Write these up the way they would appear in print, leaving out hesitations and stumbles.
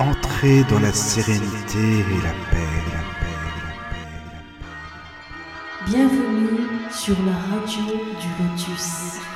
Entrez dans la sérénité et la paix, la paix, la paix, la paix. Bienvenue sur la radio du Lotus.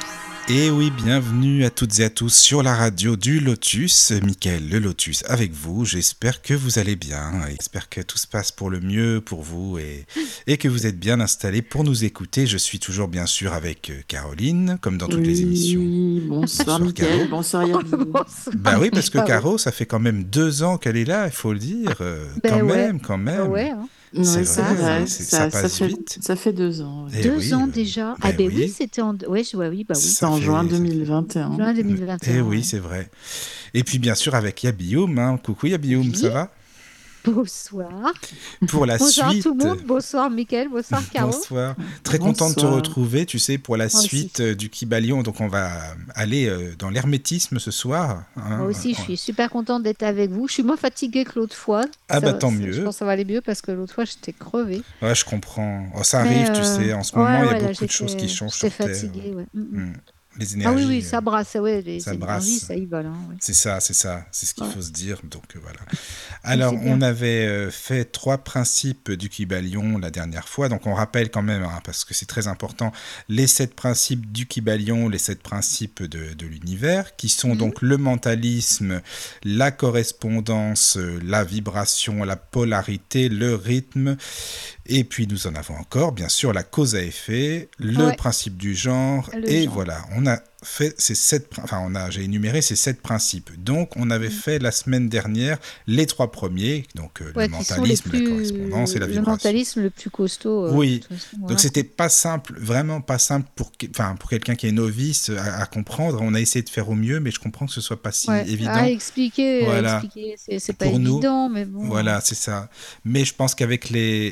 Et oui, bienvenue à toutes et à tous sur la radio du Lotus. Mickaël le Lotus avec vous. J'espère que vous allez bien. J'espère que tout se passe pour le mieux pour vous et que vous êtes bien installés pour nous écouter. Je suis toujours bien sûr avec Caroline, comme dans toutes les émissions. Bonsoir Mickaël, bonsoir Yann. Bah oui, parce que Caro, ça fait quand même 2 ans qu'elle est là, il faut le dire. Quand même. Ouais, hein. Ouais, C'est c'est vrai, vrai, ça passe vite. Ça fait 2 ans. Ouais. Et 2 ans oui, déjà. ben Oui, oui. c'était en. Oui, oui. C'est en juin 2021. Juin 2021. Et oui, c'est vrai. Et puis bien sûr avec Yabioum. Hein. Coucou Yabioum, Oui. ça va? Bonsoir. Pour la Bonsoir suite. tout le monde. Bonsoir Mickaël. Bonsoir Caro. Bonsoir. Très content de te Bonsoir. retrouver, tu sais, pour la Moi aussi. suite du Kybalion. Donc on va aller dans l'hermétisme ce soir. Hein. Moi aussi, je suis super contente d'être avec vous. Je suis moins fatiguée que l'autre fois. Ah bah tant mieux. Je pense que ça va aller mieux parce que l'autre fois, j'étais crevée. Ouais, je comprends. Oh, ça Mais, arrive, tu sais. En ce moment, il y a là, beaucoup de choses qui changent sur J'étais Terre. fatiguée, ouais. Les Ah énergies. oui, ça brasse. Ouais, les ça énergies, brasse. ça y va là. Ouais. C'est ça. C'est ce qu'il Ouais. faut se dire. Donc voilà. Alors, c'est bien. on avait fait 3 principes du Kybalion la dernière fois. Donc on rappelle quand même, hein, parce que c'est très important, les 7 principes du Kybalion, les 7 principes de l'univers, qui sont donc le mentalisme, la correspondance, la vibration, la polarité, le rythme. Et puis nous en avons encore, bien sûr, la cause à effet, le Ouais. principe du genre. Le Et genre. voilà, on a fait ces 7, j'ai énuméré ces 7 principes. Donc on avait fait la semaine dernière les 3 premiers, donc Ouais, le qui sont les mentalisme, la plus... correspondance et la Le vibration. mentalisme le plus costaud. Oui. de toute façon, Donc voilà. c'était pas simple, vraiment pas simple pour quelqu'un qui est novice à comprendre. On a essayé de faire au mieux, mais je comprends que ce soit pas si Ouais. évident. À expliquer, Voilà. c'est pas Pour nous, évident, mais bon. Voilà, c'est ça. Mais je pense qu'avec les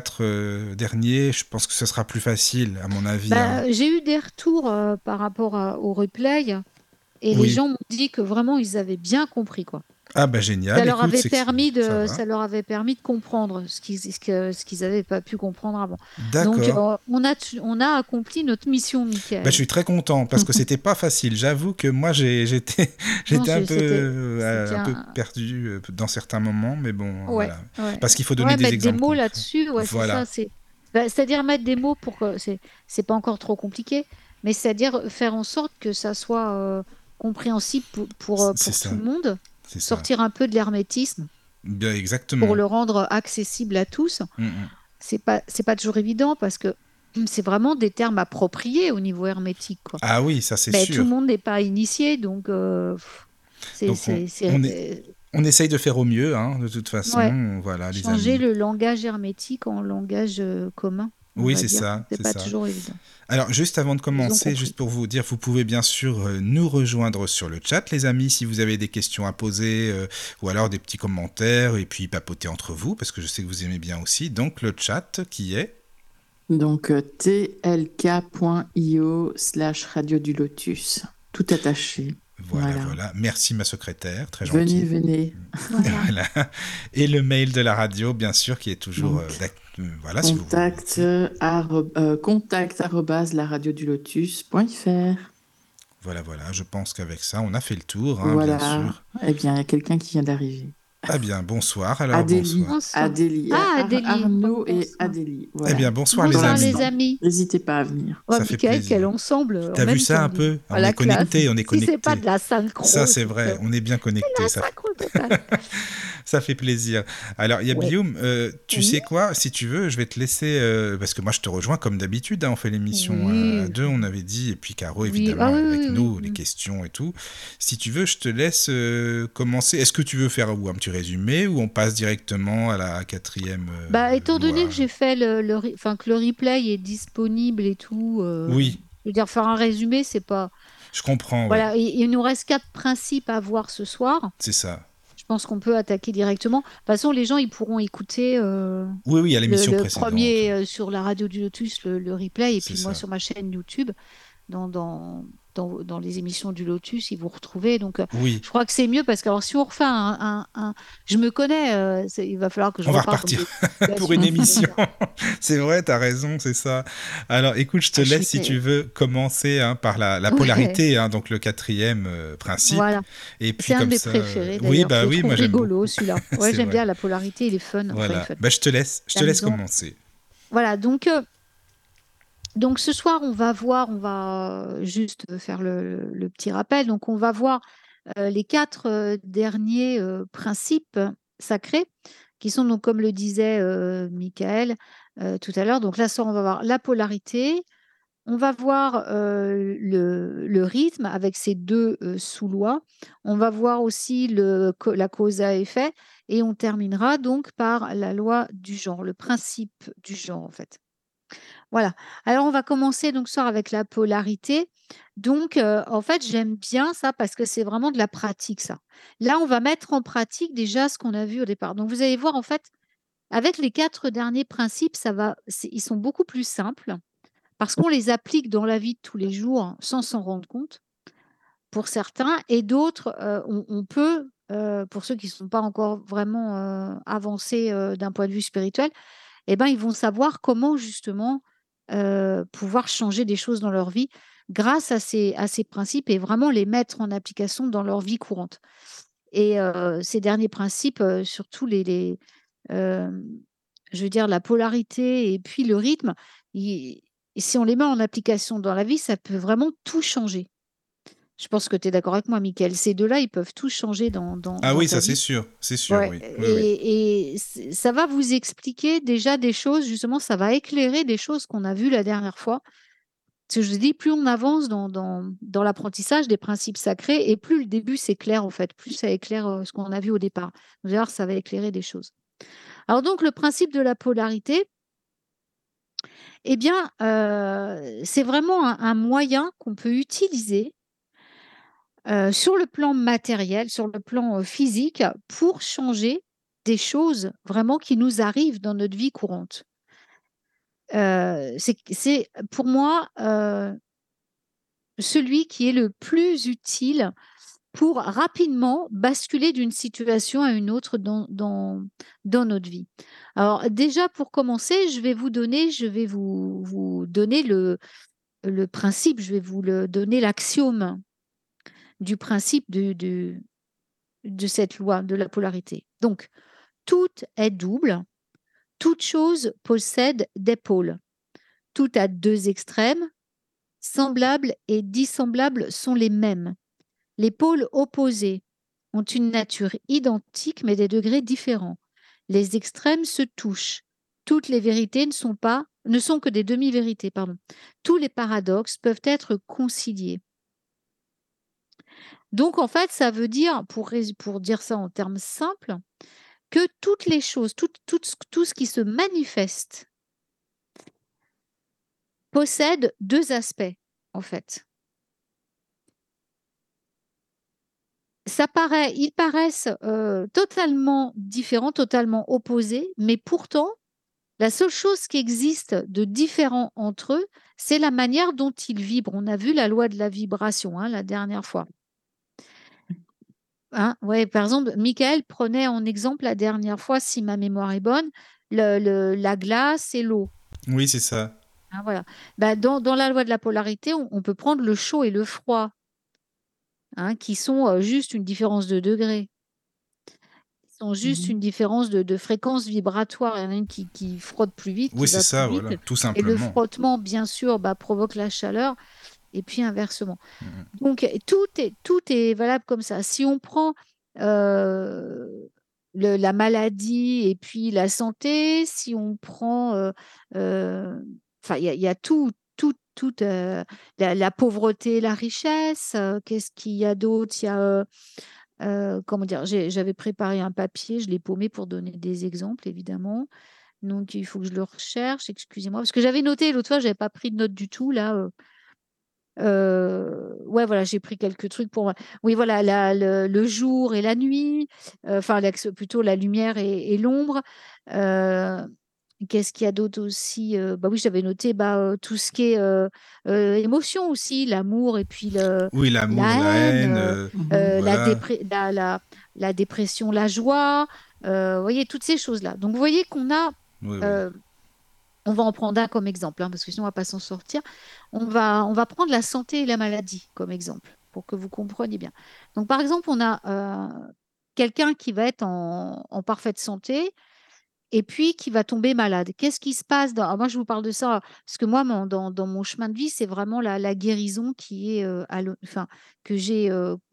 4 derniers, je pense que ce sera plus facile, à mon avis. Bah, Hein. j'ai eu des retours par rapport au replay et les Oui. gens m'ont dit que vraiment ils avaient bien compris quoi. Ah bah génial. Ça leur Écoute, avait c'est que ça va. ça leur avait permis de comprendre ce qu'ils n'avaient pas pu comprendre avant. D'accord. Donc on a accompli notre mission, Mickaël. Bah, je suis très content parce que c'était pas facile. J'avoue que moi j'étais Non, un peu c'était un peu perdu dans certains moments, mais bon Ouais, voilà. ouais. Parce qu'il faut donner Ouais, des mettre exemples des mots concrets. là-dessus, ouais, Voilà. c'est ça. C'est-à-dire mettre des mots pour que c'est pas encore trop compliqué, mais c'est-à-dire faire en sorte que ça soit compréhensible pour C'est tout ça. le monde, C'est ça. sortir un peu de l'hermétisme Bien exactement. pour le rendre accessible à tous. C'est pas toujours évident parce que c'est vraiment des termes appropriés au niveau hermétique, quoi. Ah oui, ça c'est Mais sûr. tout le monde n'est pas initié, donc Donc, on essaye de faire au mieux, hein, de toute façon. Ouais. Voilà, les changer amis. le langage hermétique en langage commun. on Oui, va c'est dire. ça. C'est pas toujours évident. Alors, juste avant de commencer, compris. juste pour vous dire, vous pouvez bien sûr nous rejoindre sur le chat, les amis, si vous avez des questions à poser ou alors des petits commentaires et puis papoter entre vous, parce que je sais que vous aimez bien aussi. Donc, le chat qui est... Donc tlk.io/radio du Lotus. Tout attaché. Voilà. Merci ma secrétaire, très gentille. Venez. Voilà. Et le mail de la radio, bien sûr, qui est toujours... voilà, si vous voulez. contact@laradiodulotus.fr. Voilà, je pense qu'avec ça, on a fait le tour, hein, Voilà. bien sûr. Eh bien, il y a quelqu'un qui vient d'arriver. Ah bien, bonsoir, alors Adélie. bonsoir. Adélie. Adélie. Arnaud et Bonsoir. Adélie. Voilà. Eh bien, bonsoir, Bonsoir les les amis. N'hésitez pas à venir. Oh, Ça fait Mickaël, plaisir. quel ensemble. T'as vu ça un peu? On est connectés, Si c'est pas de la synchro. Ça, c'est vrai, on est bien connectés. La synchro totale. Ça fait plaisir. Alors, Yabioum, tu sais quoi? Si tu veux, je vais te laisser... parce que moi, je te rejoins comme d'habitude. Hein, on fait l'émission à 2, on avait dit. Et puis Caro, évidemment, avec nous, les questions et tout. Si tu veux, je te laisse commencer. Est-ce que tu veux faire un petit résumé ou on passe directement à la 4e étant donné que j'ai fait que le replay est disponible et tout... Oui. Je veux dire, faire un résumé, c'est pas... Je comprends. Voilà, ouais. il nous reste 4 principes à voir ce soir. C'est ça. Je pense qu'on peut attaquer directement. De toute façon, les gens, ils pourront écouter oui, il y a l'émission le précédente. premier sur la radio du Lotus, le replay, et puis moi ça. sur ma chaîne YouTube, dans dans les émissions du Lotus, ils vont retrouver. Donc, Oui, je crois que c'est mieux parce que alors, si on refait je me connais, il va falloir que je on va reparte dans repartir des pour une situations. émission. C'est vrai, t'as raison, c'est ça. Alors, écoute, je te Ah, laisse si tu veux commencer par la Ouais, polarité, donc le quatrième principe. voilà. Et C'est puis un de comme mes ça, préférés oui, d'ailleurs. Je bah le oui, trouve moi j'aime rigolo beaucoup. celui-là. Ouais, C'est j'aime vrai. bien la polarité, il est fun. Enfin, il est Voilà. fun. Bah je te laisse Amusant. commencer. Voilà, donc ce soir, on va juste faire le petit rappel. Donc on va voir les quatre derniers principes sacrés, qui sont donc, comme le disait Michael tout à l'heure. Donc là, ça, on va voir la polarité, on va voir le rythme avec ses deux sous-lois, on va voir aussi la cause à effet, et on terminera donc par la loi du genre, le principe du genre en fait. Voilà. Alors, on va commencer donc ce soir avec la polarité. Donc, en fait, j'aime bien ça parce que c'est vraiment de la pratique, ça. Là, on va mettre en pratique déjà ce qu'on a vu au départ. Donc, vous allez voir, en fait, avec les 4 derniers principes, ils sont beaucoup plus simples parce qu'on les applique dans la vie de tous les jours sans s'en rendre compte pour certains, et d'autres, on peut, pour ceux qui ne sont pas encore vraiment avancés d'un point de vue spirituel, eh ben, ils vont savoir comment justement pouvoir changer des choses dans leur vie grâce à ces principes et vraiment les mettre en application dans leur vie courante. Et ces derniers principes, surtout hem, je veux dire la polarité et puis le rythme, ils si on les met en application dans la vie, ça peut vraiment tout changer. Je pense que tu es d'accord avec moi, Mickaël. Ces 2 là, ils peuvent tout changer Ah dans oui, ta ça vie. c'est sûr, Ouais, oui, oui, oui. et ça va vous expliquer déjà des choses, justement, ça va éclairer des choses qu'on a vues la dernière fois. Parce que je vous dis, plus on avance dans l'apprentissage des principes sacrés et plus le début s'éclaire, en fait, plus ça éclaire ce qu'on a vu au départ. Vous allez voir, ça va éclairer des choses. Alors donc, le principe de la polarité, eh bien, c'est vraiment un moyen qu'on peut utiliser sur le plan matériel, sur le plan physique, pour changer des choses vraiment qui nous arrivent dans notre vie courante. C'est pour moi celui qui est le plus utile pour rapidement basculer d'une situation à une autre dans notre vie. Alors déjà, pour commencer, je vais vous donner le principe, je vais vous le donner, l'axiome du principe de cette loi de la polarité. Donc, tout est double, toute chose possède des pôles. Tout a deux extrêmes, semblables et dissemblables sont les mêmes. Les pôles opposés ont une nature identique mais des degrés différents. Les extrêmes se touchent. Toutes les vérités ne sont que des demi-vérités, pardon. Tous les paradoxes peuvent être conciliés. Donc, en fait, ça veut dire, pour dire ça en termes simples, que toutes les choses, tout ce qui se manifeste possède deux aspects, en fait. Ils paraissent totalement différents, totalement opposés, mais pourtant, la seule chose qui existe de différent entre eux, c'est la manière dont ils vibrent. On a vu la loi de la vibration la dernière fois. Hein, ouais, par exemple, Michael prenait en exemple la dernière fois, si ma mémoire est bonne, la glace et l'eau. Oui, c'est ça. Hein, voilà. Bah, dans la loi de la polarité, on peut prendre le chaud et le froid, hein, qui sont juste une différence de degré. Ils sont juste Mhm. une différence de fréquence vibratoire. Il y en a une qui frotte plus vite, Oui, qui c'est va plus ça, vite. voilà, tout Et le simplement. frottement, bien sûr, provoque la chaleur, et puis inversement. Mhm. Donc, tout est valable comme ça. Si on prend euh, la maladie et puis la santé, si on prend, enfin, il y a la pauvreté, la richesse, qu'est-ce qu'il y a d'autre? Il y a, comment dire, j'avais préparé un papier, je l'ai paumé pour donner des exemples, évidemment. Donc, il faut que je le recherche, excusez-moi, parce que j'avais noté l'autre fois, j'avais pas pris de notes du tout, là. Ouais, voilà, j'ai pris quelques trucs pour oui, voilà, le jour et la nuit, enfin, plutôt la lumière et l'ombre, heu, Qu'est-ce qu'il y a d'autre aussi? Bah oui, j'avais noté tout ce qui est émotion aussi, l'amour et puis Oui, l'amour, la la haine, haine, Mhm. voilà. la dépression, la joie, vous voyez, toutes ces choses-là. Donc, vous voyez qu'on a, Oui, oui. euh, on va en prendre un comme exemple, hein, parce que sinon, on va pas s'en sortir. On va prendre la santé et la maladie comme exemple, pour que vous compreniez bien. Donc, par exemple, on a quelqu'un qui va être en parfaite santé et puis qui va tomber malade. Qu'est-ce qui se passe alors moi, je vous parle de ça parce que moi, dans mon chemin de vie, c'est vraiment la guérison qui est, enfin, que j'ai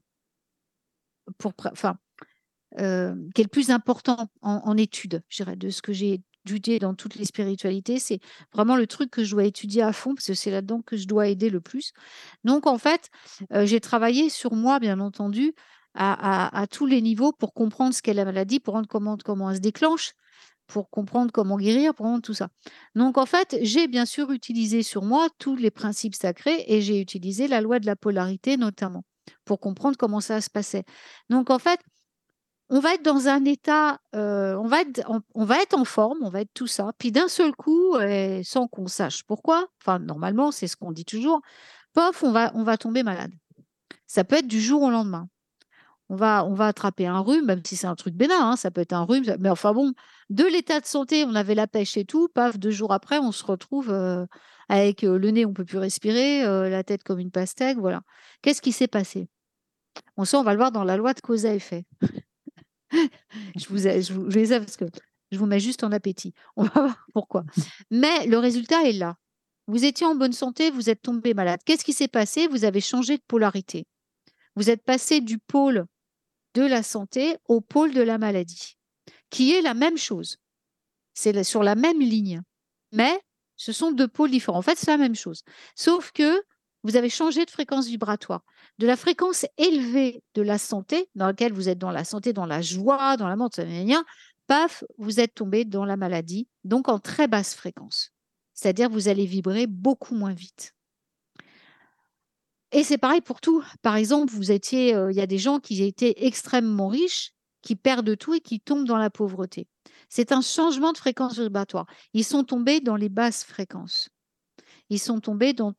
enfin, qui est le plus important en études, je dirais, de ce que j'ai étudié dans toutes les spiritualités. C'est vraiment le truc que je dois étudier à fond parce que c'est là-dedans que je dois aider le plus. Donc, en fait, j'ai travaillé sur moi, bien entendu, à tous les niveaux pour comprendre ce qu'est la maladie, pour comprendre comment elle se déclenche, pour comprendre comment guérir, pour comprendre tout ça. Donc, en fait, j'ai bien sûr utilisé sur moi tous les principes sacrés et j'ai utilisé la loi de la polarité notamment pour comprendre comment ça se passait. Donc, en fait, on va être dans un état, on va être en forme, on va être tout ça, puis d'un seul coup, sans qu'on sache pourquoi, enfin, normalement, c'est ce qu'on dit toujours, pof, on va tomber malade. Ça peut être du jour au lendemain. On va attraper un rhume, même si c'est un truc bénin, hein, ça peut être un rhume, mais enfin bon, de l'état de santé, on avait la pêche et tout, paf, 2 jours après, on se retrouve, avec, le nez, on peut plus respirer, la tête comme une pastèque, voilà. Qu'est-ce qui s'est passé? Bon ça, on va le voir dans la loi de cause à effet. Je les ai parce que je vous mets juste en appétit. On va voir pourquoi. Mais le résultat est là. Vous étiez en bonne santé, vous êtes tombé malade. Qu'est-ce qui s'est passé? Vous avez changé de polarité. Vous êtes passé du pôle de la santé au pôle de la maladie, qui est la même chose. C'est sur la même ligne. Mais ce sont 2 pôles différents. En fait, c'est la même chose. Sauf que vous avez changé de fréquence vibratoire. De la fréquence élevée de la santé, dans laquelle vous êtes dans la santé, dans la joie, dans l'amour, paf, vous êtes tombé dans la maladie, donc en très basse fréquence. C'est-à-dire vous allez vibrer beaucoup moins vite. Et c'est pareil pour tout. Par exemple, il y a des gens qui étaient extrêmement riches, qui perdent tout et qui tombent dans la pauvreté. C'est un changement de fréquence vibratoire. Ils sont tombés dans les basses fréquences. Ils sont tombés dans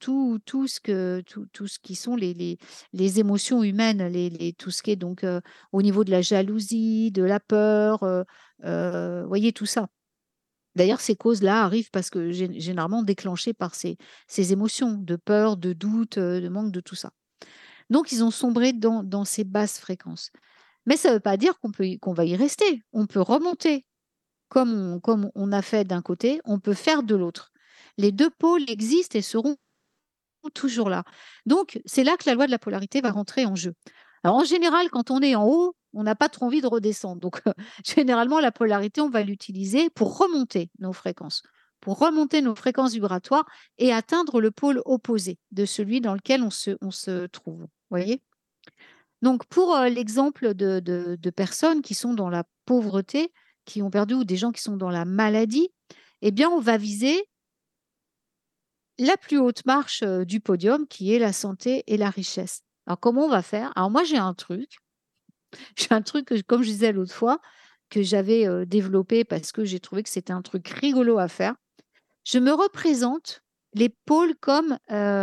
tout ce qui sont les émotions humaines, tout ce qui est donc au niveau de la jalousie, de la peur, voyez tout ça. D'ailleurs, ces causes-là arrivent parce que généralement déclenchées par ces émotions de peur, de doute, de manque de tout ça. Donc, ils ont sombré dans ces basses fréquences. Mais ça ne veut pas dire qu'on va y rester. On peut remonter. Comme on a fait d'un côté, on peut faire de l'autre. Les 2 pôles existent et seront toujours là. Donc, c'est là que la loi de la polarité va rentrer en jeu. Alors, en général, quand on est en haut, on n'a pas trop envie de redescendre. Donc, généralement, la polarité, on va l'utiliser pour remonter pour remonter nos fréquences vibratoires et atteindre le pôle opposé de celui dans lequel on se trouve. Vous voyez? Donc, pour l'exemple de personnes qui sont dans la pauvreté, qui ont perdu, ou des gens qui sont dans la maladie, eh bien, on va viser la plus haute marche, du podium qui est la santé et la richesse. Alors comment on va faire? Alors moi j'ai un truc, j'ai un truc que comme je disais l'autre fois, que j'avais, développé parce que j'ai trouvé que c'était un truc rigolo à faire. Je me représente les pôles comme,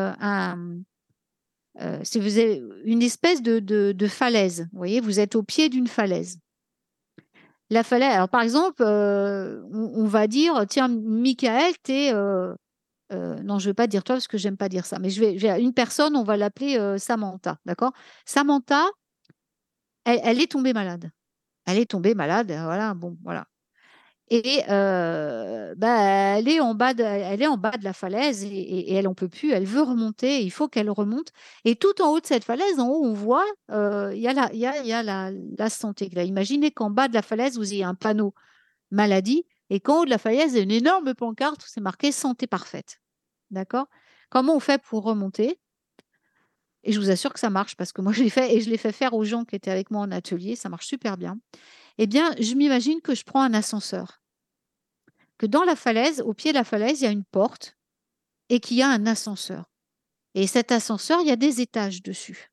si vous avez une espèce de falaise, vous voyez? Vous êtes au pied d'une falaise. La falaise alors par exemple, on va dire: «Tiens Michael, tu es, non, je ne vais pas dire toi parce que j'aime pas dire ça, mais je vais une personne, on va l'appeler, Samantha, d'accord? Samantha, elle est tombée malade. Elle est tombée malade, voilà, bon, voilà et bah, elle est en bas de la falaise et elle en peut plus, elle veut remonter, il faut qu'elle remonte et tout en haut de cette falaise, en haut, on voit, il y a la santé, là. Imaginez qu'en bas de la falaise, vous ayez un panneau maladie et qu'en haut de la falaise, il y a une énorme pancarte où c'est marqué santé parfaite. D'accord? Comment on fait pour remonter? Et je vous assure que ça marche parce que moi je l'ai fait et je l'ai fait faire aux gens qui étaient avec moi en atelier, ça marche super bien. Eh bien, je m'imagine que je prends un ascenseur, que dans la falaise, au pied de la falaise, il y a une porte et qu'il y a un ascenseur. Et cet ascenseur, il y a des étages dessus.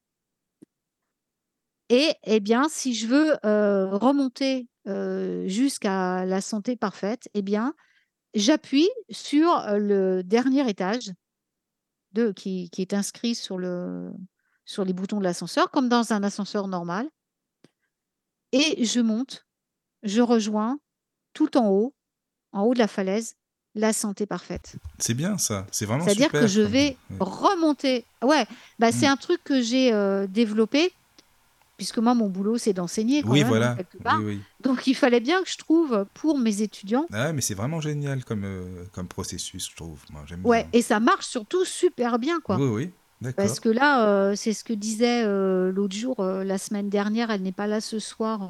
Et eh bien, si je veux, remonter, jusqu'à la santé parfaite, eh bien, j'appuie sur le dernier étage qui est inscrit sur les boutons de l'ascenseur, comme dans un ascenseur normal, et je monte, je rejoins tout en haut de la falaise, la santé parfaite. C'est bien ça, c'est vraiment C'est-à-dire que super. je vais Ouais. remonter. Ouais, bah, c'est Mm. un truc que j'ai développé, puisque moi, mon boulot, c'est d'enseigner quand Oui, même, hein, voilà. quelque Oui, part. oui. Donc, il fallait bien que je trouve pour mes étudiants. Ah, mais c'est vraiment génial comme processus, je trouve. Moi, j'aime bien. Ouais, et ça marche surtout super bien, quoi. Oui, oui, d'accord. Parce que là, c'est ce que disait l'autre jour, la semaine dernière, elle n'est pas là ce soir,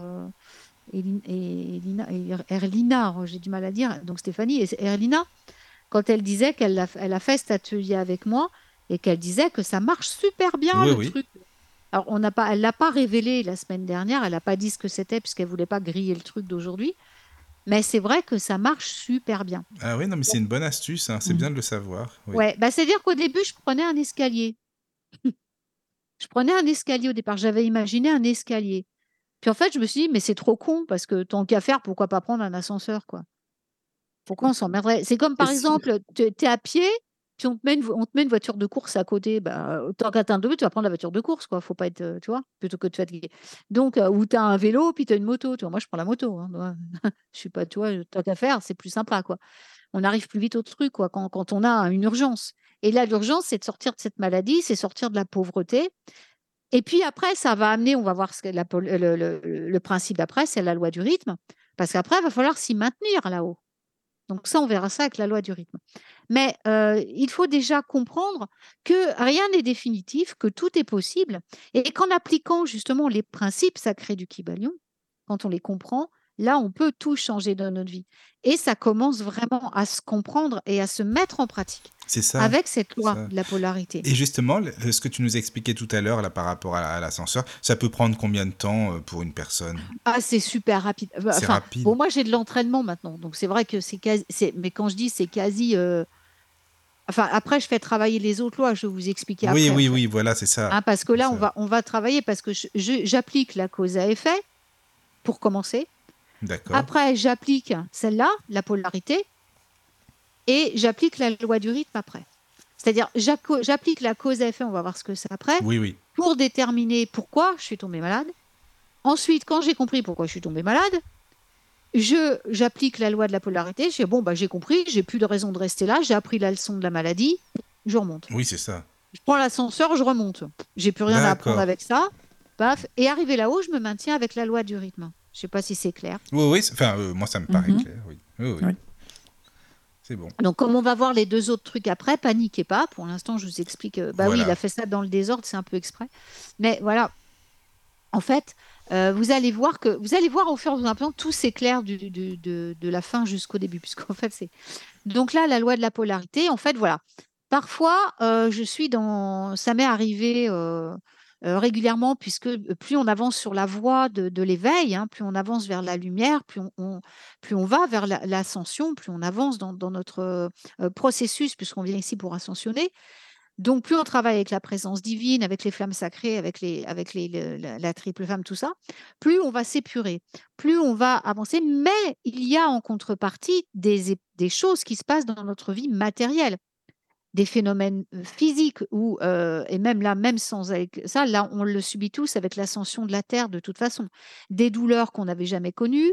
Erlina, j'ai du mal à dire, donc Stéphanie, et Erlina, quand elle disait elle a fait cet atelier avec moi et qu'elle disait que ça marche super bien Oui, le oui. truc. Alors, elle l'a pas révélé la semaine dernière, elle n'a pas dit ce que c'était puisqu'elle voulait pas griller le truc d'aujourd'hui, mais c'est vrai que ça marche super bien. Ah oui, non, mais c'est Donc, une bonne astuce, hein. C'est Mm. bien de le savoir. Oui. ouais, bah, c'est-à-dire qu'au début, je prenais un escalier. Je prenais un escalier au départ, j'avais imaginé un escalier. Puis en fait, je me suis dit, mais c'est trop con parce que tant qu'à faire, pourquoi pas prendre un ascenseur, quoi? Pourquoi on s'emmerderait? C'est comme C'est par sûr. exemple, tu es à pied, puis on te met une voiture de course à côté. Bah, tant qu'à t'atteindre, tu vas prendre la voiture de course, quoi. Faut pas être, tu vois, plutôt que de te fatiguer. Donc, ou tu as un vélo, puis tu as une moto. Tu vois, moi, je prends la moto. Hein, moi. Je suis pas, tu vois, tant qu'à faire, c'est plus sympa, quoi. On arrive plus vite au truc, quoi, quand on a une urgence. Et là, l'urgence, c'est de sortir de cette maladie, c'est sortir de la pauvreté. Et puis après, ça va amener, on va voir ce que le principe d'après, c'est la loi du rythme. Parce qu'après, il va falloir s'y maintenir là-haut. Donc ça, on verra ça avec la loi du rythme. Mais il faut déjà comprendre que rien n'est définitif, que tout est possible, et qu'en appliquant justement les principes sacrés du Kybalion, quand on les comprend, là, on peut tout changer dans notre vie. Et ça commence vraiment à se comprendre et à se mettre en pratique C'est ça. avec cette loi Ça. de la polarité. Et justement, ce que tu nous expliquais tout à l'heure là, par rapport à l'ascenseur, ça peut prendre combien de temps pour une personne? Ah, c'est super rapide. C'est Enfin, rapide. bon, moi, j'ai de l'entraînement maintenant, donc c'est vrai que c'est quasi. Mais quand je dis c'est quasi. Enfin, après, je fais travailler les autres lois. Je vais vous expliquer Oui, après, en oui, fait. oui, voilà, c'est ça. Hein, parce que C'est là, ça. on va travailler parce que j'applique la cause à effet pour commencer. D'accord. Après, j'applique celle-là, la polarité, et j'applique la loi du rythme après. C'est-à-dire, j'applique la cause à effet, on va voir ce que c'est après, Oui, oui. pour déterminer pourquoi je suis tombée malade. Ensuite, quand j'ai compris pourquoi je suis tombée malade, j'applique la loi de la polarité. Je dis, bon, bah, j'ai compris, j'ai plus de raison de rester là, j'ai appris la leçon de la maladie, je remonte. Oui, c'est ça. Je prends l'ascenseur, je remonte. J'ai plus rien à apprendre D'accord. avec ça. Paf. Et arrivé là-haut, je me maintiens avec la loi du rythme. Je sais pas si c'est clair. Oui, oui. Enfin, moi, ça me paraît Mhm. clair. Oui, oui, oui. Oui. C'est bon. Donc, comme on va voir les deux autres trucs après, paniquez pas. Pour l'instant, je vous explique. Bah oui, il a Voilà. fait ça dans le désordre, c'est un peu exprès. Mais voilà, en fait, vous allez voir au fur et à mesure, tout s'éclaire de la fin jusqu'au début, puisqu'en fait, c'est. Donc là, la loi de la polarité, en fait, voilà. Parfois, ça m'est arrivé régulièrement, puisque plus on avance sur la voie de l'éveil, hein, plus on avance vers la lumière, plus on va vers l'ascension, plus on avance dans notre processus, puisqu'on vient ici pour ascensionner. Donc, plus on travaille avec la présence divine, avec les flammes sacrées, avec la triple flamme, tout ça, plus on va s'épurer, plus on va avancer. Mais il y a en contrepartie des choses qui se passent dans notre vie matérielle, des phénomènes physiques et même là, même sans avec ça, là, on le subit tous avec l'ascension de la Terre de toute façon. Des douleurs qu'on n'avait jamais connues,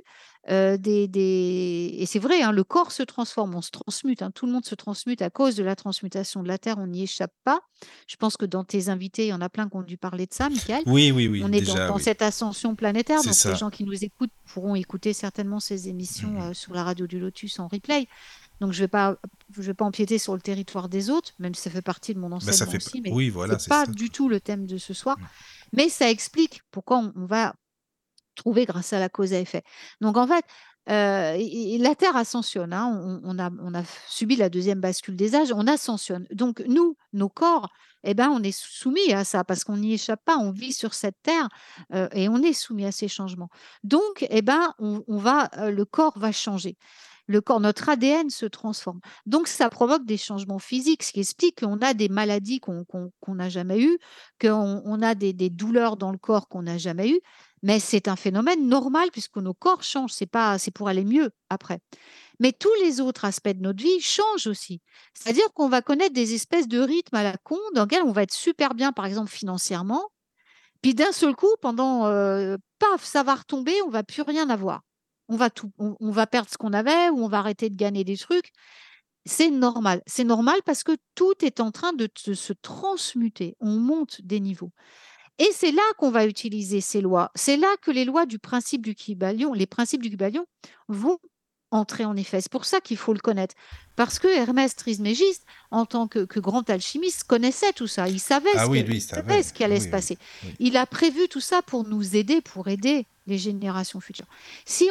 et c'est vrai, hein, le corps se transforme, on se transmute, hein, tout le monde se transmute à cause de la transmutation de la Terre, on n'y échappe pas. Je pense que dans tes invités, il y en a plein qui ont dû parler de ça, Michael. Oui, oui, oui. On est Déjà, dans oui. cette ascension planétaire, C'est donc les ça. gens qui nous écoutent pourront écouter certainement ces émissions sur la radio du Lotus en replay. Donc je vais pas empiéter sur le territoire des autres, même si ça fait partie de mon Bah, ça enseignement fait. aussi, mais Oui, voilà, c'est c'est pas ça. du tout le thème de ce soir. Mais ça explique pourquoi on va trouver grâce à la cause à effet. Donc en fait, la Terre ascensionne, hein, on a subi la deuxième bascule des âges, on ascensionne. Donc nous, nos corps, eh ben, on est soumis à ça parce qu'on n'y échappe pas, on vit sur cette Terre et on est soumis à ces changements. Donc, eh ben, le corps va changer. Le corps, notre ADN se transforme. Donc, ça provoque des changements physiques, ce qui explique qu'on a des maladies qu'on n'a jamais eues, qu'on a des douleurs dans le corps qu'on n'a jamais eues. Mais c'est un phénomène normal puisque nos corps changent, c'est pour aller mieux après. Mais tous les autres aspects de notre vie changent aussi. C'est-à-dire qu'on va connaître des espèces de rythmes à la con dans lesquels on va être super bien, par exemple financièrement, puis d'un seul coup, pendant, paf, ça va retomber, on va plus rien avoir. On va perdre ce qu'on avait ou on va arrêter de gagner des trucs. C'est normal. C'est normal parce que tout est en train de se transmuter. On monte des niveaux. Et c'est là qu'on va utiliser ces lois. C'est là que les lois du principe du Kybalion, les principes du Kybalion vont entrer en effet. C'est pour ça qu'il faut le connaître. Parce que Hermès Trismégiste, en tant que grand alchimiste, connaissait tout ça. Il savait Ah oui, lui, il il savait savait. ce qui allait se Oui, oui, passer. oui. Il a prévu tout ça pour nous aider, pour aider les générations futures. Si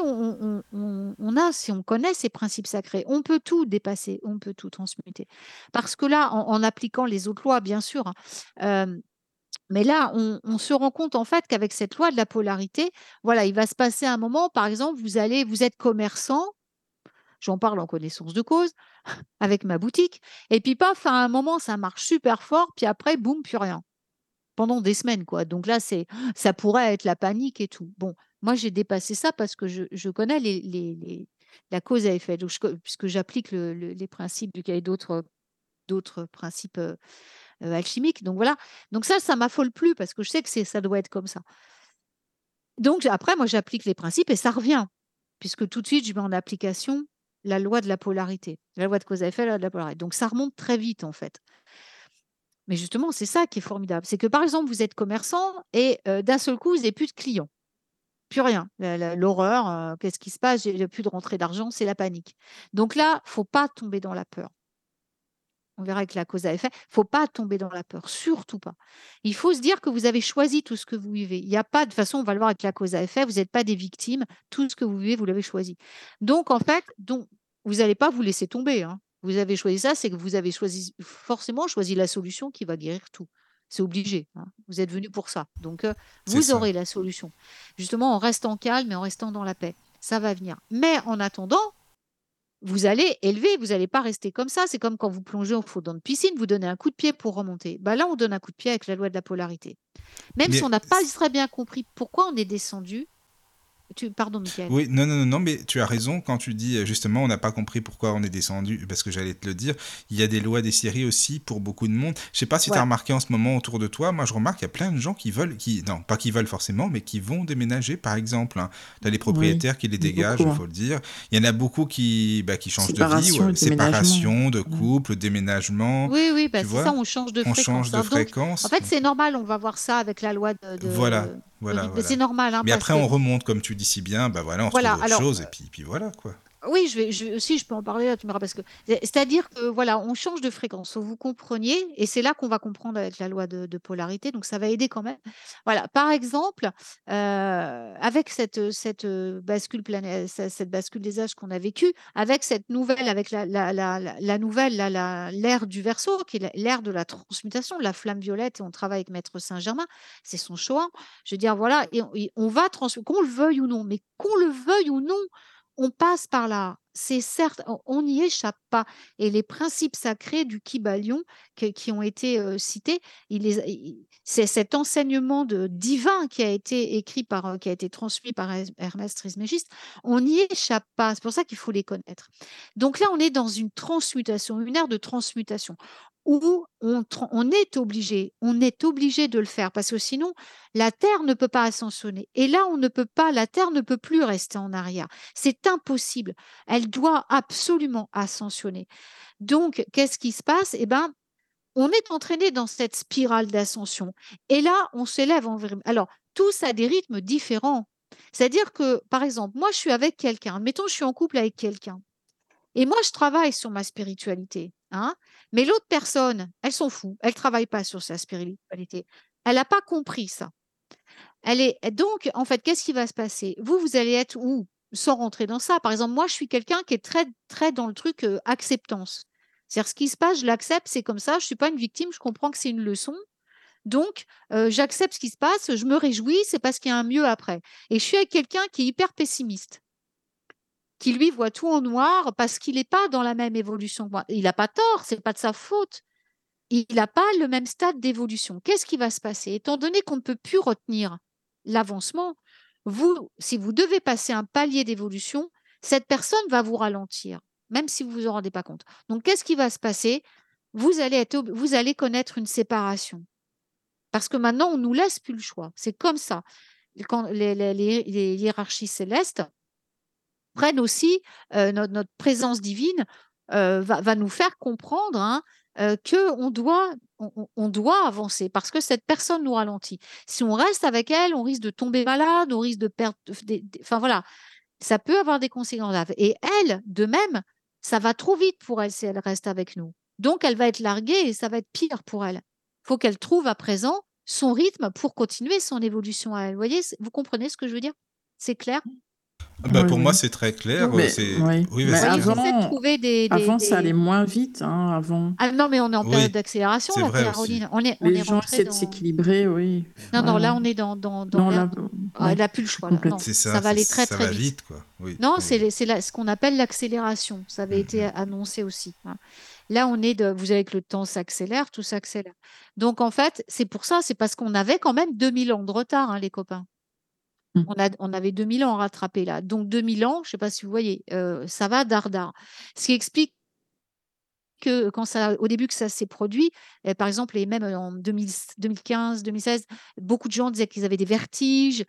si on connaît ces principes sacrés, on peut tout dépasser, on peut tout transmuter. Parce que là, en appliquant les autres lois, bien sûr, hein, mais là, on se rend compte en fait qu'avec cette loi de la polarité, voilà, il va se passer un moment, par exemple, vous êtes commerçant, j'en parle en connaissance de cause, avec ma boutique, et puis paf, à un moment, ça marche super fort, puis après, boum, plus rien. Pendant des semaines, quoi. Donc là, ça pourrait être la panique et tout. Bon, moi, j'ai dépassé ça parce que je connais la cause à effet, donc puisque j'applique les principes du cahier d'autres principes alchimiques. Donc voilà. Donc ça m'affole plus parce que je sais que ça doit être comme ça. Donc après, moi, j'applique les principes et ça revient, puisque tout de suite, je mets en application la loi de la polarité, la loi de cause à effet, la loi de la polarité. Donc ça remonte très vite, en fait. Mais justement, c'est ça qui est formidable. C'est que, par exemple, vous êtes commerçant et d'un seul coup, vous n'avez plus de clients. Plus rien. L'horreur, qu'est-ce qui se passe? J'ai plus de rentrée d'argent, c'est la panique. Donc là, faut pas tomber dans la peur. On verra avec la cause à effet. Faut pas tomber dans la peur, surtout pas. Il faut se dire que vous avez choisi tout ce que vous vivez. Il y a pas de façon, on va le voir avec la cause à effet, vous n'êtes pas des victimes. Tout ce que vous vivez, vous l'avez choisi. Donc, en fait, vous n'allez pas vous laisser tomber, hein. Vous avez choisi ça, c'est que vous avez forcément choisi la solution qui va guérir tout. C'est obligé, hein. Vous êtes venu pour ça. Donc, C'est vous ça. aurez la solution. Justement, en restant calme et en restant dans la paix. Ça va venir. Mais en attendant, vous allez élever, vous n'allez pas rester comme ça. C'est comme quand vous plongez au fond dans une piscine, vous donnez un coup de pied pour remonter. Bah là, on donne un coup de pied avec la loi de la polarité. Même si Mais on n'a pas très bien compris pourquoi on est descendu. Pardon, Michael. oui, non, non, non, non, mais tu as raison quand tu dis justement, on n'a pas compris pourquoi on est descendu, parce que j'allais te le dire, il y a des lois des séries aussi pour beaucoup de monde. Je sais pas si tu as Ouais. remarqué en ce moment autour de toi, moi je remarque qu'il y a plein de gens non, pas qui veulent forcément, mais qui vont déménager par exemple, hein. Tu as les Oui, propriétaires qui les il y en a dégagent, beaucoup, il hein. faut le dire. Il y en a beaucoup qui changent de vie, Séparation et ouais. déménagement. Séparation, de Mm. couple, déménagement, Oui, oui, bah tu c'est ça, vois, on change de on change fréquence, de hein. Donc, en fréquence. fait, c'est normal, on va voir ça avec la loi Voilà, de voilà, rythme. C'est voilà. normal, hein, Mais parce après que, on remonte, comme tu dis si bien, bah voilà, on voilà, retrouve autre alors, chose, et puis voilà quoi. oui, aussi, je peux en parler là, tu me diras, parce que c'est-à-dire que voilà, on change de fréquence. Faut que vous compreniez, et c'est là qu'on va comprendre avec la loi de polarité. Donc, ça va aider quand même. Voilà, par exemple, avec cette bascule cette bascule des âges qu'on a vécue, avec cette nouvelle, avec la nouvelle, l'ère du Verseau, qui est l'ère de la transmutation, de la flamme violette, et on travaille avec Maître Saint-Germain, c'est son choix. Je veux dire, voilà, et on va transmuter, qu'on le veuille ou non, mais qu'on le veuille ou non, on passe par là. C'est certes, on n'y échappe pas. Et les principes sacrés du Kybalion qui ont été cités, c'est cet enseignement divin qui a été écrit qui a été transmis par Hermès Trismégiste. On n'y échappe pas. C'est pour ça qu'il faut les connaître. Donc là, on est dans une transmutation, une ère de transmutation où on est obligé de le faire parce que sinon, la Terre ne peut pas ascensionner. Et là, la Terre ne peut plus rester en arrière. C'est impossible. Elle doit absolument ascensionner. Donc, qu'est-ce qui se passe? Eh ben, on est entraîné dans cette spirale d'ascension. Et là, on s'élève en rythme. Alors, tous à des rythmes différents. C'est-à-dire que, par exemple, moi, je suis avec quelqu'un. Mettons, je suis en couple avec quelqu'un. Et moi, je travaille sur ma spiritualité, hein, mais l'autre personne, elle s'en fout. Elle travaille pas sur sa spiritualité. Elle n'a pas compris ça. Donc, en fait, qu'est-ce qui va se passer? Vous allez être où? Sans rentrer dans ça. Par exemple, moi, je suis quelqu'un qui est très, très dans le truc acceptance. C'est-à-dire, ce qui se passe, je l'accepte, c'est comme ça. Je suis pas une victime, je comprends que c'est une leçon. Donc, j'accepte ce qui se passe, je me réjouis, c'est parce qu'il y a un mieux après. Et je suis avec quelqu'un qui est hyper pessimiste, qui lui voit tout en noir parce qu'il n'est pas dans la même évolution que moi. Il n'a pas tort, c'est pas de sa faute. Il n'a pas le même stade d'évolution. Qu'est-ce qui va se passer? Étant donné qu'on ne peut plus retenir l'avancement, vous, si vous devez passer un palier d'évolution, cette personne va vous ralentir, même si vous vous en rendez pas compte. Donc, qu'est-ce qui va se passer? Vous allez connaître une séparation. Parce que maintenant, on nous laisse plus le choix. C'est comme ça. Quand les hiérarchies célestes prennent aussi notre présence divine, va nous faire comprendre, hein, qu'on on doit avancer parce que cette personne nous ralentit. Si on reste avec elle, on risque de tomber malade, on risque de perdre. Enfin voilà, ça peut avoir des conséquences graves. Et elle, de même, ça va trop vite pour elle si elle reste avec nous. Donc, elle va être larguée et ça va être pire pour elle. Il faut qu'elle trouve à présent son rythme pour continuer son évolution à elle. Vous voyez, vous comprenez ce que je veux dire? C'est clair? Bah, Oui, pour moi, oui. c'est très clair. Donc, Mais, C'est... oui. Oui, Mais vous vas-y, voyez, Caro. j'essaie de avant, trouver avant, ça allait moins vite, hein, avant. Ah non, mais on est en période Oui, d'accélération, c'est là, vrai aussi. Caroline. On est Les gens rentré essaient de dans. s'équilibrer, oui. Non, Ouais, non, ouais. là, on est dans Non, l'ère. là, Ah, elle ouais, n'a plus le choix, là. Non, complètement. C'est ça ça, va aller très, ça très va vite. vite, quoi. Oui, Non, oui, oui. ce qu'on appelle l'accélération. Ça avait été annoncé aussi, hein. Là, vous savez que le temps s'accélère, tout s'accélère. Donc, en fait, c'est pour ça, c'est parce qu'on avait quand même 2000 ans de retard, hein, les copains. Mm. On avait 2000 ans à rattraper là. Donc, 2000 ans, je ne sais pas si vous voyez, ça va dardard. Ce qui explique que au début que ça s'est produit, par exemple, et même en 2015, 2016, beaucoup de gens disaient qu'ils avaient des vertiges,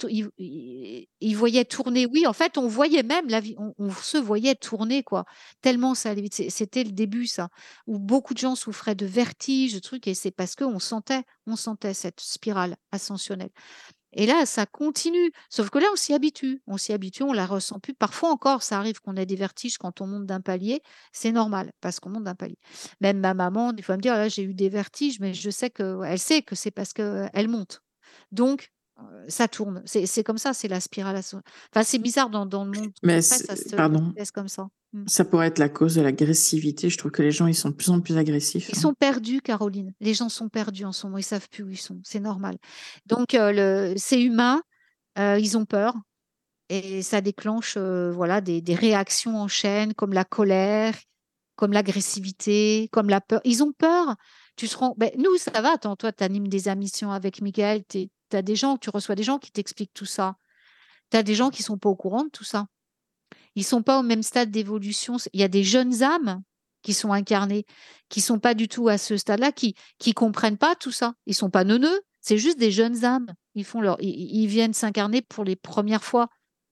ils voyaient tourner. Oui, en fait, on voyait même la vie, on se voyait tourner, quoi. Tellement ça allait vite. C'était le début, ça, où beaucoup de gens souffraient de vertiges, de trucs, et c'est parce on sentait cette spirale ascensionnelle. Et là, ça continue. Sauf que là, on s'y habitue, on la ressent plus. Parfois encore, ça arrive qu'on ait des vertiges quand on monte d'un palier. C'est normal parce qu'on monte d'un palier. Même ma maman, des fois, elle me dit: «Ah là, j'ai eu des vertiges», mais je sais que elle sait que c'est parce qu'elle monte. Donc, ça tourne. C'est comme ça, c'est la spirale enfin, c'est bizarre dans le monde Mais, concret, ça se pardon, laisse comme ça. Mmh. ça pourrait être la cause de l'agressivité. Je trouve que les gens, ils sont de plus en plus agressifs, Ils hein. sont perdus, Caroline. Les gens sont perdus en ce moment, ils savent plus où ils sont. C'est normal. Donc, c'est humain, ils ont peur. Et ça déclenche, voilà, des réactions en chaîne comme la colère, comme l'agressivité, comme la peur. Ils ont peur. Nous, ça va. Attends, toi, tu animes des émissions avec Mickaël, tu reçois des gens qui t'expliquent tout ça. Tu as des gens qui sont pas au courant de tout ça. Ils sont pas au même stade d'évolution. Il y a des jeunes âmes qui sont incarnées, qui sont pas du tout à ce stade-là, qui comprennent pas tout ça. Ils sont pas neuneux, c'est juste des jeunes âmes. Ils viennent s'incarner pour les premières fois.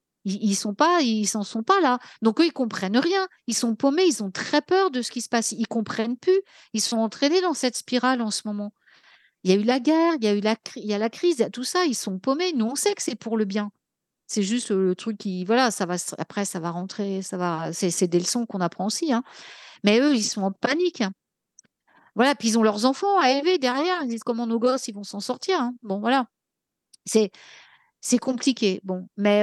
Ils s'en sont pas là. Donc eux, ils comprennent rien. Ils sont paumés, ils ont très peur de ce qui se passe. Ils comprennent plus. Ils sont entraînés dans cette spirale en ce moment. Il y a eu la guerre, il y a la crise, il y a tout ça. Ils sont paumés. Nous, on sait que c'est pour le bien. C'est juste le truc qui, voilà, après, ça va rentrer, c'est des leçons qu'on apprend aussi, hein. Mais eux, ils sont en panique, hein. Voilà, puis ils ont leurs enfants à élever derrière. Ils disent comment nos gosses, ils vont s'en sortir, hein. Bon, voilà. C'est, c'est compliqué. Bon, mais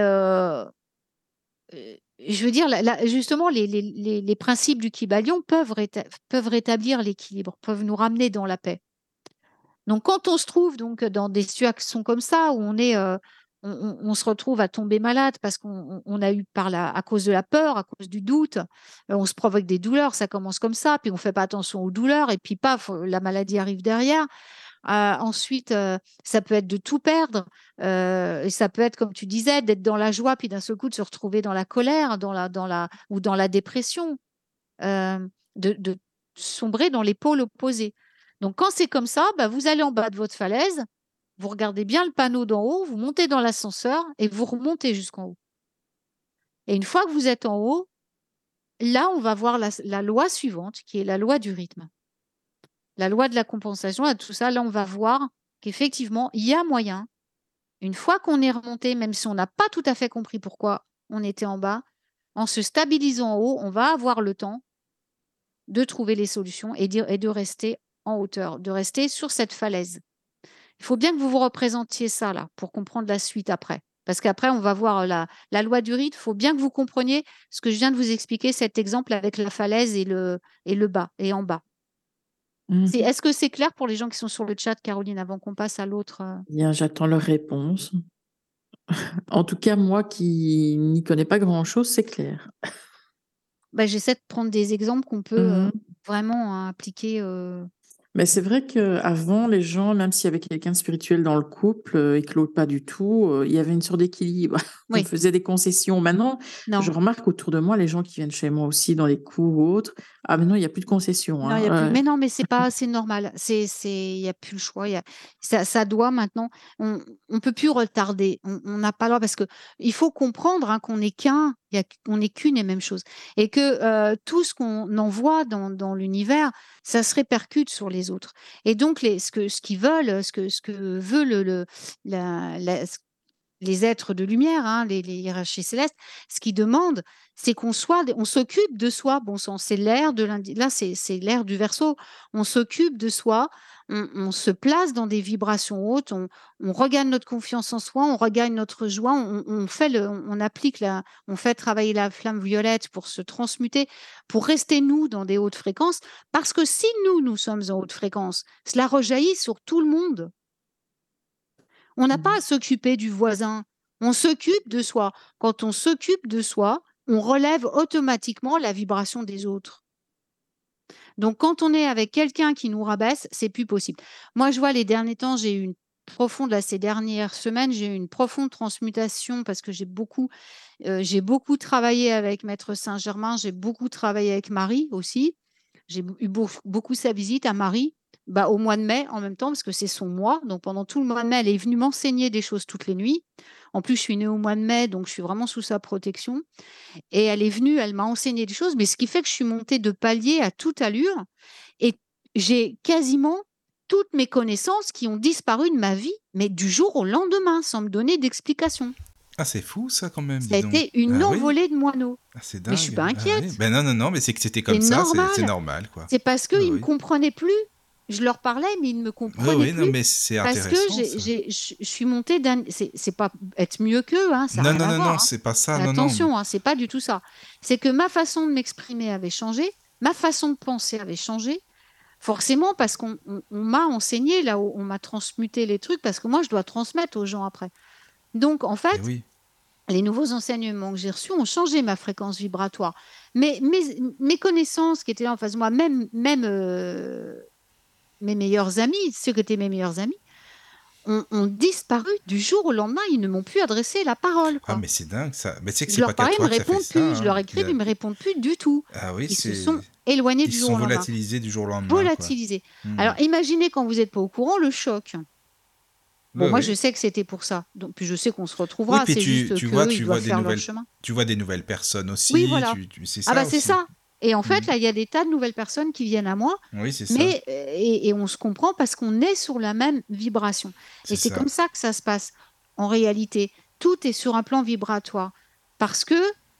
je veux dire, justement, les principes du Kybalion peuvent rétablir l'équilibre, peuvent nous ramener dans la paix. Donc, quand on se trouve donc dans des situations comme ça, où on se retrouve à tomber malade parce qu'on a eu à cause de la peur, à cause du doute, on se provoque des douleurs, ça commence comme ça, puis on fait pas attention aux douleurs, et puis paf, la maladie arrive derrière. Ensuite, ça peut être de tout perdre, et ça peut être, comme tu disais, d'être dans la joie, puis d'un seul coup de se retrouver dans la colère, ou dans la dépression, de sombrer dans les pôles opposés. Donc quand c'est comme ça, bah, vous allez en bas de votre falaise, vous regardez bien le panneau d'en haut, vous montez dans l'ascenseur et vous remontez jusqu'en haut. Et une fois que vous êtes en haut, là, on va voir la loi suivante, qui est la loi du rythme. La loi de la compensation, et tout ça, là, on va voir qu'effectivement, il y a moyen, une fois qu'on est remonté, même si on n'a pas tout à fait compris pourquoi on était en bas, en se stabilisant en haut, on va avoir le temps de trouver les solutions et de rester en hauteur, de rester sur cette falaise. Il faut bien que vous vous représentiez ça là pour comprendre la suite après. Parce qu'après, on va voir la loi du rythme. Il faut bien que vous compreniez ce que je viens de vous expliquer, cet exemple avec la falaise et le bas et en bas. Mhm. Est-ce que c'est clair pour les gens qui sont sur le chat, Caroline, avant qu'on passe à l'autre Bien, j'attends leur réponse. En tout cas, moi qui n'y connais pas grand-chose, c'est clair. J'essaie de prendre des exemples qu'on peut Mhm. vraiment appliquer. Mais c'est vrai qu'avant, les gens, même s'il y avait quelqu'un de spirituel dans le couple et que l'autre pas du tout, il y avait une sorte d'équilibre. On Oui, faisait des concessions. Maintenant, je non. remarque autour de moi, les gens qui viennent chez moi aussi dans les coups ou autres, ah maintenant, il n'y a plus de concessions. Non, il y a plus. Hein. Mais non, mais c'est normal. Il y a plus le choix. Ça doit maintenant. On peut plus retarder. On n'a pas le droit parce que il faut comprendre hein, qu'on n'est qu'un. On n'est qu'une et même chose. Et que tout ce qu'on envoie dans l'univers, ça se répercute sur les autres. Et donc, ce qu'ils veulent, ce que veut la, la- les êtres de lumière, hein, les hiérarchies célestes, ce qu'ils demandent, c'est on s'occupe de soi. Bon sang, c'est l'ère de là, c'est l'ère du Verseau. On s'occupe de soi, on se place dans des vibrations hautes, on regagne notre confiance en soi, on regagne notre joie, on applique on fait travailler la flamme violette pour se transmuter, pour rester nous dans des hautes fréquences. Parce que si nous sommes en haute fréquence, cela rejaillit sur tout le monde. On n'a pas à s'occuper du voisin, on s'occupe de soi. Quand on s'occupe de soi, on relève automatiquement la vibration des autres. Donc quand on est avec quelqu'un qui nous rabaisse, c'est plus possible. Moi, je vois les derniers temps, j'ai eu une profonde, là, ces dernières semaines, j'ai eu une profonde transmutation parce que j'ai beaucoup travaillé avec Maître Saint-Germain, j'ai beaucoup travaillé avec Marie aussi. J'ai eu beaucoup sa visite à Marie, bah, au mois de mai en même temps, parce que c'est son mois. Donc pendant tout le mois de mai, elle est venue m'enseigner des choses toutes les nuits. En plus, je suis née au mois de mai, donc je suis vraiment sous sa protection. Et elle est venue, elle m'a enseigné des choses, mais ce qui fait que je suis montée de palier à toute allure. Et j'ai quasiment toutes mes connaissances qui ont disparu de ma vie, mais du jour au lendemain, sans me donner d'explication. Ah, c'est fou ça quand même, Ça a dis donc. été une Ah oui, envolée de moineaux. ah, c'est Mais je suis dingue. pas Ah oui. inquiète. Ben non, non, non, mais c'est que c'était C'est comme ça, c'est normal. normal, quoi. C'est parce Ah qu'ils ne me oui. comprenaient plus. Je leur parlais, mais ils ne me Oui, comprenaient oui, non, plus. mais c'est Parce que intéressant ça. je suis montée d'un. C'est pas être mieux qu'eux, hein, ça n'a Non, rien non, à non, non, voir. Hein. c'est pas ça, non, non. Attention, hein, c'est pas du tout ça. C'est que ma façon de m'exprimer avait changé, ma façon de penser avait changé. Forcément, parce qu'on m'a enseigné là-haut, on m'a transmuté les trucs, parce que moi, je dois transmettre aux gens après. Donc, en Eh fait, oui, les nouveaux enseignements que j'ai reçus ont changé ma fréquence vibratoire. Mais mes connaissances qui étaient là en face de moi, même mes meilleurs amis, ceux qui étaient mes meilleurs amis, ont disparu du jour au lendemain. Ils ne m'ont plus adressé la parole, ah, quoi. mais c'est dingue ça. Mais tu sais que Je c'est pas leur qu'à parlais, ils me toi que ça fait répondent ça, plus. Je hein. leur écris, ils me répondent plus du tout. Ah oui, Ils se c'est. sont éloignés Ils du se jour sont au lendemain. volatilisés du jour au lendemain, quoi. Volatilisés. Hmm. Alors, imaginez quand vous n'êtes pas au courant, le choc. Bon, Oui, moi, je oui. sais que c'était pour ça. Donc, puis je sais qu'on se Oui, retrouvera. puis C'est juste qu'eux, ils doivent faire leur chemin. tu vois des nouvelles personnes Oui, aussi, voilà. c'est Ah bah ça c'est aussi. ça. Et en fait, Hmm. là, il y a des tas de nouvelles personnes qui viennent à moi, Oui, c'est ça, mais et on se comprend parce qu'on est sur la même vibration. Et c'est c'est ça. comme ça que ça se passe. En réalité, tout est sur un plan vibratoire parce que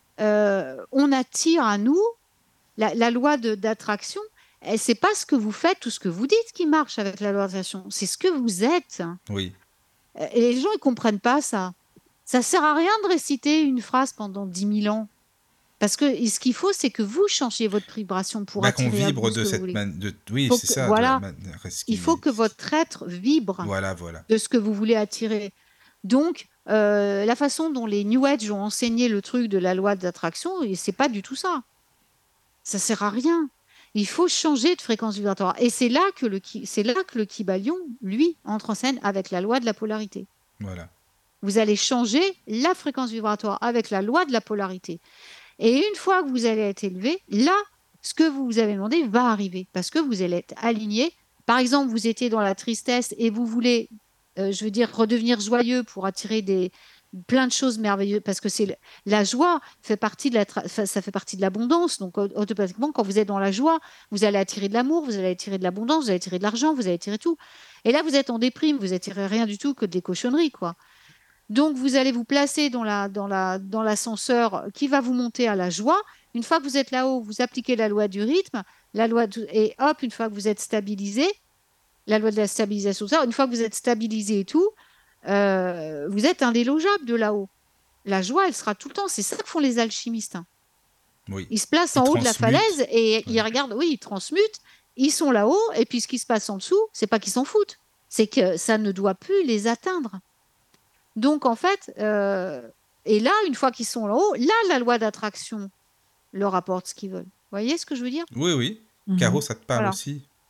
on attire à nous la loi d'attraction. C'est pas ce que vous faites ou ce que vous dites qui marche avec la loi d'attraction, c'est ce que vous êtes. Oui. Et les gens, ils comprennent pas ça. Ça sert à rien de réciter une phrase pendant 10 000 ans. Parce que ce qu'il faut, c'est que vous changiez votre vibration pour Bah, qu'on attirer à vous vibre ce de que vous cette voulez. Oui, Faut c'est que, ça, de la voilà, manière. il faut que votre être vibre Voilà, voilà. de ce que vous voulez attirer. Donc, la façon dont les New Age ont enseigné le truc de la loi d'attraction, c'est pas du tout ça. Ça sert à rien. Il faut changer de fréquence vibratoire. Et c'est là que le Kybalion, lui, entre en scène avec la loi de la polarité. Voilà. Vous allez changer la fréquence vibratoire avec la loi de la polarité. Et une fois que vous allez être élevé, là, ce que vous avez demandé va arriver parce que vous allez être aligné. Par exemple, vous étiez dans la tristesse et vous voulez, je veux dire, redevenir joyeux pour attirer plein de choses merveilleuses parce que la joie fait partie ça fait partie de l'abondance. Donc, automatiquement, quand vous êtes dans la joie, vous allez attirer de l'amour, vous allez attirer de l'abondance, vous allez attirer de l'argent, vous allez attirer tout. Et là, vous êtes en déprime, vous attirez rien du tout que des cochonneries, quoi. Donc, vous allez vous placer dans l'ascenseur qui va vous monter à la joie. Une fois que vous êtes là-haut, vous appliquez la loi du rythme, et hop, une fois que vous êtes stabilisé, la loi de la stabilisation, ça, une fois que vous êtes stabilisé et tout, vous êtes indélogeable de là-haut. La joie, elle sera tout le temps. C'est ça que font les alchimistes. Hein. Oui. Ils se placent Ils en haut de la transmutent. falaise et ils Ouais. regardent, oui, ils transmutent, ils sont là-haut, et puis ce qui se passe en dessous, c'est pas qu'ils s'en foutent, c'est que ça ne doit plus les atteindre. Donc, en fait, et là, une fois qu'ils sont là-haut, là, la loi d'attraction leur apporte ce qu'ils veulent. Vous voyez ce que je veux dire? Oui, oui. Mhm. Caro, ça te parle Voilà. aussi?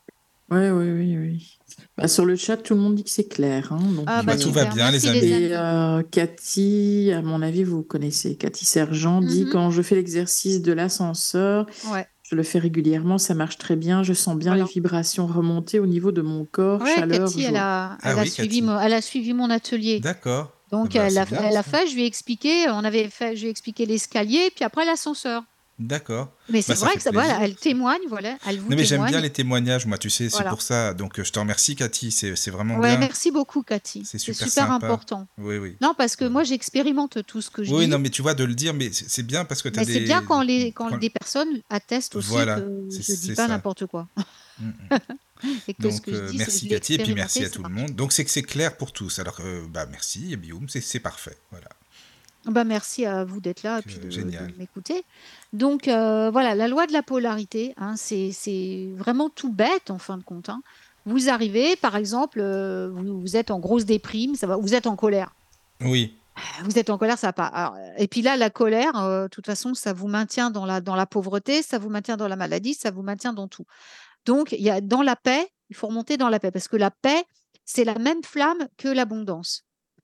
Ouais, oui, oui, oui. Bah, sur le chat, tout le monde dit que c'est clair, hein, donc, Ah bah Tout va super, bien, les merci les amis. et amis. Cathy, à mon avis, vous connaissez, Cathy Sergent dit, Mhm. quand je fais l'exercice de l'ascenseur, Ouais, je le fais régulièrement, ça marche très bien, je sens bien les voilà. vibrations remonter au niveau de mon corps, Ouais, chaleur, Cathy, joie. Ah oui, Cathy. elle a suivi mon atelier. D'accord. Ah Donc bah, c'est bien, elle a ça. fait, je lui ai expliqué, je lui ai expliqué l'escalier, puis après l'ascenseur. D'accord. Mais Bah, c'est ça vrai fait que ça, voilà, plaisir. elle témoigne, voilà, elle vous Non, mais j'aime bien témoigne. les témoignages, moi, tu sais, c'est Voilà. pour ça. Donc, je te remercie, Cathy. C'est vraiment Ouais, bien. merci beaucoup, Cathy. C'est C'est super super sympa. important. Oui, oui. Non, parce que Voilà. moi, j'expérimente tout ce que je Oui, dis, non, mais tu vois, de le dire, mais c'est bien parce que tu as mais c'est bien des. quand quand- des personnes attestent aussi Voilà, que je dis c'est pas ça. n'importe quoi Mm, mm. et que ce Donc, que je dis, je merci, l'ai Cathy, et puis merci expérimenté, à ça tout le marche. monde. Donc, c'est que c'est clair pour tous. Alors, bah, merci, et Bioum, c'est parfait. Voilà. Bah, merci à vous d'être là et Donc, puis de génial. m'écouter. Donc, voilà, la loi de la polarité, hein, c'est vraiment tout bête en fin de compte, hein. Vous arrivez, par exemple, vous êtes en grosse déprime, ça va, vous êtes en colère. Oui, Vous êtes en colère, ça va pas. Alors, et puis là, la colère, de toute façon, ça vous maintient dans la pauvreté, ça vous maintient dans la maladie, ça vous maintient dans tout. Donc, il y a dans la paix, il faut remonter dans la paix parce que la paix, c'est la même flamme que l'abondance.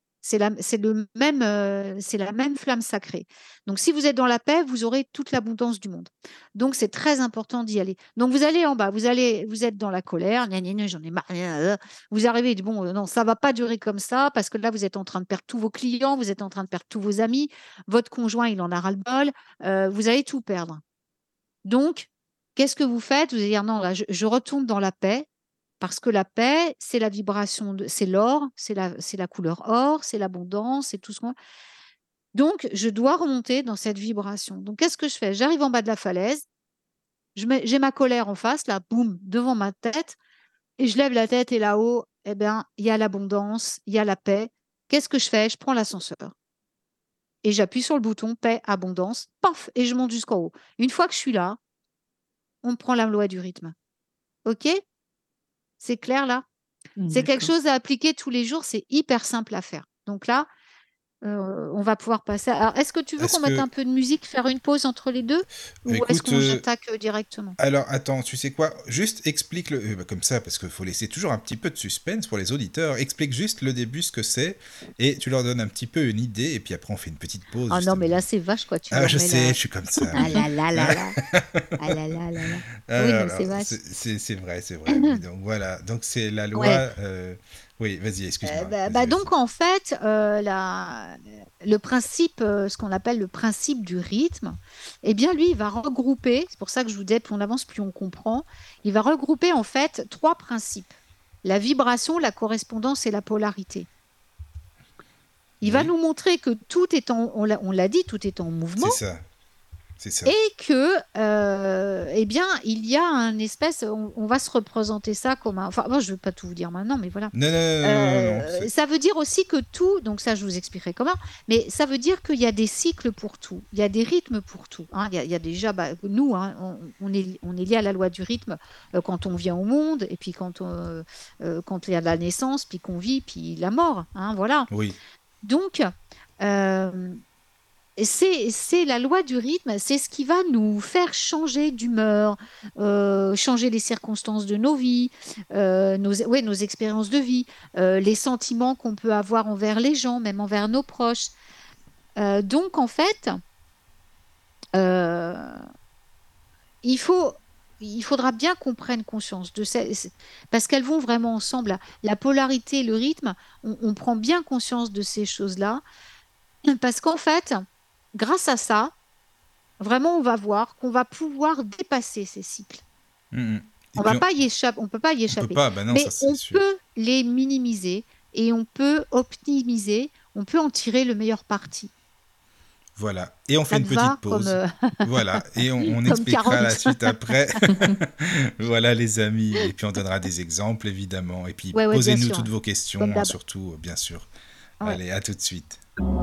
C'est la même flamme sacrée. Donc, si vous êtes dans la paix, vous aurez toute l'abondance du monde. Donc, c'est très important d'y aller. Donc, vous allez en bas, vous êtes dans la colère, gna, gna, gna, j'en ai marre, gna, gna. Vous arrivez, bon, non, ça va pas durer comme ça parce que là, vous êtes en train de perdre tous vos clients, vous êtes en train de perdre tous vos amis, votre conjoint, il en a ras-le-bol, vous allez tout perdre. Donc, qu'est-ce que vous faites? Vous allez dire non, là, je retourne dans la paix parce que la paix, c'est la vibration, c'est l'or, c'est la couleur or, c'est l'abondance, c'est tout ce qu'on. Donc, je dois remonter dans cette vibration. Donc, qu'est-ce que je fais? J'arrive en bas de la falaise, j'ai ma colère en face, là, boum, devant ma tête, et je lève la tête et là-haut, eh bien, il y a l'abondance, il y a la paix. Qu'est-ce que je fais? Je prends l'ascenseur et j'appuie sur le bouton paix, abondance, paf, et je monte jusqu'en haut. Une fois que je suis là, on prend la loi du rythme. OK? C'est clair là? C'est quelque D'accord. chose à appliquer tous les jours, c'est hyper simple à faire. Donc là, on va pouvoir passer alors est-ce que tu veux qu'on est-ce mette que. un peu de musique, faire une pause entre les 2 ou est-ce Écoute, qu'on attaque, directement? alors, attends, tu sais quoi? Juste explique bah, comme ça, parce qu'il faut laisser toujours un petit peu de suspense pour les auditeurs. Explique juste le début, ce que c'est, et tu leur donnes un petit peu une idée, et puis après on fait une petite pause, Ah non, mais justement. là, c'est vache quoi, tu Ah, leur je mets sais, la je suis comme ça, ah moi. là là là là, ah là là là là. Oui, non, Alors, c'est vache. c'est vrai, c'est vrai. Mais donc voilà, donc c'est la Ouais. loi. Oui, vas-y, excuse-moi. Vas-y, vas-y. Donc en fait, le principe, ce qu'on appelle le principe du rythme, eh bien lui, il va regrouper, c'est pour ça que je vous disais, plus on avance, plus on comprend, il va regrouper en fait 3 principes. La vibration, la correspondance et la polarité. Il va Oui, nous montrer que tout est on l'a dit, tout est en mouvement c'est ça, c'est ça. et que, eh bien, il y a un espèce, on va se représenter ça comme un, enfin, moi, je ne veux pas tout vous dire maintenant, mais voilà. Non, non, non, non, non, non, Ça veut dire aussi que tout, donc ça, je vous expliquerai comment, mais ça veut dire qu'il y a des cycles pour tout, il y a des rythmes pour tout, hein. Il y a déjà, bah, nous, hein, on est lié à la loi du rythme quand on vient au monde, et puis quand il y a la naissance, puis qu'on vit, puis la mort, hein, voilà. oui, Donc, euh, c'est la loi du rythme, c'est ce qui va nous faire changer d'humeur, changer les circonstances de nos vies, ouais, nos expériences de vie, les sentiments qu'on peut avoir envers les gens, même envers nos proches. Donc, en fait, euh, il faut, il faudra bien qu'on prenne conscience de ça, parce qu'elles vont vraiment ensemble. La polarité et le rythme, on prend bien conscience de ces choses-là, parce qu'en fait, grâce à ça, vraiment, on va voir qu'on va pouvoir dépasser ces cycles. mm, mm. Et On va puis pas y échapper, on peut pas y on peut échapper, pas, bah non, ça mais c'est on sûr. peut les minimiser et on peut optimiser, on peut en tirer le meilleur parti. Voilà. Et on fait Ça une te petite va comme, pause. Voilà. Et on comme expliquera la 40. suite après. Voilà, les amis. Et puis on donnera des exemples, évidemment. Et puis Ouais, ouais, bien posez-nous sûr, toutes hein, vos comme questions, hein, d'hab. surtout, bien sûr. Ouais. Allez, à tout de suite.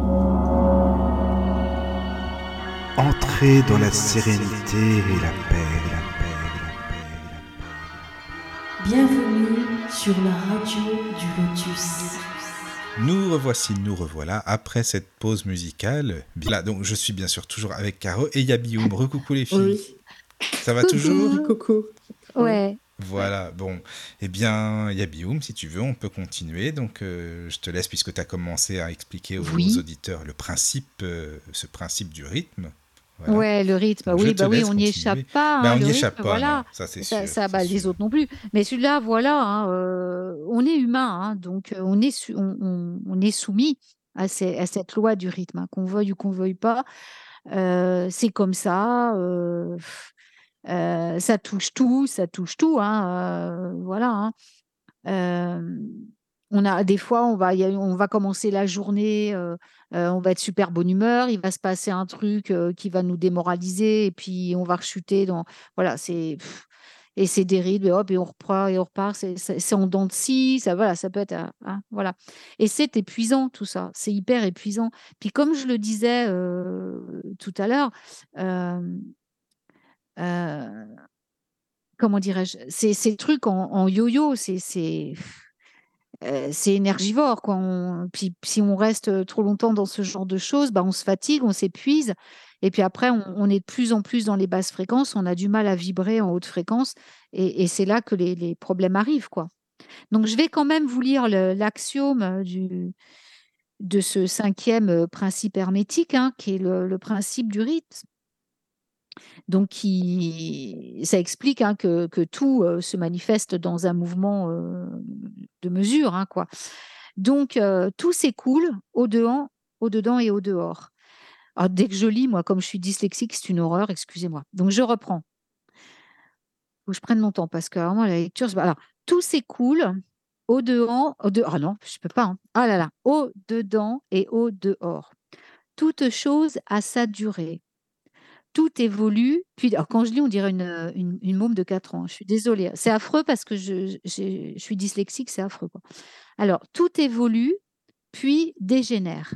Entrez dans la sérénité et la paix, la paix, la paix, la paix. Bienvenue sur la radio du Lotus. Nous revoici, nous revoilà après cette pause musicale. Là, donc je suis bien sûr toujours avec Caro et Yabioum. Recoucou les filles. Oui. Ça va toujours? Coucou. Ouais. Ouais. Voilà, bon, eh bien, Yabioum, si tu veux, on peut continuer. Donc, je te laisse, puisque tu as commencé à expliquer aux Oui, auditeurs ce principe du rythme. Voilà. ouais, le rythme, Donc, je oui, te bah oui, laisse on n'y échappe continuer. pas, Ben, hein, on le n'y rythme, échappe pas, non, voilà. ça c'est Ça, sûr, ça, c'est bah, les sûr. autres non plus. Mais celui-là, voilà, hein, on est humain, hein, donc on est soumis à cette loi du rythme, hein, qu'on veuille ou qu'on veuille pas. C'est comme ça. Ça touche tout, hein, voilà, hein. Hem, on a des fois, on va commencer la journée, on va être super bonne humeur, il va se passer un truc, qui va nous démoraliser et puis on va rechuter dans voilà, et c'est des rythmes et hop et on reprend et on repart, c'est en dents de scie, ça voilà, ça peut être, hein, voilà et c'est épuisant tout ça, c'est hyper épuisant. Puis comme je le disais, tout à l'heure, hem, heu, comment dirais-je? C'est le truc en yo-yo, c'est énergivore, quoi. Puis si on reste, trop longtemps dans ce genre de choses, bah, on se fatigue, on s'épuise et puis après on est de plus en plus dans les basses fréquences, on a du mal à vibrer en haute fréquence et c'est là que les problèmes arrivent, quoi. Donc je vais quand même vous lire l'axiome, de ce cinquième e principe hermétique, hein, qui est le principe du rythme. Donc ça explique, hein, que tout, se manifeste dans un mouvement, de mesure, hein, quoi. Donc tout s'écoule au-dedans et au-dehors. Alors dès que je lis, moi, comme je suis dyslexique, c'est une horreur, excusez-moi. Donc je reprends. Faut que je prenne mon temps parce que vraiment la lecture, c'est pas alors tout s'écoule au-dedans, ah non, je peux pas, hein. Ah là là, au-dedans et au-dehors. Toute chose a sa durée. Tout évolue, puis alors quand je lis, on dirait une môme de 4 ans. Je suis désolée, hein. C'est affreux parce que je suis dyslexique, c'est affreux, quoi. Alors, tout évolue, puis dégénère.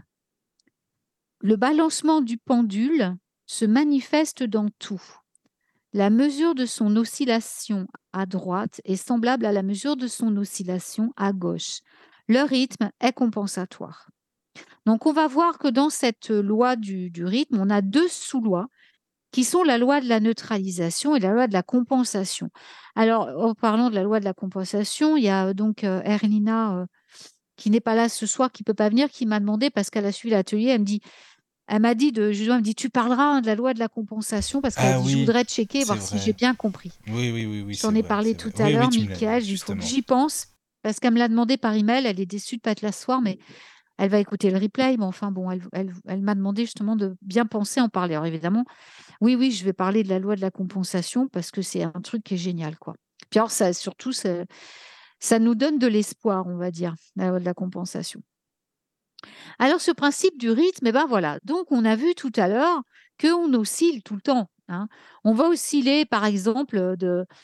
Le balancement du pendule se manifeste dans tout. La mesure de son oscillation à droite est semblable à la mesure de son oscillation à gauche. Le rythme est compensatoire. Donc, on va voir que dans cette loi du rythme, on a deux sous-lois qui sont la loi de la neutralisation et la loi de la compensation. Alors, en parlant de la loi de la compensation, il y a donc Erlina, qui n'est pas là ce soir, qui peut pas venir, qui m'a demandé, parce qu'elle a suivi l'atelier, elle m'a dit justement, elle me dit: «Tu parleras, hein, de la loi de la compensation», parce qu'elle a Ah dit: «Je oui, voudrais checker, c'est voir si j'ai vrai. bien compris». Oui, oui, oui, oui, Je c'est t'en ai vrai, parlé c'est tout vrai. à Oui, oui, l'heure, tu me l'as dit, Mickaël, il faut que justement. j'y pense, parce qu'elle me l'a demandé par email, elle est déçue de pas être là ce soir, mais elle va écouter le replay, mais enfin bon, elle m'a demandé justement de bien penser en parler. Alors évidemment, oui, oui, je vais parler de la loi de la compensation parce que c'est un truc qui est génial, quoi. Puis alors ça surtout, ça nous donne de l'espoir, on va dire, la loi de la compensation. Alors ce principe du rythme, eh ben voilà, donc on a vu tout à l'heure qu'on oscille tout le temps, hein. On va osciller par exemple,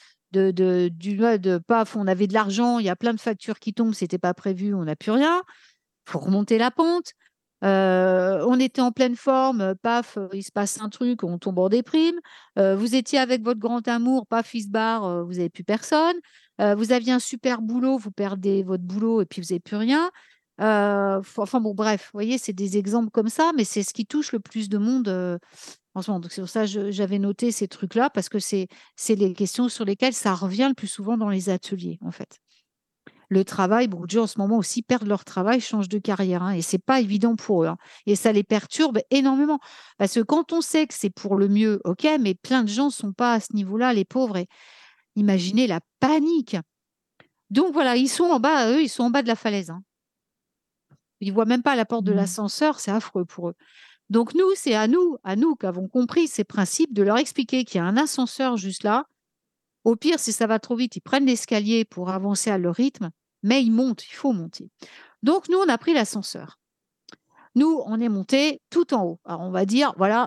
paf, on avait de l'argent, il y a plein de factures qui tombent, c'était pas prévu, on n'a plus rien, faut remonter la pente. On était en pleine forme, paf, il se passe un truc, on tombe en déprime. Vous étiez avec votre grand amour, paf, il se barre, vous avez plus personne. Vous aviez un super boulot, vous perdez votre boulot et puis vous avez plus rien. Enfin bon, bref, vous voyez, c'est des exemples comme ça, mais c'est ce qui touche le plus de monde, en ce moment. Donc c'est pour ça que j'avais noté ces trucs-là parce que c'est les questions sur lesquelles ça revient le plus souvent dans les ateliers, en fait. Le travail, beaucoup de gens en ce moment aussi perdent leur travail, changent de carrière, hein, et c'est pas évident pour eux, hein, et ça les perturbe énormément. Parce que quand on sait que c'est pour le mieux, OK, mais plein de gens sont pas à ce niveau-là, les pauvres, et imaginez la panique. Donc voilà, ils sont en bas, eux, ils sont en bas de la falaise, hein. Ils voient même pas la porte de l'ascenseur, c'est affreux pour eux. Donc nous, c'est à nous qui avons compris ces principes, de leur expliquer qu'il y a un ascenseur juste là. Au pire, si ça va trop vite, ils prennent l'escalier pour avancer à leur rythme, mais ils montent, il faut monter. Donc nous, on a pris l'ascenseur. Nous, on est monté tout en haut. Alors on va dire, voilà,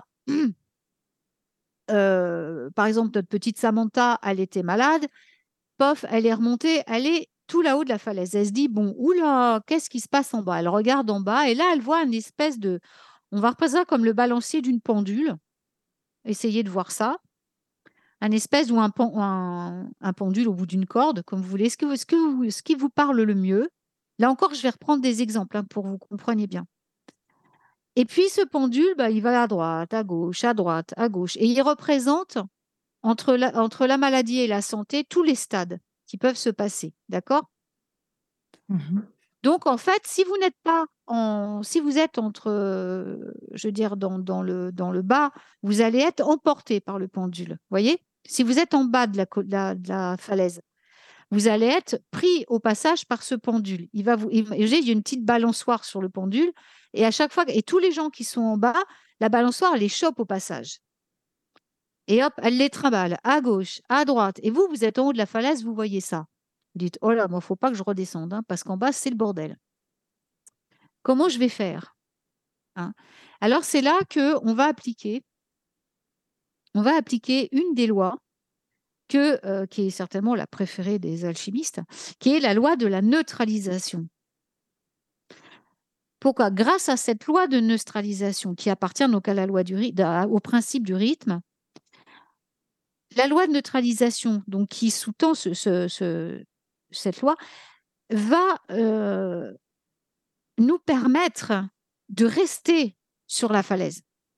par exemple, notre petite Samantha, elle était malade. Pof, elle est remontée, elle est tout là-haut de la falaise. Elle se dit: «Bon, ouh là, qu'est-ce qui se passe en bas?» Elle regarde en bas et là, elle voit une espèce de, on va représenter ça comme le balancier d'une pendule. Essayez de voir ça. Un espèce ou un pendule au bout d'une corde, comme vous voulez, ce qui vous parle le mieux. Là encore, je vais reprendre des exemples, hein, pour que vous compreniez bien. Et puis ce pendule, bah, il va à droite, à gauche, à droite, à gauche, et il représente entre la maladie et la santé, tous les stades qui peuvent se passer. D'accord? Mhm. Donc, en fait, si vous n'êtes pas si vous êtes entre, je veux dire, dans le bas, vous allez être emporté par le pendule. Voyez? Si vous êtes en bas de la falaise, vous allez être pris au passage par ce pendule. Il y a une petite balançoire sur le pendule, et à chaque fois, et tous les gens qui sont en bas, la balançoire, elle les chope au passage. Et hop, elle les trimballe à gauche, à droite. Et vous êtes en haut de la falaise, vous voyez ça. Vous dites, oh là, moi, il ne faut pas que je redescende, hein, parce qu'en bas, c'est le bordel. Comment je vais faire, hein? Alors, c'est là qu'on va appliquer une des lois qui est certainement la préférée des alchimistes, qui est la loi de la neutralisation. Pourquoi? Grâce à cette loi de neutralisation qui appartient donc à la loi au principe du rythme, la loi de neutralisation, donc qui sous-tend cette loi, va nous permettre de rester sur la falaise.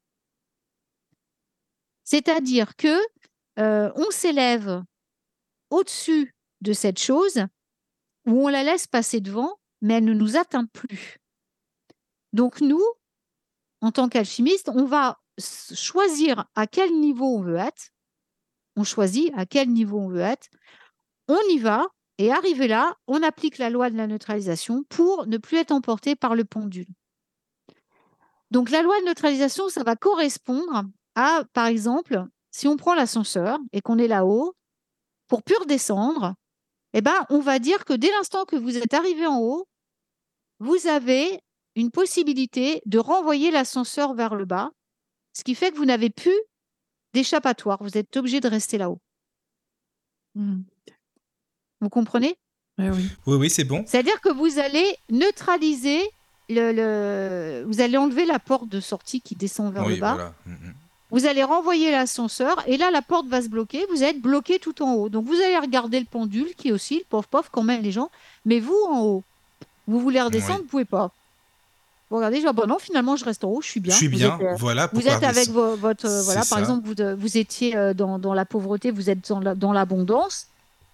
C'est-à-dire que on s'élève au-dessus de cette chose où on la laisse passer devant, mais elle ne nous atteint plus. Donc nous, en tant qu'alchimistes, on va choisir à quel niveau on veut être. On choisit à quel niveau on veut être. On y va, et arrivé là, on applique la loi de la neutralisation pour ne plus être emporté par le pendule. Donc la loi de neutralisation, ça va correspondre à, par exemple, si on prend l'ascenseur et qu'on est là-haut, pour plus redescendre, eh ben, on va dire que dès l'instant que vous êtes arrivé en haut, vous avez une possibilité de renvoyer l'ascenseur vers le bas, ce qui fait que vous n'avez plus d'échappatoire. Vous êtes obligé de rester là-haut. Mhm. Vous comprenez? Oui. Oui, c'est bon. C'est-à-dire que vous allez neutraliser vous allez enlever la porte de sortie qui descend vers le bas. Voilà. Vous allez renvoyer l'ascenseur et là, la porte va se bloquer. Vous allez être bloqué tout en haut. Donc, vous allez regarder le pendule qui oscille, pof, quand même les gens. Mais vous, en haut, vous voulez redescendre, vous ne pouvez pas. Vous regardez, je dis, bon, non, finalement, je reste en haut, je suis bien. Je suis bien, voilà. Vous êtes avec votre... voilà, par ça. exemple, vous étiez dans la pauvreté, vous êtes dans l'abondance.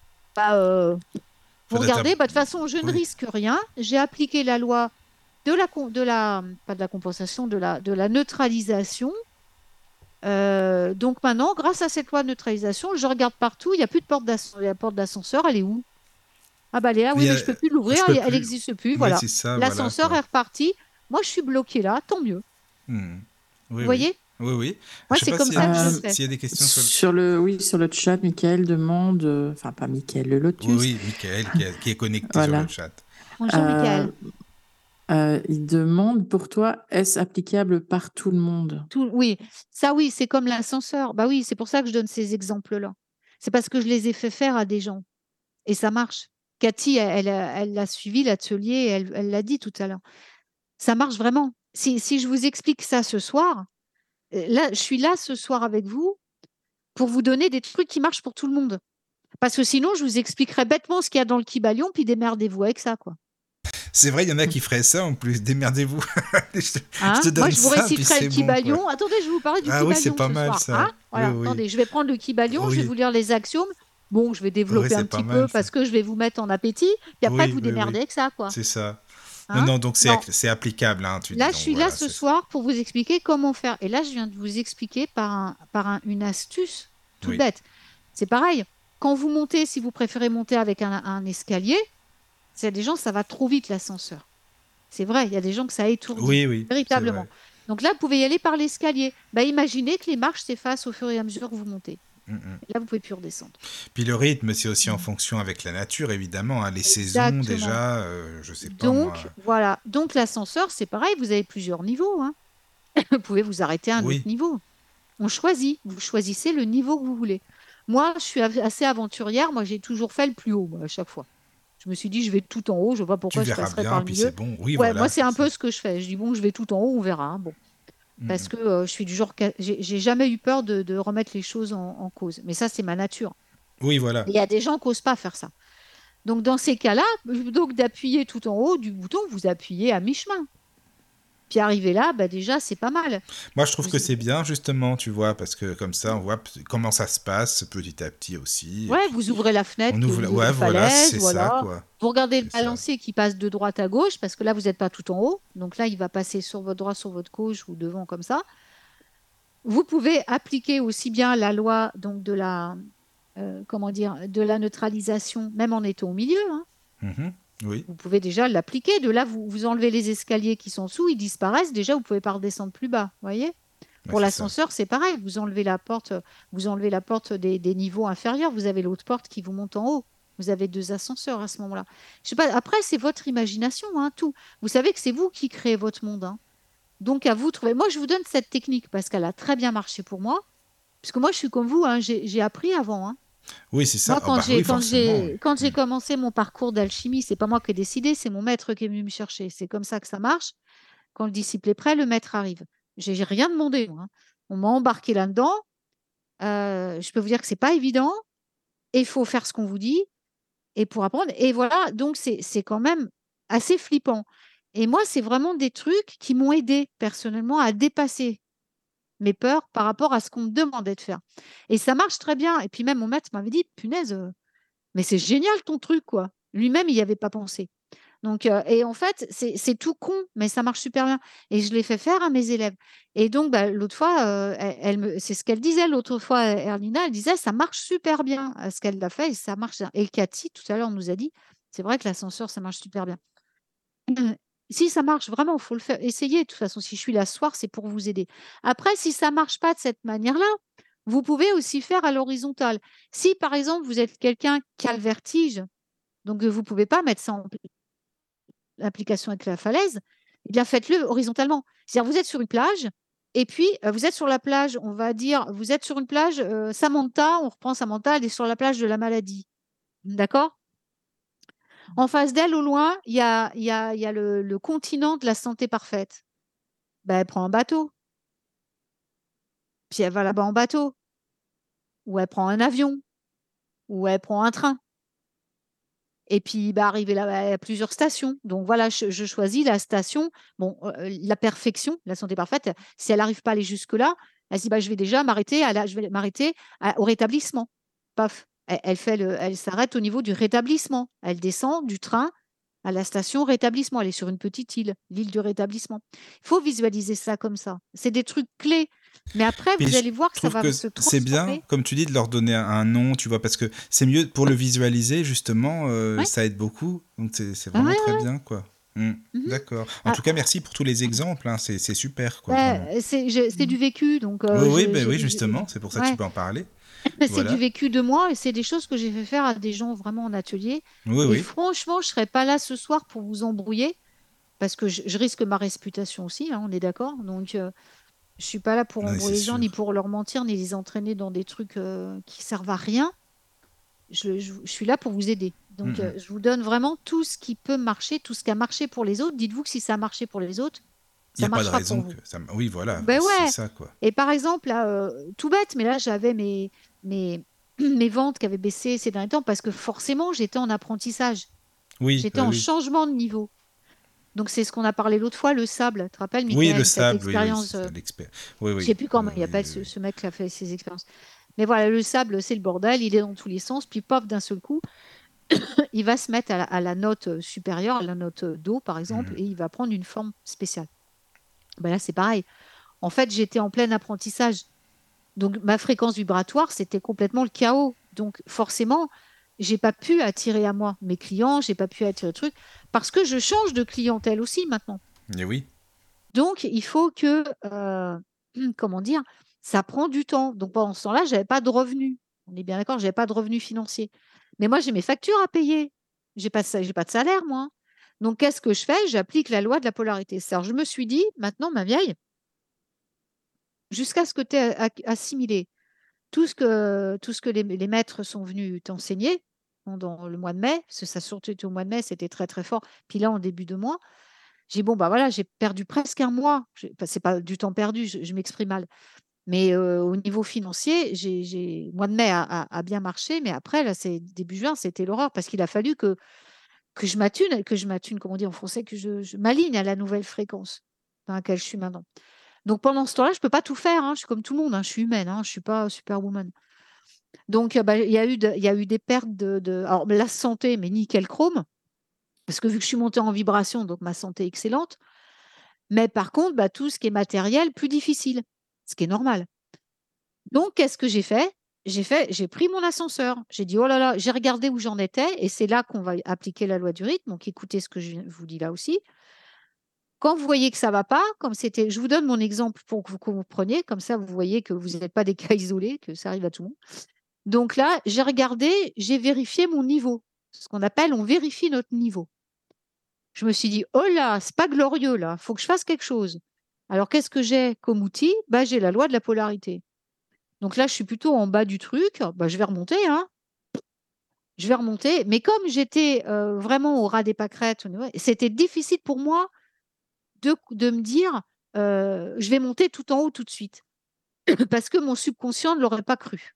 Vous regardez, de toute façon, je ne risque rien. J'ai appliqué la loi pas de la compensation, de la neutralisation. Donc maintenant, grâce à cette loi de neutralisation, je regarde partout, il n'y a plus de porte d'ascenseur. La porte d'ascenseur, elle est où? Ah bah elle est là, oui, mais je ne peux plus l'ouvrir, elle n'existe plus. Voilà. L'ascenseur est reparti. Moi, je suis bloquée là, tant mieux. Oui, vous voyez? Oui. Moi, c'est comme ça que je fais. S'il y a des questions sur le chat, Michael demande, enfin pas Michael, le Lotus. Oui, Michael qui est connecté sur le chat. Bonjour Michael. Il demande, pour toi, est-ce applicable par tout le monde? Oui, c'est comme l'ascenseur. Bah oui, c'est pour ça que je donne ces exemples-là. C'est parce que je les ai fait faire à des gens. Et ça marche. Cathy, elle a suivi l'atelier, elle l'a dit tout à l'heure. Ça marche vraiment. Si je vous explique ça ce soir, là, je suis là ce soir avec vous pour vous donner des trucs qui marchent pour tout le monde. Parce que sinon, je vous expliquerais bêtement ce qu'il y a dans le kibalion, puis démerdez-vous avec ça, quoi. C'est vrai, il y en a qui feraient ça en plus. Démerdez-vous. je te donne moi, je vous réciterai le kibalion. Bon, attendez, je vais vous parler du kibalion. Oui, c'est pas mal ça. Hein, voilà, attendez, je vais prendre le kibalion, je vais vous lire les axiomes. Bon, je vais développer un petit peu parce que je vais vous mettre en appétit. Puis après, vous démerdez avec ça, quoi. C'est ça. Non, donc c'est applicable. Hein, là, je suis là ce soir pour vous expliquer comment faire. Et là, je viens de vous expliquer par une astuce toute bête. C'est pareil. Quand vous montez, si vous préférez monter avec un escalier, il y a des gens, ça va trop vite l'ascenseur. C'est vrai, il y a des gens que ça étourdit. Oui, véritablement. Donc là, vous pouvez y aller par l'escalier. Imaginez que les marches s'effacent au fur et à mesure que vous montez. Et là, vous pouvez plus redescendre. Puis le rythme, c'est aussi en fonction avec la nature, évidemment. Hein, les saisons, déjà, je sais pas. Donc, voilà. Donc l'ascenseur, c'est pareil, vous avez plusieurs niveaux. Hein. Vous pouvez vous arrêter à un autre niveau. On choisit. Vous choisissez le niveau que vous voulez. Moi, je suis assez aventurière. Moi, j'ai toujours fait le plus haut, à chaque fois. Je me suis dit, je vais tout en haut, je ne vois pas pourquoi je passerai par le milieu. Bon. Moi, c'est un peu ce que je fais. Je dis, bon, je vais tout en haut, on verra. Hein. Bon. Parce que je suis du genre, j'ai jamais eu peur de remettre les choses en cause. Mais ça, c'est ma nature. Oui, voilà. Il y a des gens qui n'osent pas faire ça. Donc, dans ces cas-là, donc d'appuyer tout en haut du bouton, vous appuyez à mi-chemin. Puis arriver là, bah déjà, c'est pas mal. Moi, je trouve Vous- que c'est bien, justement, tu vois, parce que comme ça, on voit comment ça se passe petit à petit aussi. Et Ouais, puis, vous ouvrez la fenêtre on qui est au ouvre. milieu de Ouais, la voilà, falaise, c'est ça, voilà. quoi. Vous regardez le C'est ça. balancier qui passe de droite à gauche, parce que là, vous n'êtes pas tout en haut. Donc là, il va passer sur votre droite, sur votre gauche ou devant comme ça. Vous pouvez appliquer aussi bien la loi donc comment dire, de la neutralisation, même en étant au milieu, hein. Mhm. Oui, Vous pouvez déjà l'appliquer. De là, vous enlevez les escaliers qui sont sous, ils disparaissent. Déjà, vous pouvez pas redescendre plus bas. Voyez? ouais, Pour c'est ça. l'ascenseur, c'est pareil. Vous enlevez la porte des niveaux inférieurs. Vous avez l'autre porte qui vous monte en haut. Vous avez 2 ascenseurs à ce moment-là. Je sais pas. Après, c'est votre imagination, hein, tout. Vous savez que c'est vous qui créez votre monde, hein. Donc, à vous de trouver. Moi, je vous donne cette technique parce qu'elle a très bien marché pour moi. Parce que moi, je suis comme vous, hein, j'ai appris avant, hein. Oui, c'est ça. Moi, Ah bah oui, forcément. quand Mm. j'ai commencé mon parcours d'alchimie, c'est pas moi qui ai décidé, c'est mon maître qui est venu me chercher. C'est comme ça que ça marche. Quand le disciple est prêt, le maître arrive. J'ai rien demandé, moi, hein. On m'a embarqué là-dedans. Je peux vous dire que c'est pas évident. Et il faut faire ce qu'on vous dit et pour apprendre. Et voilà, donc c'est quand même assez flippant. Et moi, c'est vraiment des trucs qui m'ont aidé personnellement à dépasser mes peurs par rapport à ce qu'on me demandait de faire. Et ça marche très bien. Et puis même mon maître m'avait dit, punaise, mais c'est génial ton truc, quoi. Lui-même, il n'y avait pas pensé. Donc, et en fait, c'est tout con, mais ça marche super bien. Et je l'ai fait faire à mes élèves. Et donc, bah, l'autre fois, c'est ce qu'elle disait l'autre fois, Erlina, elle disait, ça marche super bien, ce qu'elle l'a fait, et ça marche bien. Et Cathy, tout à l'heure, nous a dit, c'est vrai que l'ascenseur, ça marche super bien. Si ça marche vraiment, il faut le faire. Essayez. De toute façon, si je suis là ce soir, c'est pour vous aider. Après, si ça marche pas de cette manière-là, vous pouvez aussi faire à l'horizontale. Si, par exemple, vous êtes quelqu'un qui a le vertige, donc vous pouvez pas mettre ça en application avec la falaise, eh bien faites-le horizontalement. C'est-à-dire vous êtes sur une plage et puis vous êtes sur la plage, on va dire, vous êtes sur une plage Samantha, on reprend Samantha, elle est sur la plage de la maladie. D'accord? En face d'elle, au loin, il y a le continent de la santé parfaite. Ben, elle prend un bateau, puis elle va là-bas en bateau, ou elle prend un avion, ou elle prend un train. Et puis, bah, arrivé là, il y a plusieurs stations. Donc voilà, je choisis la station. Bon, la perfection, la santé parfaite, si elle n'arrive pas à aller jusque-là, elle se dit, bah, je vais déjà m'arrêter, je vais m'arrêter au rétablissement. Paf, elle s'arrête au niveau du rétablissement. Elle descend du train à la station rétablissement. Elle est sur une petite île, l'île du rétablissement. Il faut visualiser ça comme ça. C'est des trucs clés. Mais après, Puis vous je allez voir que ça trouve va que se c'est bien, transformer. comme tu dis, de leur donner un nom, tu vois, parce que c'est mieux pour le visualiser, justement, Ouais, ça aide beaucoup. Donc c'est ouais, vraiment très ouais. bien, quoi. Mm. Mhm. D'accord. En Ah, tout cas, merci pour tous les exemples, hein, c'est super, quoi, vraiment. c'est du vécu, donc Oui, oui, ben oui, justement, c'est pour ça que tu ouais, peux en parler. c'est du Voilà. vécu de moi et c'est des choses que j'ai fait faire à des gens vraiment en atelier. Oui, Et oui. franchement, je serais pas là ce soir pour vous embrouiller parce que je risque ma réputation aussi, hein, on est d'accord. Donc, je suis pas là pour Non, mais c'est embrouiller les gens, ni sûr. pour leur mentir, ni les entraîner dans des trucs qui servent à rien. Je suis là pour vous aider. Mm, Donc, mm. je vous donne vraiment tout ce qui peut marcher, tout ce qui a marché pour les autres. Dites-vous que si ça a marché pour les autres, Il n'y ça a pas de marchera pour raison vous. que ça. Oui, voilà, Ben c'est ouais. ça, quoi. Et par exemple, là, tout bête, mais là, j'avais mes, mes ventes qui avaient baissé ces derniers temps parce que forcément, j'étais en apprentissage. Oui, J'étais oui, en oui. changement de niveau. Donc, c'est ce qu'on a parlé l'autre fois, le sable. Tu te rappelles, Oui, le Michael, cette sable, oui, oui, expérience. c'est ça, l'expert. Oui, Je oui, sais plus oui, comment il oui, appelle oui, oui. ce mec qui a fait ces expériences. Mais voilà, le sable, c'est le bordel. Il est dans tous les sens. Puis, paf, d'un seul coup, il va se mettre à la note supérieure, à la note do, par exemple, Mhm. et il va prendre une forme spéciale. Ben là, c'est pareil. En fait, j'étais en plein apprentissage. Donc, ma fréquence vibratoire, c'était complètement le chaos. Donc, forcément, j'ai pas pu attirer à moi mes clients, j'ai pas pu attirer le truc, parce que je change de clientèle aussi maintenant. Et oui. Donc, il faut que, comment dire, ça prend du temps. Donc, pendant ce temps-là, j'avais pas de revenus. On est bien d'accord, j'avais pas de revenus financiers. Mais moi, j'ai mes factures à payer. J'ai pas de salaire, moi. Donc, qu'est-ce que je fais? J'applique la loi de la polarité. C'est-à-dire, je me suis dit, maintenant, ma vieille, jusqu'à ce que tu aies assimilé tout ce que les maîtres sont venus t'enseigner pendant le mois de mai, parce que ça surtout été au mois de mai, c'était très très fort. Puis là, en début de mois, j'ai dit, bon, bah voilà, j'ai perdu presque un mois. Enfin, c'est pas du temps perdu, je m'exprime mal. Mais au niveau financier, mois de mai a bien marché, mais après, là, c'est début juin, c'était l'horreur parce qu'il a fallu que je m'attune, comment on dit en français, que je m'aligne à la nouvelle fréquence. dans laquelle je suis maintenant. Donc pendant ce temps-là, je peux pas tout faire, hein. Je suis comme tout le monde, hein. Je suis humaine, hein. Je suis pas superwoman. Donc il y a eu des pertes alors la santé, mais nickel chrome, parce que vu que je suis montée en vibration, donc ma santé est excellente. Mais par contre, tout ce qui est matériel, plus difficile, ce qui est normal. Donc qu'est-ce que j'ai fait? J'ai pris mon ascenseur. J'ai dit: «Oh là là», j'ai regardé où j'en étais et c'est là qu'on va appliquer la loi du rythme, donc écoutez ce que je vous dis là aussi. Quand vous voyez que ça va pas, comme c'était je vous donne mon exemple pour que vous compreniez, comme ça vous voyez que vous n'êtes pas des cas isolés, que ça arrive à tout le monde. Donc là, j'ai regardé, j'ai vérifié mon niveau. Ce qu'on appelle, on vérifie notre niveau. Je me suis dit: «Oh là, c'est pas glorieux là, faut que je fasse quelque chose». Alors qu'est-ce que j'ai comme outil? J'ai la loi de la polarité. Donc là, je suis plutôt en bas du truc, je vais remonter, hein. Je vais remonter, mais comme j'étais, vraiment au ras des pâquerettes, ouais, c'était difficile pour moi de me dire, «Je vais monter tout en haut tout de suite», parce que mon subconscient ne l'aurait pas cru.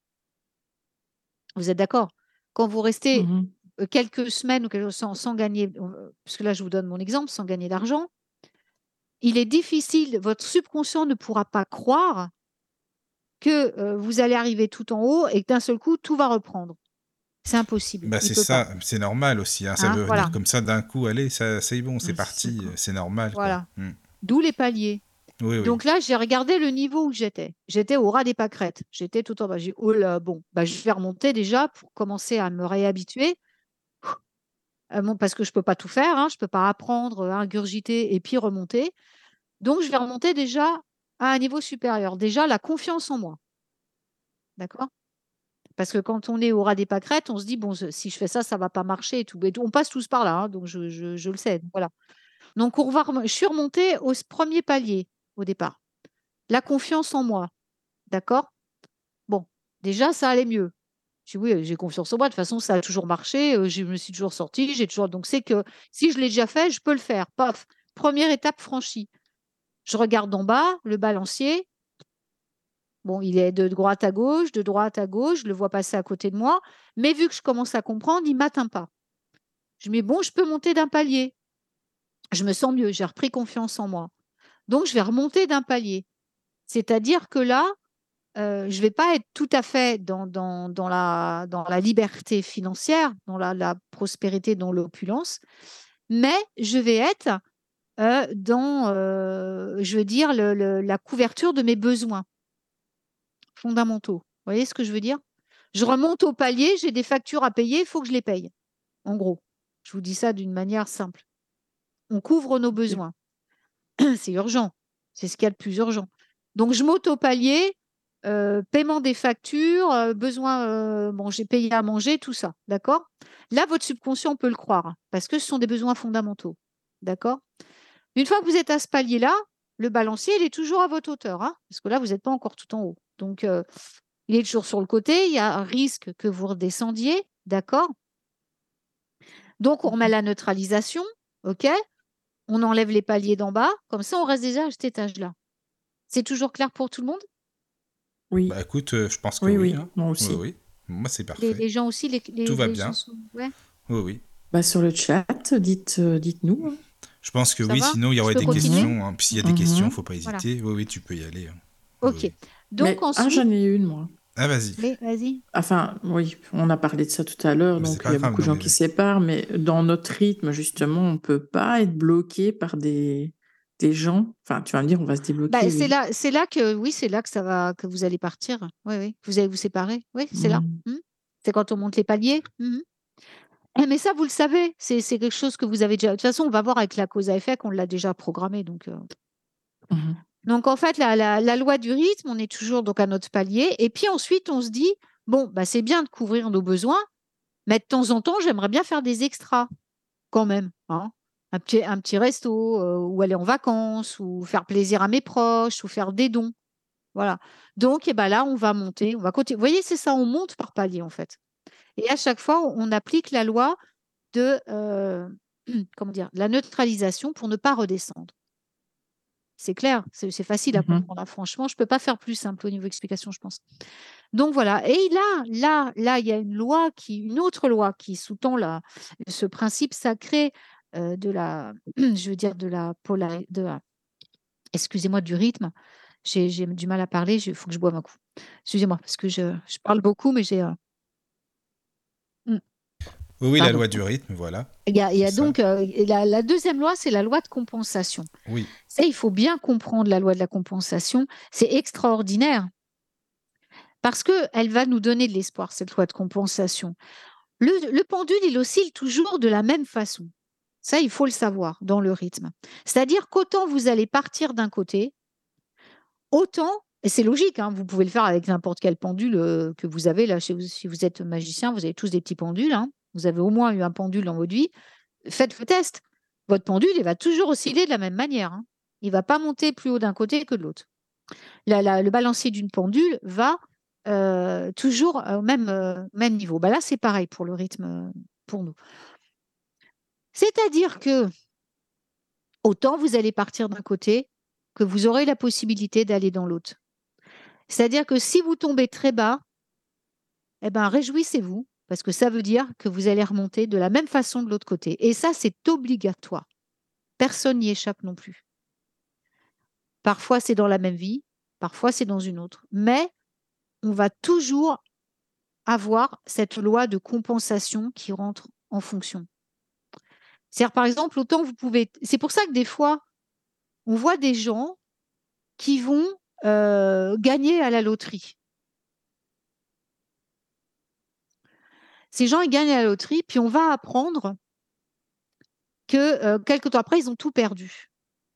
Vous êtes d'accord? Quand vous restez, Mmh. quelques semaines ou quelque chose sans gagner, parce que là, je vous donne mon exemple, sans gagner d'argent, il est difficile, votre subconscient ne pourra pas croire que, vous allez arriver tout en haut et que d'un seul coup, tout va reprendre. C'est impossible, il C'est peut pas, ça, c'est normal aussi, hein. Ça hein, veut venir voilà, comme ça d'un coup, allez, ça, c'est bon, c'est parti, D'accord. c'est normal, quoi. voilà. D'où les paliers. Oui, oui. Donc là, j'ai regardé le niveau où j'étais. J'étais au ras des pâquerettes. J'étais tout en bas. J'ai dit: «Oh là, bon, je vais remonter déjà pour commencer à me réhabituer». Bon, parce que je peux pas tout faire, hein, je peux pas apprendre, ingurgiter et puis remonter. Donc je vais remonter déjà à un niveau supérieur. Déjà la confiance en moi, d'accord? Parce que quand on est au ras des pâquerettes, on se dit: «Bon, si je fais ça, ça va pas marcher et tout». Mais on passe tous par là, hein, donc je le sais, donc voilà. Donc on va je suis remontée au 1er palier au départ. La confiance en moi, d'accord? Bon, déjà ça allait mieux. Je dis: «Oui, j'ai confiance en moi, de toute façon ça a toujours marché, je me suis toujours sortie, j'ai toujours», donc c'est que si je l'ai déjà fait, je peux le faire. Paf! Première étape franchie. Je regarde d'en bas, le balancier, bon, il est de droite à gauche, je le vois passer à côté de moi, mais vu que je commence à comprendre, il m'atteint pas. Je me dis: «Bon, je peux monter d'un palier». Je me sens mieux, j'ai repris confiance en moi. Donc je vais remonter d'un palier. C'est-à-dire que là, je vais pas être tout à fait dans la liberté financière, dans la prospérité, dans l'opulence, mais je vais être, dans, je veux dire la couverture de mes besoins fondamentaux. Vous voyez ce que je veux dire? Je remonte au palier, j'ai des factures à payer, il faut que je les paye, en gros. Je vous dis ça d'une manière simple. On couvre nos besoins. C'est urgent, c'est ce qu'il y a de plus urgent. Donc je monte au palier, paiement des factures, besoin, bon, j'ai payé à manger, tout ça, d'accord? Là, votre subconscient peut le croire, parce que ce sont des besoins fondamentaux, d'accord? Une fois que vous êtes à ce palier-là, le balancier, il est toujours à votre hauteur, hein, parce que là, vous n'êtes pas encore tout en haut. Donc il est toujours sur le côté, il y a un risque que vous redescendiez, d'accord? Donc on remet la neutralisation, OK? On enlève les paliers d'en bas, comme ça on reste déjà à cet étage-là. C'est toujours clair pour tout le monde? Oui, Écoute, je pense que oui, oui, oui, hein. moi Oui, aussi. oui. Moi, c'est Les parfait. les gens aussi, Tout va les gens bien. sont ouais, Oui, oui. Sur le chat, dites-nous, hein. Je pense que ça oui, va? sinon il y Je aurait peux des continuer? questions, hein. Puis s'il y a des questions, Mhm. faut pas Voilà, hésiter. Oui, oui, tu peux y aller, hein. Oui, OK. oui. Donc ensuite J'en ai une, moi. Ah, vas-y. oui, vas-y. Enfin, oui, on a parlé de ça tout à l'heure, Mais c'est donc il pas y a grave, beaucoup de non, gens mais qui se séparent, mais dans notre rythme, justement, on ne peut pas être bloqué par des gens. Enfin, tu vas me dire, on va se débloquer, oui. C'est là que oui, c'est là que ça va que vous allez partir. Oui, oui, que vous allez vous séparer. Oui, c'est là. Mhm. Mmh. C'est quand on monte les paliers. Mmh. Mais ça, vous le savez, c'est quelque chose que vous avez déjà de toute façon, on va voir avec la cause à effet qu'on l'a déjà programmé, Mhm. donc en fait, la loi du rythme, on est toujours donc à notre palier et puis ensuite on se dit: «Bon, c'est bien de couvrir nos besoins, mais de temps en temps, j'aimerais bien faire des extras quand même, hein. Un petit resto, ou aller en vacances ou faire plaisir à mes proches ou faire des dons». Voilà. Donc là, on va monter, on va continuer. Vous voyez, c'est ça, on monte par palier, en fait et à chaque fois, on applique la loi de, comment dire? La neutralisation pour ne pas redescendre. C'est clair, c'est facile à Mhm. comprendre, hein. Franchement, je peux pas faire plus simple au niveau explication, je pense. Donc voilà et là, il y a une autre loi qui sous-tend ce principe sacré, de la je veux dire de la excusez-moi, du rythme. J'ai du mal à parler, il faut que je boive un coup. Excusez-moi, parce que je parle beaucoup, mais mmh, Oui, oui, la pardon. loi du rythme, voilà, Il y c'est a ça. donc la deuxième loi, c'est la loi de compensation. Oui, Ça, il faut bien comprendre la loi de la compensation. C'est extraordinaire parce qu'elle va nous donner de l'espoir, cette loi de compensation. Le pendule, il oscille toujours de la même façon. Ça, il faut le savoir dans le rythme. C'est-à-dire qu'autant vous allez partir d'un côté, autant, et c'est logique, hein, vous pouvez le faire avec n'importe quel pendule que vous avez là chez vous. Si vous êtes magicien, vous avez tous des petits pendules, hein. Vous avez au moins eu un pendule dans votre vie. Faites le test. Votre pendule, il va toujours osciller de la même manière, hein. Il ne va pas monter plus haut d'un côté que de l'autre. Le balancier d'une pendule va toujours au même niveau. Bah là, c'est pareil pour le rythme pour nous. C'est-à-dire que autant vous allez partir d'un côté que vous aurez la possibilité d'aller dans l'autre. C'est-à-dire que si vous tombez très bas, eh ben, réjouissez-vous parce que ça veut dire que vous allez remonter de la même façon de l'autre côté. Et ça, c'est obligatoire. Personne n'y échappe non plus. Parfois, c'est dans la même vie, parfois, c'est dans une autre. Mais on va toujours avoir cette loi de compensation qui rentre en fonction. C'est-à-dire, par exemple, autant vous pouvez. C'est pour ça que des fois, on voit des gens qui vont gagner à la loterie. Ces gens, ils gagnent à la loterie, puis on va apprendre que quelque temps après, ils ont tout perdu.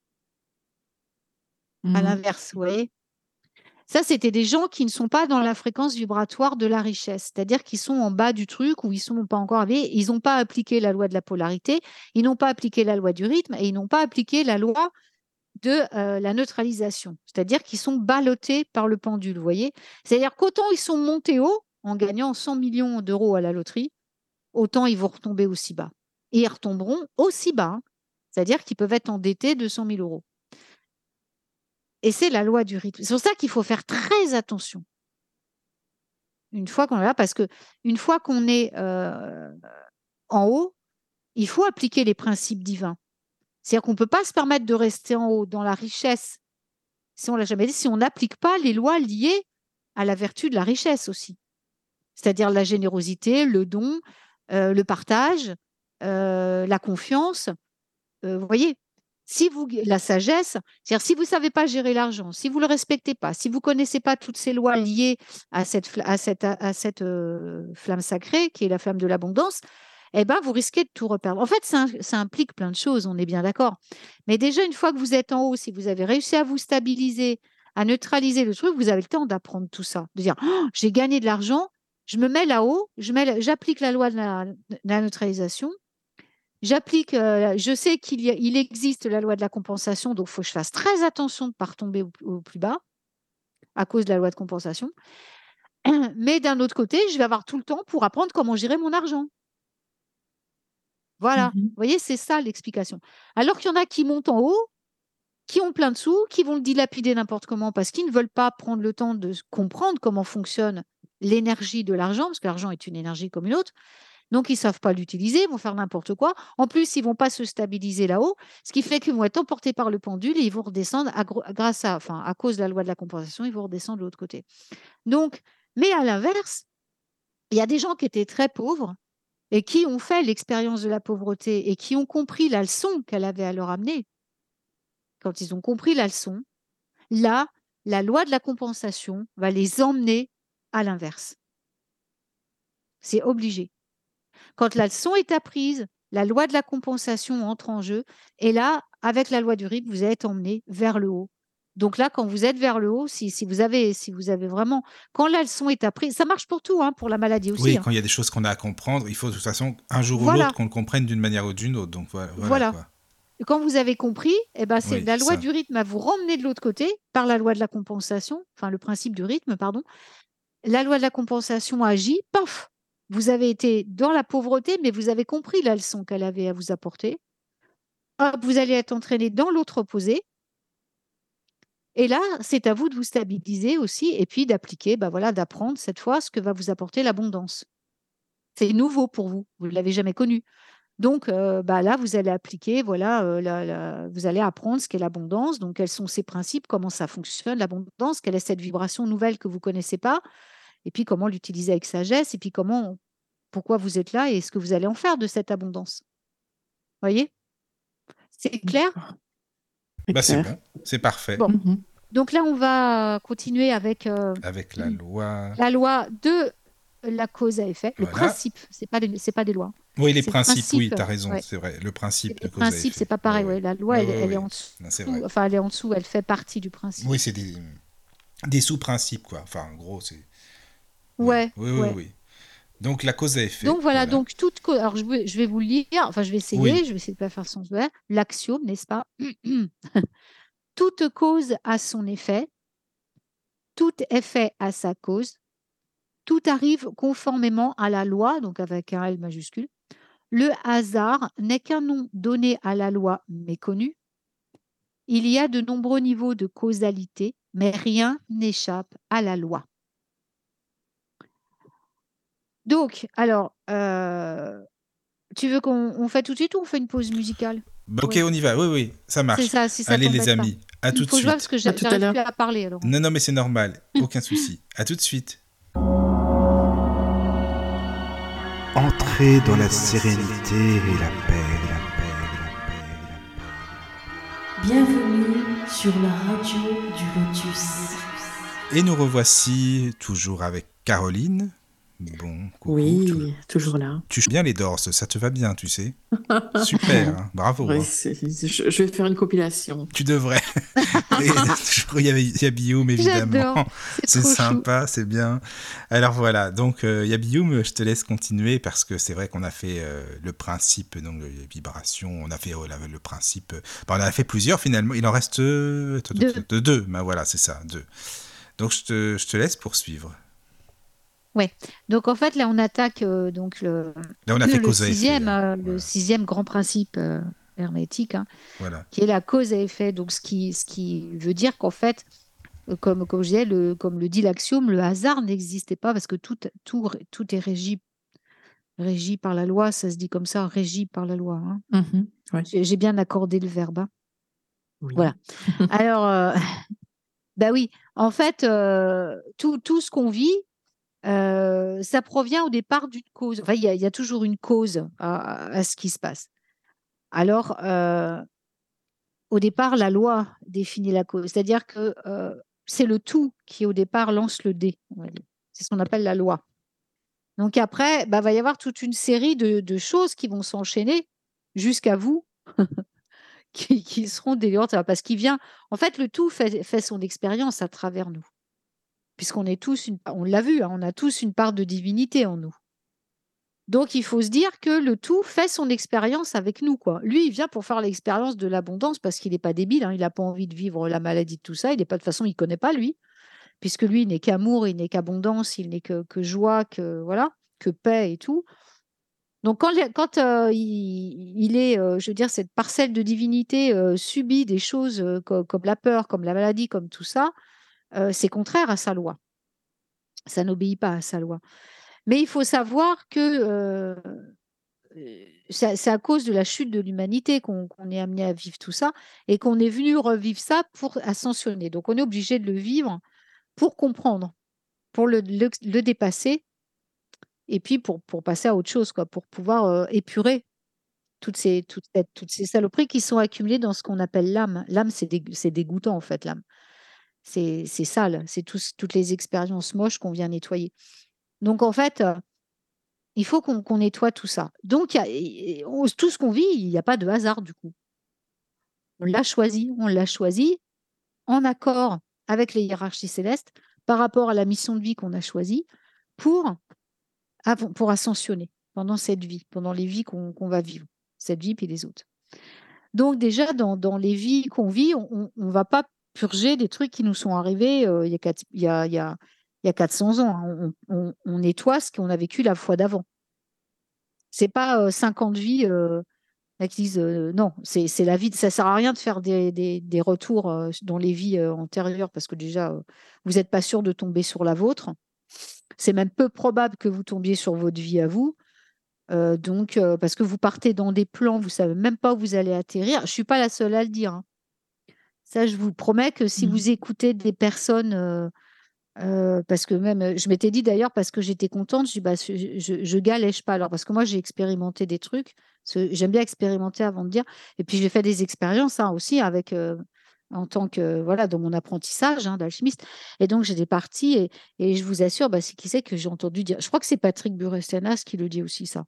À l'inverse, vous voyez. Ça, c'était des gens qui ne sont pas dans la fréquence vibratoire de la richesse, c'est-à-dire qu'ils sont en bas du truc ou ils sont pas encore arrivés, ils n'ont pas appliqué la loi de la polarité, ils n'ont pas appliqué la loi du rythme et ils n'ont pas appliqué la loi de la neutralisation, c'est-à-dire qu'ils sont ballottés par le pendule, vous voyez. C'est-à-dire qu'autant ils sont montés haut en gagnant 100 millions d'euros à la loterie, autant ils vont retomber aussi bas. Et ils retomberont aussi bas, hein. C'est-à-dire qu'ils peuvent être endettés de 100 000 euros. Et c'est la loi du rythme. C'est pour ça qu'il faut faire très attention. Une fois qu'on est là, parce que une fois qu'on est en haut, il faut appliquer les principes divins. C'est-à-dire qu'on ne peut pas se permettre de rester en haut dans la richesse, si on l'a jamais dit, si on n'applique pas les lois liées à la vertu de la richesse aussi. C'est-à-dire la générosité, le don, le partage, la confiance. Vous voyez, la sagesse, c'est-à-dire si vous ne savez pas gérer l'argent, si vous ne le respectez pas, si vous ne connaissez pas toutes ces lois liées à cette flamme sacrée qui est la flamme de l'abondance, eh ben, vous risquez de tout reperdre. En fait, ça implique plein de choses, on est bien d'accord. Mais déjà, une fois que vous êtes en haut, si vous avez réussi à vous stabiliser, à neutraliser le truc, vous avez le temps d'apprendre tout ça, de dire oh, j'ai gagné de l'argent, je me mets là-haut, j'applique la loi de la neutralisation. J'applique, je sais il existe la loi de la compensation, donc il faut que je fasse très attention de ne pas retomber au plus bas à cause de la loi de compensation. Mais d'un autre côté, je vais avoir tout le temps pour apprendre comment gérer mon argent. Voilà, vous voyez, c'est ça l'explication. Alors qu'il y en a qui montent en haut, qui ont plein de sous, qui vont le dilapider n'importe comment parce qu'ils ne veulent pas prendre le temps de comprendre comment fonctionne l'énergie de l'argent, parce que l'argent est une énergie comme une autre. Donc, ils ne savent pas l'utiliser, ils vont faire n'importe quoi. En plus, ils ne vont pas se stabiliser là-haut, ce qui fait qu'ils vont être emportés par le pendule et ils vont redescendre à cause de la loi de la compensation, ils vont redescendre de l'autre côté. Donc, mais à l'inverse, il y a des gens qui étaient très pauvres et qui ont fait l'expérience de la pauvreté et qui ont compris la leçon qu'elle avait à leur amener. Quand ils ont compris la leçon, là, la loi de la compensation va les emmener à l'inverse. C'est obligé. Quand la leçon est apprise, la loi de la compensation entre en jeu. Et là, avec la loi du rythme, vous êtes emmené vers le haut. Donc là, quand vous êtes vers le haut, si vous avez vraiment, quand la leçon est apprise, ça marche pour tout, hein, pour la maladie aussi. Oui, Hein. quand il y a des choses qu'on a à comprendre, il faut de toute façon un jour ou Voilà, l'autre qu'on le comprenne d'une manière ou d'une autre. Donc voilà voilà. quoi. Quand vous avez compris, eh ben, c'est Oui, la loi ça. du rythme à vous ramener de l'autre côté par la loi de la compensation, enfin le principe du rythme, pardon. La loi de la compensation agit, paf, vous avez été dans la pauvreté, mais vous avez compris la leçon qu'elle avait à vous apporter. Hop, vous allez être entraîné dans l'autre opposé. Et là, c'est à vous de vous stabiliser aussi et puis d'appliquer, bah voilà, d'apprendre cette fois ce que va vous apporter l'abondance. C'est nouveau pour vous, vous ne l'avez jamais connu. Donc, là, vous allez appliquer, voilà, vous allez apprendre ce qu'est l'abondance. Donc, quels sont ces principes, comment ça fonctionne, l'abondance, quelle est cette vibration nouvelle que vous ne connaissez pas, et puis comment l'utiliser avec sagesse, et puis pourquoi vous êtes là et ce que vous allez en faire de cette abondance. Voyez? C'est clair? Bah, c'est clair. bon, c'est parfait. Bon. Mhm. Donc là, on va continuer avec Avec la loi. la loi de la cause à effet. Le Voilà. principe, c'est pas des lois. Oui, les C'est le principes, oui, principe, tu as raison, ouais. c'est vrai. Le principe de Les cause à principes, effet. c'est pas pareil. Ouais, Ouais. La loi, ouais, elle est ouais. en dessous. Non, c'est vrai. Enfin, elle est en dessous, elle fait partie du principe. Oui, c'est des sous-principes, quoi. Enfin, en gros, c'est... Oui, Ouais, oui, oui, ouais. oui. Donc, la cause à effet. Donc voilà, donc toute cause. Alors je vais vous le lire, enfin je vais essayer Oui. de ne pas faire sans verre. L'axiome, n'est-ce pas? Toute cause a son effet, tout effet a sa cause, tout arrive conformément à la loi, donc avec un L majuscule. Le hasard n'est qu'un nom donné à la loi méconnue. Il y a de nombreux niveaux de causalité, mais rien n'échappe à la loi. Donc, alors, tu veux qu'on fait tout de suite ou on fait une pause musicale? Bah, ok, Oui. on y va. Oui, oui, ça C'est marche. ça, si ça Allez, les t'embête pas. amis, à tout Il de faut que je vois parce suite. que À tout à j'arrive l'heure. plus à parler alors. Non, non, mais c'est normal. Aucun souci. À tout de suite. Entrez dans la sérénité et la paix, la paix, la paix, la paix. Bienvenue sur la radio du Lotus. Et nous revoici toujours avec Caroline. Bon, coucou. Oui, toujours là. Tu joues bien les Dorses, ça te va bien, tu sais. Super, hein, bravo. Ouais, hein. je vais faire une compilation. Tu devrais. Et toujours, il y a Bioum, évidemment. J'adore, C'est trop chou. sympa, c'est bien. Alors voilà, donc il y a Bioum, je te laisse continuer parce que c'est vrai qu'on a fait le principe, donc les vibrations, on a fait le principe. On en a fait plusieurs finalement, il en reste deux. Ben voilà, c'est ça, 2. Donc je te laisse poursuivre. Ouais. Donc en fait, là, on attaque donc Là, on a fait le cause à effet. sixième, hein. le Voilà. sixième grand principe hermétique, hein, Voilà. qui est la cause à effet. Donc ce qui veut dire qu'en fait, comme je disais, comme le dit l'axiome, le hasard n'existait pas parce que tout est régi par la loi. Ça se dit comme ça, régi par la loi. Hein. Mhm, ouais. J'ai bien accordé le verbe. Hein. Oui. Voilà. Alors, bah oui, en fait, tout ce qu'on vit, ça provient au départ d'une cause. Enfin, il y a toujours une cause à ce qui se passe. Alors, au départ, la loi définit la cause. C'est-à-dire que c'est le tout qui, au départ, lance le dé. On va dire. C'est ce qu'on appelle la loi. Donc après, va y avoir toute une série de choses qui vont s'enchaîner jusqu'à vous, qui seront délirantes. Parce qu'il vient... En fait, le tout fait son expérience à travers nous. Puisqu'on est tous, on l'a vu, hein, on a tous une part de divinité en nous. Donc, il faut se dire que le tout fait son expérience avec nous, quoi. Lui, il vient pour faire l'expérience de l'abondance parce qu'il n'est pas débile, hein, il n'a pas envie de vivre la maladie de tout ça. Il n'est pas de toute façon, il connaît pas lui, puisque lui, il n'est qu'amour, il n'est qu'abondance, il n'est que joie, que paix et tout. Donc, quand il est, je veux dire, cette parcelle de divinité subit des choses comme la peur, comme la maladie, comme tout ça, c'est contraire à sa loi. Ça n'obéit pas à sa loi. Mais il faut savoir que c'est à cause de la chute de l'humanité qu'on est amené à vivre tout ça et qu'on est venu revivre ça pour ascensionner. Donc, on est obligé de le vivre pour comprendre, pour le dépasser et puis pour passer à autre chose, quoi, pour pouvoir épurer toutes ces saloperies qui sont accumulées dans ce qu'on appelle l'âme. L'âme, c'est dégoûtant, en fait, l'âme. C'est sale, c'est toutes les expériences moches qu'on vient nettoyer. Donc, en fait, il faut qu'on nettoie tout ça. Donc, tout ce qu'on vit, il n'y a pas de hasard, du coup. On l'a choisi en accord avec les hiérarchies célestes par rapport à la mission de vie qu'on a choisie pour ascensionner pendant cette vie, pendant les vies qu'on va vivre, cette vie puis les autres. Donc, déjà, dans les vies qu'on vit, on ne va pas purger des trucs qui nous sont arrivés il y a 400 ans. Hein. On nettoie ce qu'on a vécu la fois d'avant. C'est pas 50 vies qui disent non, c'est la vie. Ça ne sert à rien de faire des retours dans les vies antérieures parce que déjà, vous n'êtes pas sûr de tomber sur la vôtre. C'est même peu probable que vous tombiez sur votre vie à vous. Donc, parce que vous partez dans des plans, vous ne savez même pas où vous allez atterrir. Je ne suis pas la seule à le dire, hein. Ça, je vous promets que si Mm. vous écoutez des personnes, parce que même, je m'étais dit d'ailleurs, parce que j'étais contente, je dis, bah, je galèche pas. Alors, parce que moi, j'ai expérimenté des trucs, j'aime bien expérimenter avant de dire. Et puis, j'ai fait des expériences hein, aussi avec, en tant que, voilà, dans mon apprentissage hein, d'alchimiste. Et donc, j'étais partie et je vous assure, bah, c'est qui c'est que j'ai entendu dire. Je crois que c'est Patrick Burestenas qui le dit aussi, ça.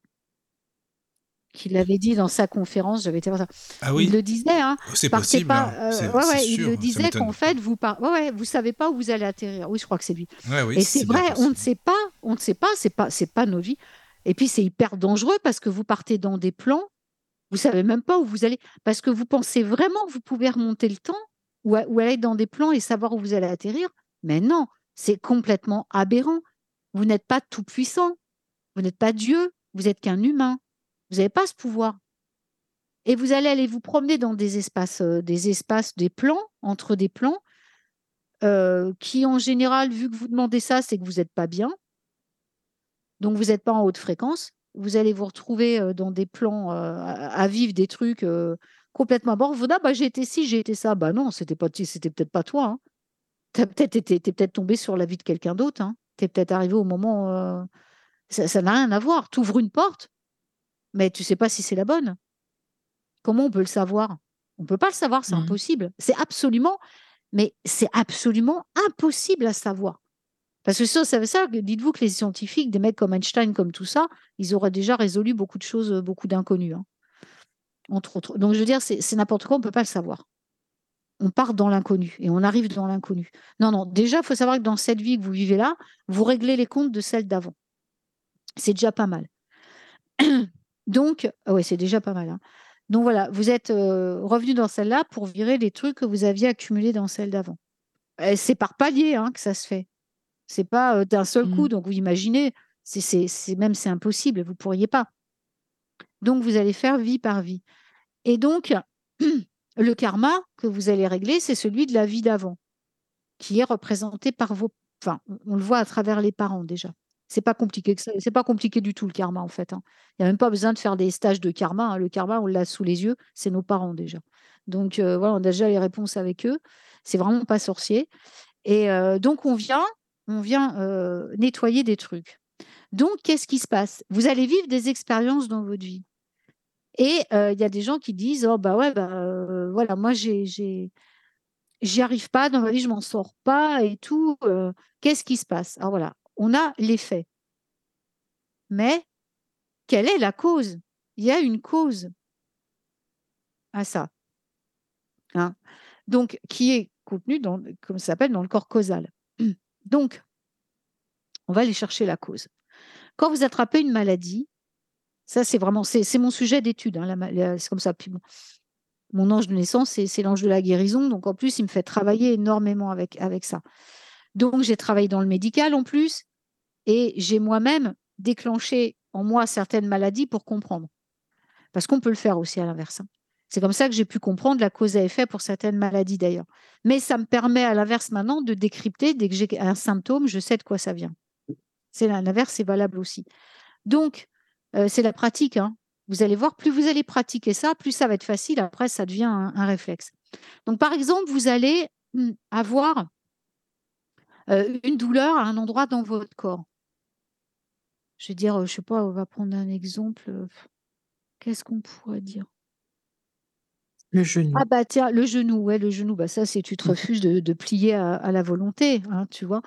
Qui l'avait dit dans sa conférence, j'avais été voir ça. Ah Il oui, le disait, hein, c'est partez possible, hein. pas. C'est Ouais, c'est ouais, il le sûr, ça disait qu'en m'étonne pas. fait, ouais, ouais, vous savez pas où vous allez atterrir. Oui, je crois que c'est lui. Ouais, oui, Et c'est c'est bien vrai, on ne possible. sait pas, c'est pas nos vies. Et puis c'est hyper dangereux parce que vous partez dans des plans, vous savez même pas où vous allez, parce que vous pensez vraiment que vous pouvez remonter le temps ou aller dans des plans et savoir où vous allez atterrir. Mais non, c'est complètement aberrant. Vous n'êtes pas tout puissant, vous n'êtes pas Dieu, vous êtes qu'un humain. Vous n'avez pas ce pouvoir. Et vous allez aller vous promener dans des espaces, des plans, entre des plans, qui en général, vu que vous demandez ça, c'est que vous n'êtes pas bien. Donc vous n'êtes pas en haute fréquence. Vous allez vous retrouver dans des plans à vivre des trucs complètement bord. Vous dites, ah, bah, j'ai été ci, j'ai été ça. Bah non, c'était peut-être pas toi, hein. T'es peut-être tombé sur la vie de quelqu'un d'autre, hein. T'es peut-être arrivé au moment. Ça n'a rien à voir. Tu ouvres une porte, mais tu sais pas si c'est la bonne. Comment on peut le savoir? On ne peut pas le savoir, c'est Mm. impossible. Mais c'est absolument impossible à savoir. Parce que ça veut ça, dites-vous que les scientifiques, des mecs comme Einstein, comme tout ça, ils auraient déjà résolu beaucoup de choses, beaucoup d'inconnus, hein, entre autres. Donc, je veux dire, c'est n'importe quoi, on ne peut pas le savoir. On part dans l'inconnu et on arrive dans l'inconnu. Non, non, déjà, il faut savoir que dans cette vie que vous vivez là, vous réglez les comptes de celle d'avant. C'est déjà pas mal. Donc, ouais, c'est déjà pas mal, hein. Donc voilà, vous êtes revenu dans celle-là pour virer les trucs que vous aviez accumulés dans celle d'avant. Et c'est par palier hein, que ça se fait. C'est pas d'un seul coup. Mm. Donc vous imaginez, c'est impossible. Vous pourriez pas. Donc vous allez faire vie par vie. Et donc le karma que vous allez régler, c'est celui de la vie d'avant, qui est représenté par vos. Enfin, on le voit à travers les parents déjà. C'est pas compliqué que ça. C'est pas compliqué du tout le karma en fait, hein. Il n'y a même pas besoin de faire des stages de karma, hein. Le karma, on l'a sous les yeux, c'est nos parents déjà. Donc voilà, on a déjà les réponses avec eux. C'est vraiment pas sorcier. Et donc on vient nettoyer des trucs. Donc qu'est-ce qui se passe? Vous allez vivre des expériences dans votre vie. Et il y a des gens qui disent oh bah ouais bah voilà moi j'y arrive pas dans ma vie, je m'en sors pas et tout. Qu'est-ce qui se passe? Alors voilà, on a les faits. Mais quelle est la cause? Il y a une cause à ça, hein. Donc, qui est contenue dans, comme ça s'appelle, dans le corps causal. Donc, on va aller chercher la cause. Quand vous attrapez une maladie, ça c'est vraiment, c'est mon sujet d'étude, hein, c'est comme ça. Puis mon ange de naissance, c'est l'ange de la guérison. Donc, en plus, il me fait travailler énormément avec ça. Donc, j'ai travaillé dans le médical en plus et j'ai moi-même déclenché en moi certaines maladies pour comprendre. Parce qu'on peut le faire aussi à l'inverse, hein. C'est comme ça que j'ai pu comprendre la cause à effet pour certaines maladies d'ailleurs. Mais ça me permet à l'inverse maintenant de décrypter, dès que j'ai un symptôme, je sais de quoi ça vient. C'est l'inverse, c'est valable aussi. Donc, c'est la pratique, hein. Vous allez voir, plus vous allez pratiquer ça, plus ça va être facile. Après, ça devient un réflexe. Donc, par exemple, vous allez avoir une douleur à un endroit dans votre corps. Je veux dire, je ne sais pas, on va prendre un exemple. Qu'est-ce qu'on pourrait dire? Le genou. Ah bah tiens, le genou, ouais, le genou, bah ça, c'est tu te refuses de plier à la volonté, hein, tu vois.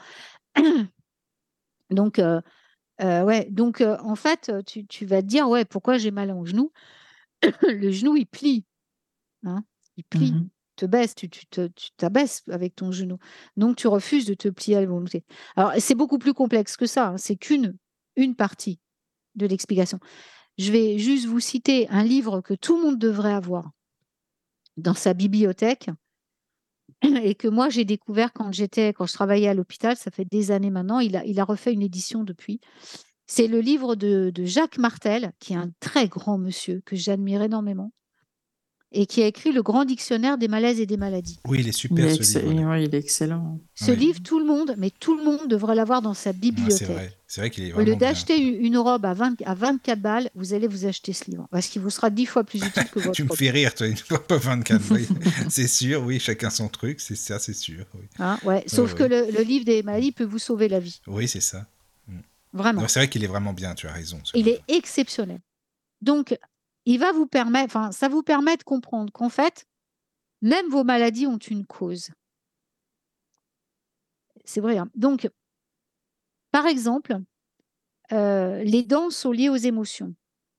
Donc, ouais, donc en fait, tu vas te dire, ouais, pourquoi j'ai mal au genou? Le genou, il plie, hein, il plie, Mhm. te baisse, tu t'abaisses avec ton genou. Donc, tu refuses de te plier à la volonté. Alors, c'est beaucoup plus complexe que ça, hein, c'est une partie de l'explication. Je vais juste vous citer un livre que tout le monde devrait avoir dans sa bibliothèque et que moi j'ai découvert quand je travaillais à l'hôpital, ça fait des années maintenant, il a refait une édition depuis. C'est le livre de Jacques Martel, qui est un très grand monsieur que j'admire énormément. et qui a écrit le Grand Dictionnaire des malaises et des maladies. Oui, il est super ce livre. Ouais, il est excellent. Ce Oui. livre, tout le monde devrait l'avoir dans sa Ouais, c'est bibliothèque. vrai. C'est vrai qu'il est Au lieu vraiment bien. d'acheter une robe à 24 balles, vous allez vous acheter ce livre, parce qu'il vous sera 10 fois plus utile que votre Tu me robe. fais rire, toi, une fois pas 24. Oui. C'est sûr, oui, chacun son truc, c'est ça, c'est sûr. Oui, Hein, ouais. Sauf que ouais. le livre des maladies peut vous sauver la vie. Oui, c'est ça. Non, Vraiment. c'est vrai qu'il est vraiment bien, tu as raison. Ce Il livre. est exceptionnel. Donc, il va vous permettre, enfin, ça vous permet de comprendre qu'en fait, même vos maladies ont une cause. C'est vrai. Hein. Donc, par exemple, les dents sont liées aux émotions.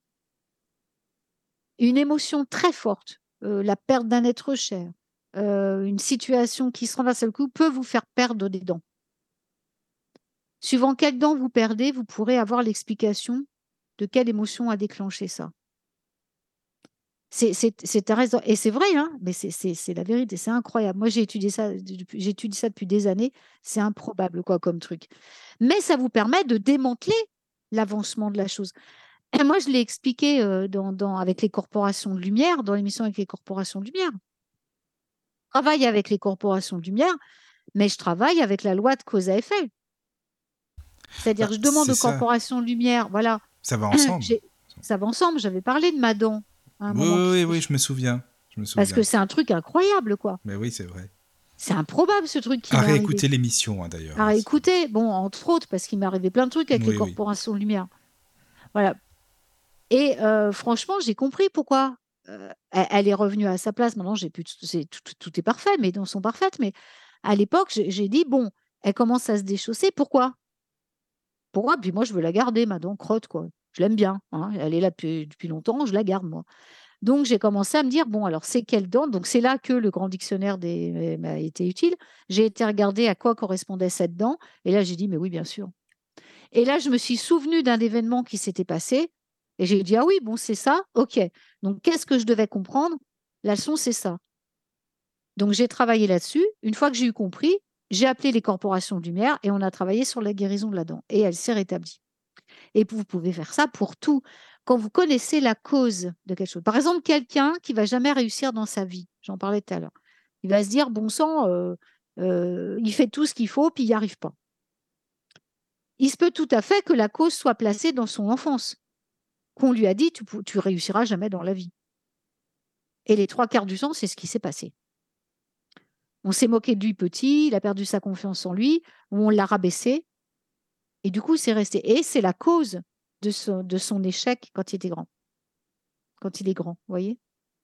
Une émotion très forte, la perte d'un être cher, une situation qui se renverse le coup peut vous faire perdre des dents. Suivant quelles dents vous perdez, vous pourrez avoir l'explication de quelle émotion a déclenché ça. C'est ta raison. Et c'est vrai, hein, mais c'est la vérité, c'est incroyable. Moi, j'étudie ça depuis des années. C'est improbable, quoi, comme truc. Mais ça vous permet de démanteler l'avancement de la chose. Et moi, je l'ai expliqué avec les corporations de lumière, dans l'émission avec les corporations de lumière. Je travaille avec les corporations de lumière, mais je travaille avec la loi de cause à effet. C'est-à-dire, je demande c'est aux ça. corporations de lumière, voilà, Ça va ensemble. ça va ensemble. J'avais parlé de ma dent à un moment. Oui, je me souviens. Parce que c'est un truc incroyable, quoi. Mais oui, c'est vrai. C'est improbable, ce truc qui À m'est arrivé. réécouter l'émission, hein, d'ailleurs. À réécouter, bon, entre autres, parce qu'il m'est arrivé plein de trucs avec les Oui. corporations de lumière. Voilà. Et franchement, j'ai compris pourquoi. Elle est revenue à sa place. Maintenant, tout est parfait, mes dents sont parfaites. Mais à l'époque, j'ai dit, bon, elle commence à se déchausser. Pourquoi? Puis moi, je veux la garder, ma dent crotte, quoi. Je l'aime bien. Hein. Elle est là depuis longtemps, je la garde, moi. Donc, j'ai commencé à me dire, bon, alors, c'est quelle dent? Donc, c'est là que le grand dictionnaire m'a été utile. J'ai été regarder à quoi correspondait cette dent. Et là, j'ai dit, mais oui, bien sûr. Et là, je me suis souvenue d'un événement qui s'était passé. Et j'ai dit, ah oui, bon, c'est ça. OK. Donc, qu'est-ce que je devais comprendre? La leçon, c'est ça. Donc, j'ai travaillé là-dessus. Une fois que j'ai eu compris, j'ai appelé les corporations de lumière et on a travaillé sur la guérison de la dent. Et elle s'est rétablie. Et vous pouvez faire ça pour tout. Quand vous connaissez la cause de quelque chose. Par exemple, quelqu'un qui va jamais réussir dans sa vie. J'en parlais tout à l'heure. Il va se dire, bon sang, il fait tout ce qu'il faut, puis il n'y arrive pas. Il se peut tout à fait que la cause soit placée dans son enfance. Qu'on lui a dit, tu réussiras jamais dans la vie. Et les 3/4 du temps, c'est ce qui s'est passé. On s'est moqué de lui petit, il a perdu sa confiance en lui, ou on l'a rabaissé. Et du coup, c'est resté. Et c'est la cause de son échec quand il était grand. Quand il est grand, vous voyez?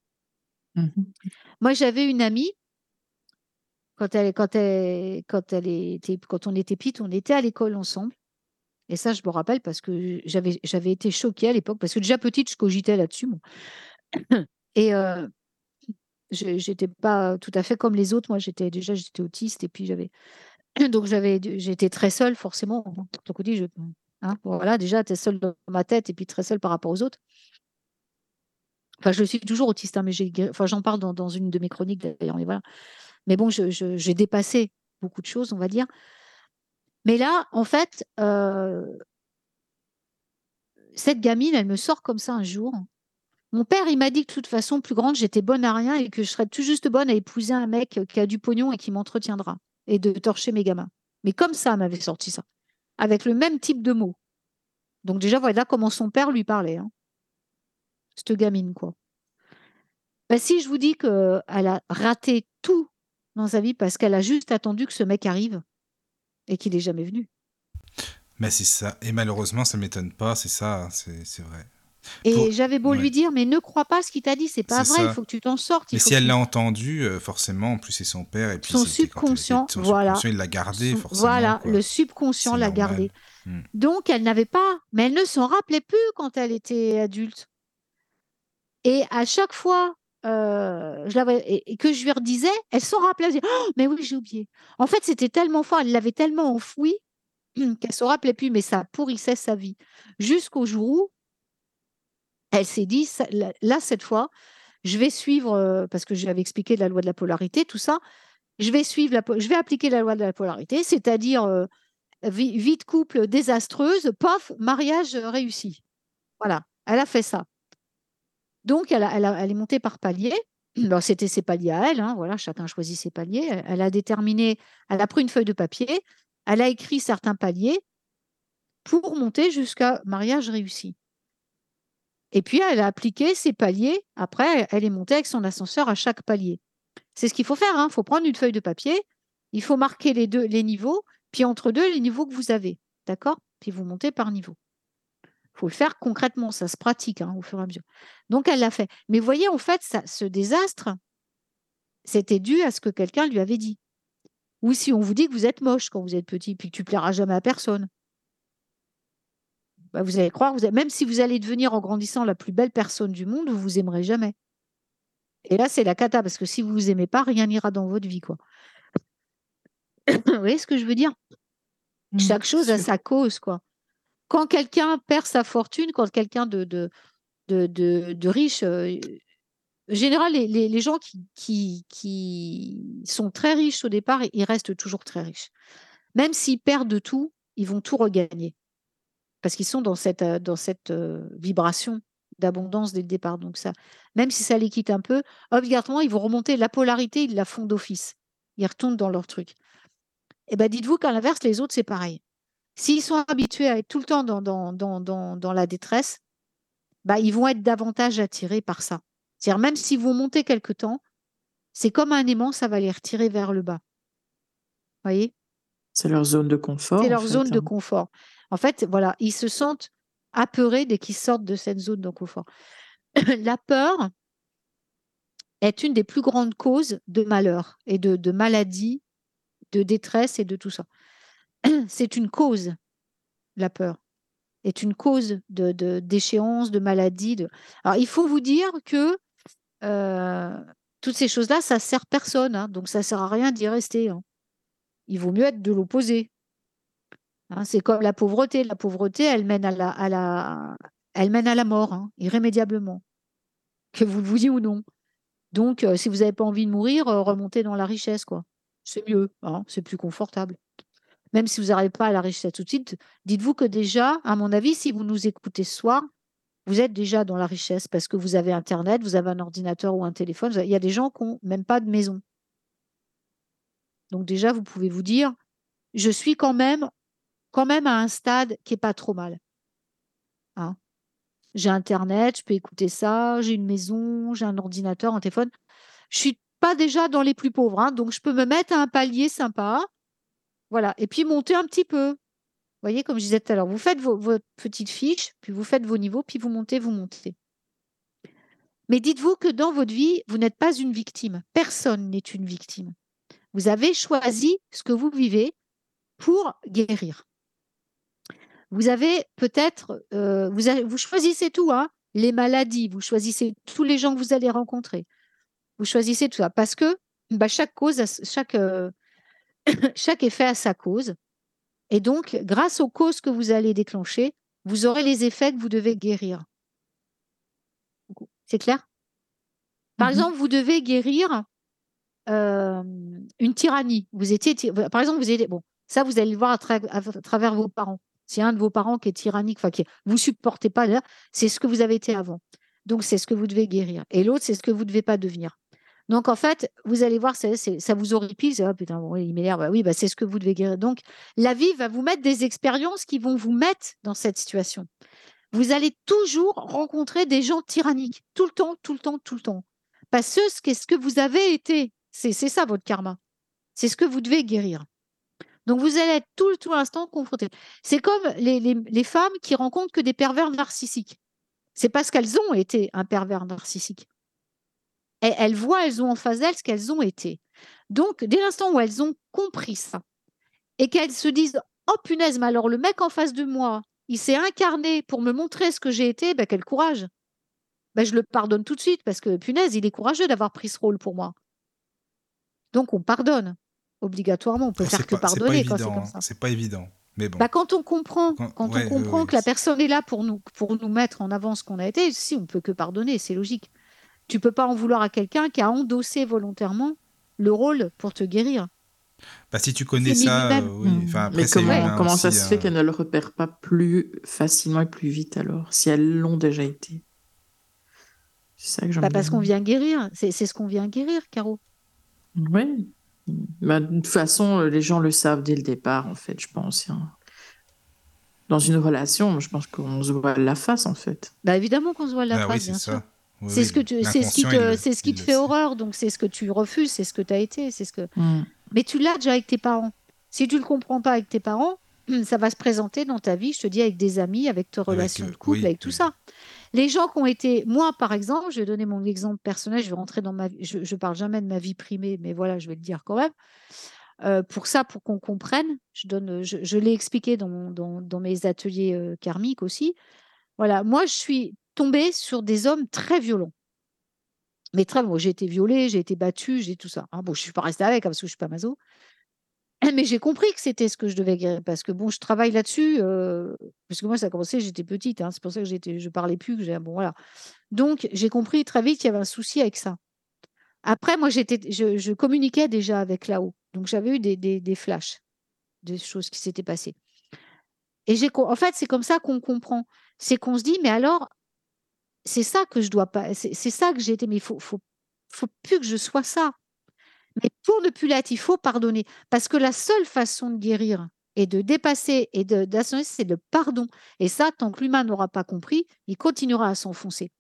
Moi, j'avais une amie, quand on était petites, on était à l'école ensemble. Et ça, je me rappelle parce que j'avais été choquée à l'époque, parce que déjà petite, je cogitais là-dessus. Bon. Et j'étais pas tout à fait comme les autres. Moi, j'étais autiste et puis j'étais très seule forcément. Donc on dit, hein, voilà, déjà, tu es seule dans ma tête et puis très seule par rapport aux autres. Enfin, je suis toujours autiste, hein, mais j'en parle dans une de mes chroniques d'ailleurs. Mais voilà. Mais bon, j'ai dépassé beaucoup de choses, on va dire. Mais là, en fait, cette gamine, elle me sort comme ça un jour. Mon père, il m'a dit que de toute façon, plus grande, j'étais bonne à rien et que je serais tout juste bonne à épouser un mec qui a du pognon et qui m'entretiendra et de torcher mes gamins. Mais comme ça, elle m'avait sorti ça, avec le même type de mots. Donc déjà, voilà comment son père lui parlait. Hein. Cette gamine, quoi. Ben, si je vous dis qu'elle a raté tout dans sa vie parce qu'elle a juste attendu que ce mec arrive et qu'il n'est jamais venu. Mais c'est ça. Et malheureusement, ça ne m'étonne pas, c'est ça, c'est vrai. Et j'avais beau lui dire, mais ne crois pas ce qu'il t'a dit, c'est pas vrai, il faut que tu t'en sortes. Mais si elle l'a entendu, forcément, en plus c'est son père, et puis son subconscient, voilà. Subconscient, il l'a gardé, forcément. Voilà, quoi. le subconscient l'a gardé. Donc elle n'avait pas, mais elle ne s'en rappelait plus quand elle était adulte. Et à chaque fois que je lui redisais, elle s'en rappelait, elle disait, oh, mais oui, j'ai oublié. En fait, c'était tellement fort, elle l'avait tellement enfoui qu'elle se rappelait plus, mais ça pourrissait sa vie. Jusqu'au jour où elle s'est dit, là, cette fois, je vais suivre, parce que je lui avais expliqué la loi de la polarité, tout ça, je vais appliquer la loi de la polarité, c'est-à-dire vie de couple désastreuse, pof, mariage réussi. Voilà, elle a fait ça. Donc, elle est montée par palier. Alors, c'était ses paliers à elle, hein, voilà, chacun choisit ses paliers. Elle a pris une feuille de papier, elle a écrit certains paliers pour monter jusqu'à mariage réussi. Et puis, elle a appliqué ces paliers. Après, elle est montée avec son ascenseur à chaque palier. C'est ce qu'il faut faire, hein. Il faut prendre une feuille de papier, il faut marquer les niveaux, puis entre deux, les niveaux que vous avez. D'accord? Puis vous montez par niveau. Il faut le faire concrètement, ça se pratique, hein, au fur et à mesure. Donc, elle l'a fait. Mais vous voyez, en fait, ce désastre, c'était dû à ce que quelqu'un lui avait dit. Ou si on vous dit que vous êtes moche quand vous êtes petit, puis que tu plairas jamais à personne. Bah, vous allez croire, même si vous allez devenir en grandissant la plus belle personne du monde, vous vous aimerez jamais. Et là, c'est la cata, parce que si vous vous aimez pas, rien n'ira dans votre vie, quoi. Vous voyez ce que je veux dire? Chaque chose a sa cause, quoi. Quand quelqu'un perd sa fortune, quand quelqu'un de riche, en général, les gens qui sont très riches au départ, ils restent toujours très riches. Même s'ils perdent tout, ils vont tout regagner. Parce qu'ils sont dans cette vibration d'abondance dès le départ. Donc ça, même si ça les quitte un peu, obligatoirement, ils vont remonter la polarité, ils la font d'office. Ils retournent dans leur truc. Et bien, dites-vous qu'à l'inverse, les autres, c'est pareil. S'ils sont habitués à être tout le temps dans la détresse, bah, ils vont être davantage attirés par ça. C'est-à-dire, même s'ils vont monter quelque temps, c'est comme un aimant, ça va les retirer vers le bas. Vous voyez? C'est leur zone de confort. C'est leur en fait, zone de hein. confort. En fait, voilà, ils se sentent apeurés dès qu'ils sortent de cette zone de confort. La peur est une des plus grandes causes de malheur et de maladie, de détresse et de tout ça. C'est une cause, la peur. Est une cause d'échéance, de maladie. Alors, il faut vous dire que toutes ces choses-là, ça ne sert personne. Hein, donc, ça ne sert à rien d'y rester. Hein. Il vaut mieux être de l'opposé. Hein, c'est comme la pauvreté. La pauvreté, elle mène à la mort, hein, irrémédiablement, que vous le vouliez ou non. Donc, si vous n'avez pas envie de mourir, remontez dans la richesse, quoi. C'est mieux, hein, c'est plus confortable. Même si vous n'arrivez pas à la richesse tout de suite, dites-vous que déjà, à mon avis, si vous nous écoutez ce soir, vous êtes déjà dans la richesse parce que vous avez Internet, vous avez un ordinateur ou un téléphone. Il y a des gens qui n'ont même pas de maison. Donc déjà, vous pouvez vous dire, je suis quand même à un stade qui n'est pas trop mal. Hein. J'ai Internet, je peux écouter ça, j'ai une maison, j'ai un ordinateur, un téléphone. Je ne suis pas déjà dans les plus pauvres, hein, donc je peux me mettre à un palier sympa. Voilà, et puis monter un petit peu. Vous voyez, comme je disais tout à l'heure, vous faites votre petite fiche, puis vous faites vos niveaux, puis vous montez, vous montez. Mais dites-vous que dans votre vie, vous n'êtes pas une victime. Personne n'est une victime. Vous avez choisi ce que vous vivez pour guérir. Vous avez peut-être, vous choisissez tout, hein, les maladies, vous choisissez tous les gens que vous allez rencontrer. Vous choisissez tout ça parce que chaque cause, chaque effet a sa cause. Et donc, grâce aux causes que vous allez déclencher, vous aurez les effets que vous devez guérir. C'est clair? Par exemple, vous devez guérir une tyrannie. Par exemple, ça, vous allez le voir à travers vos parents. S'il y a un de vos parents qui est tyrannique, qui vous supportez pas, là, c'est ce que vous avez été avant. Donc, c'est ce que vous devez guérir. Et l'autre, c'est ce que vous ne devez pas devenir. Donc, en fait, vous allez voir, ça vous horripile. C'est, oh, putain, bon, il m'énerve. Oui, c'est ce que vous devez guérir. Donc, la vie va vous mettre des expériences qui vont vous mettre dans cette situation. Vous allez toujours rencontrer des gens tyranniques. Tout le temps, tout le temps, tout le temps. Parce que c'est ce que vous avez été. C'est ça, votre karma. C'est ce que vous devez guérir. Donc, vous allez être tout l'instant confronté. C'est comme les femmes qui rencontrent que des pervers narcissiques. C'est parce qu'elles ont été un pervers narcissique. Et elles ont en face d'elles ce qu'elles ont été. Donc, dès l'instant où elles ont compris ça, et qu'elles se disent « Oh punaise, mais alors le mec en face de moi, il s'est incarné pour me montrer ce que j'ai été, quel courage !» Je le pardonne tout de suite parce que punaise, il est courageux d'avoir pris ce rôle pour moi. Donc, on pardonne. Obligatoirement, on peut faire que pardonner quand c'est comme ça. C'est pas évident. Mais bon. Quand on comprend, que la personne est là pour nous mettre en avant ce qu'on a été, si on peut que pardonner, c'est logique. Tu peux pas en vouloir à quelqu'un qui a endossé volontairement le rôle pour te guérir. Si tu connais ça, oui. Après, mais comment ça se fait qu'elles ne le repèrent pas plus facilement et plus vite alors, si elles l'ont déjà été? C'est ça que j'aime Parce bien. qu'on vient guérir. C'est ce qu'on vient guérir, Caro. Oui. Bah, de toute façon, les gens le savent dès le départ, en fait, je pense, hein. Dans une relation, je pense qu'on se voit la face, en fait. Bah, évidemment qu'on se voit la Ah oui, face, c'est bien sûr. ça. Oui, oui. L'inconscient, C'est ce qui il te le fait sait. horreur, donc c'est ce que tu refuses, c'est ce que tu as été, Mm. Mais tu l'as déjà avec tes parents. Si tu le comprends pas avec tes parents, ça va se présenter dans ta vie, je te dis, avec des amis, avec tes relations de couple, Oui, avec tout oui. ça. Les gens qui ont été, moi par exemple, je vais donner mon exemple personnel, je vais rentrer dans ma vie, je parle jamais de ma vie privée, mais voilà, je vais le dire quand même. Pour ça, pour qu'on comprenne, je l'ai expliqué dans mes ateliers karmiques aussi. Voilà, moi je suis tombée sur des hommes très violents. Mais très bon, j'ai été violée, j'ai été battue, j'ai tout ça. Ah bon, je suis pas restée avec, hein, parce que je suis pas maso. Mais j'ai compris que c'était ce que je devais guérir parce que bon, je travaille là-dessus, parce que moi ça a commencé, j'étais petite, hein, c'est pour ça que je parlais plus, bon voilà. Donc j'ai compris très vite qu'il y avait un souci avec ça. Après moi je communiquais déjà avec là-haut, donc j'avais eu des flashs, des choses qui s'étaient passées et en fait, c'est comme ça qu'on comprend. C'est qu'on se dit: «Mais alors, c'est ça que je dois pas c'est ça que j'ai été, mais il faut plus que je sois ça». Mais pour ne plus l'être, il faut pardonner. Parce que la seule façon de guérir et de dépasser et d'ascensionner, c'est le pardon. Et ça, tant que l'humain n'aura pas compris, il continuera à s'enfoncer.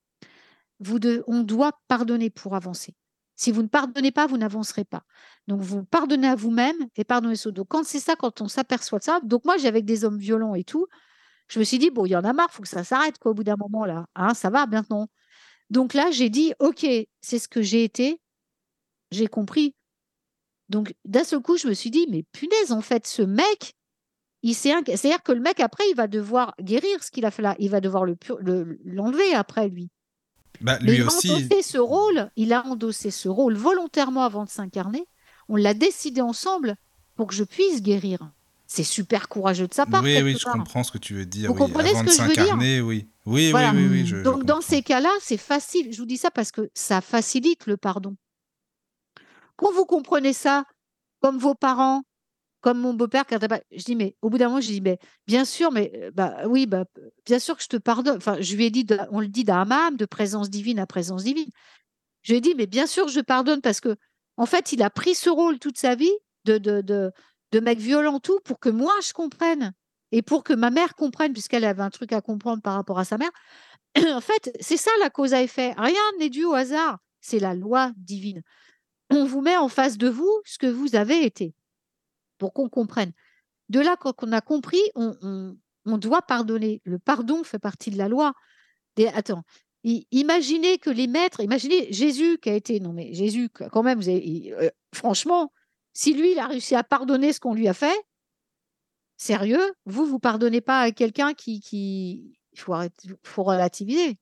On doit pardonner pour avancer. Si vous ne pardonnez pas, vous n'avancerez pas. Donc, vous pardonnez à vous-même et pardonnez aux autres. Donc, quand c'est ça, quand on s'aperçoit de ça, donc moi, j'ai avec des hommes violents et tout, je me suis dit, bon, il y en a marre, il faut que ça s'arrête, quoi, au bout d'un moment, là. Hein, ça va maintenant. Donc là, j'ai dit, OK, c'est ce que j'ai été, j'ai compris. Donc, d'un seul coup, je me suis dit, mais punaise, en fait, ce mec, c'est-à-dire que le mec, après, il va devoir guérir ce qu'il a fait là. Il va devoir l'enlever après, lui. Bah, Mais lui aussi, il a endossé ce rôle volontairement avant de s'incarner. On l'a décidé ensemble pour que je puisse guérir. C'est super courageux de sa part, oui, oui, quelque je part. comprends ce que tu veux dire, Vous oui. comprenez ce Avant de que je veux dire? s'incarner, oui. Oui, oui, Voilà. oui, oui, je Donc, dans comprends. ces cas-là, c'est facile. Je vous dis ça parce que ça facilite le pardon. Quand vous comprenez ça, comme vos parents, comme mon beau-père, je dis, mais au bout d'un moment, je dis, mais bien sûr, mais bah oui, bah, bien sûr que je te pardonne. Enfin, je lui ai dit, on le dit d'âme à âme, de présence divine à présence divine. Je lui ai dit, mais bien sûr, je pardonne parce que, en fait, il a pris ce rôle toute sa vie de mec violent, tout, pour que moi, je comprenne et pour que ma mère comprenne, puisqu'elle avait un truc à comprendre par rapport à sa mère. En fait, c'est ça la cause à effet. Rien n'est dû au hasard. C'est la loi divine. On vous met en face de vous ce que vous avez été pour qu'on comprenne. De là, quand on a compris, on doit pardonner. Le pardon fait partie de la loi. Attends, imaginez que les maîtres, imaginez Jésus qui a été, non mais Jésus, quand même, franchement, si lui, il a réussi à pardonner ce qu'on lui a fait, sérieux, vous pardonnez pas à quelqu'un il faut faut relativiser.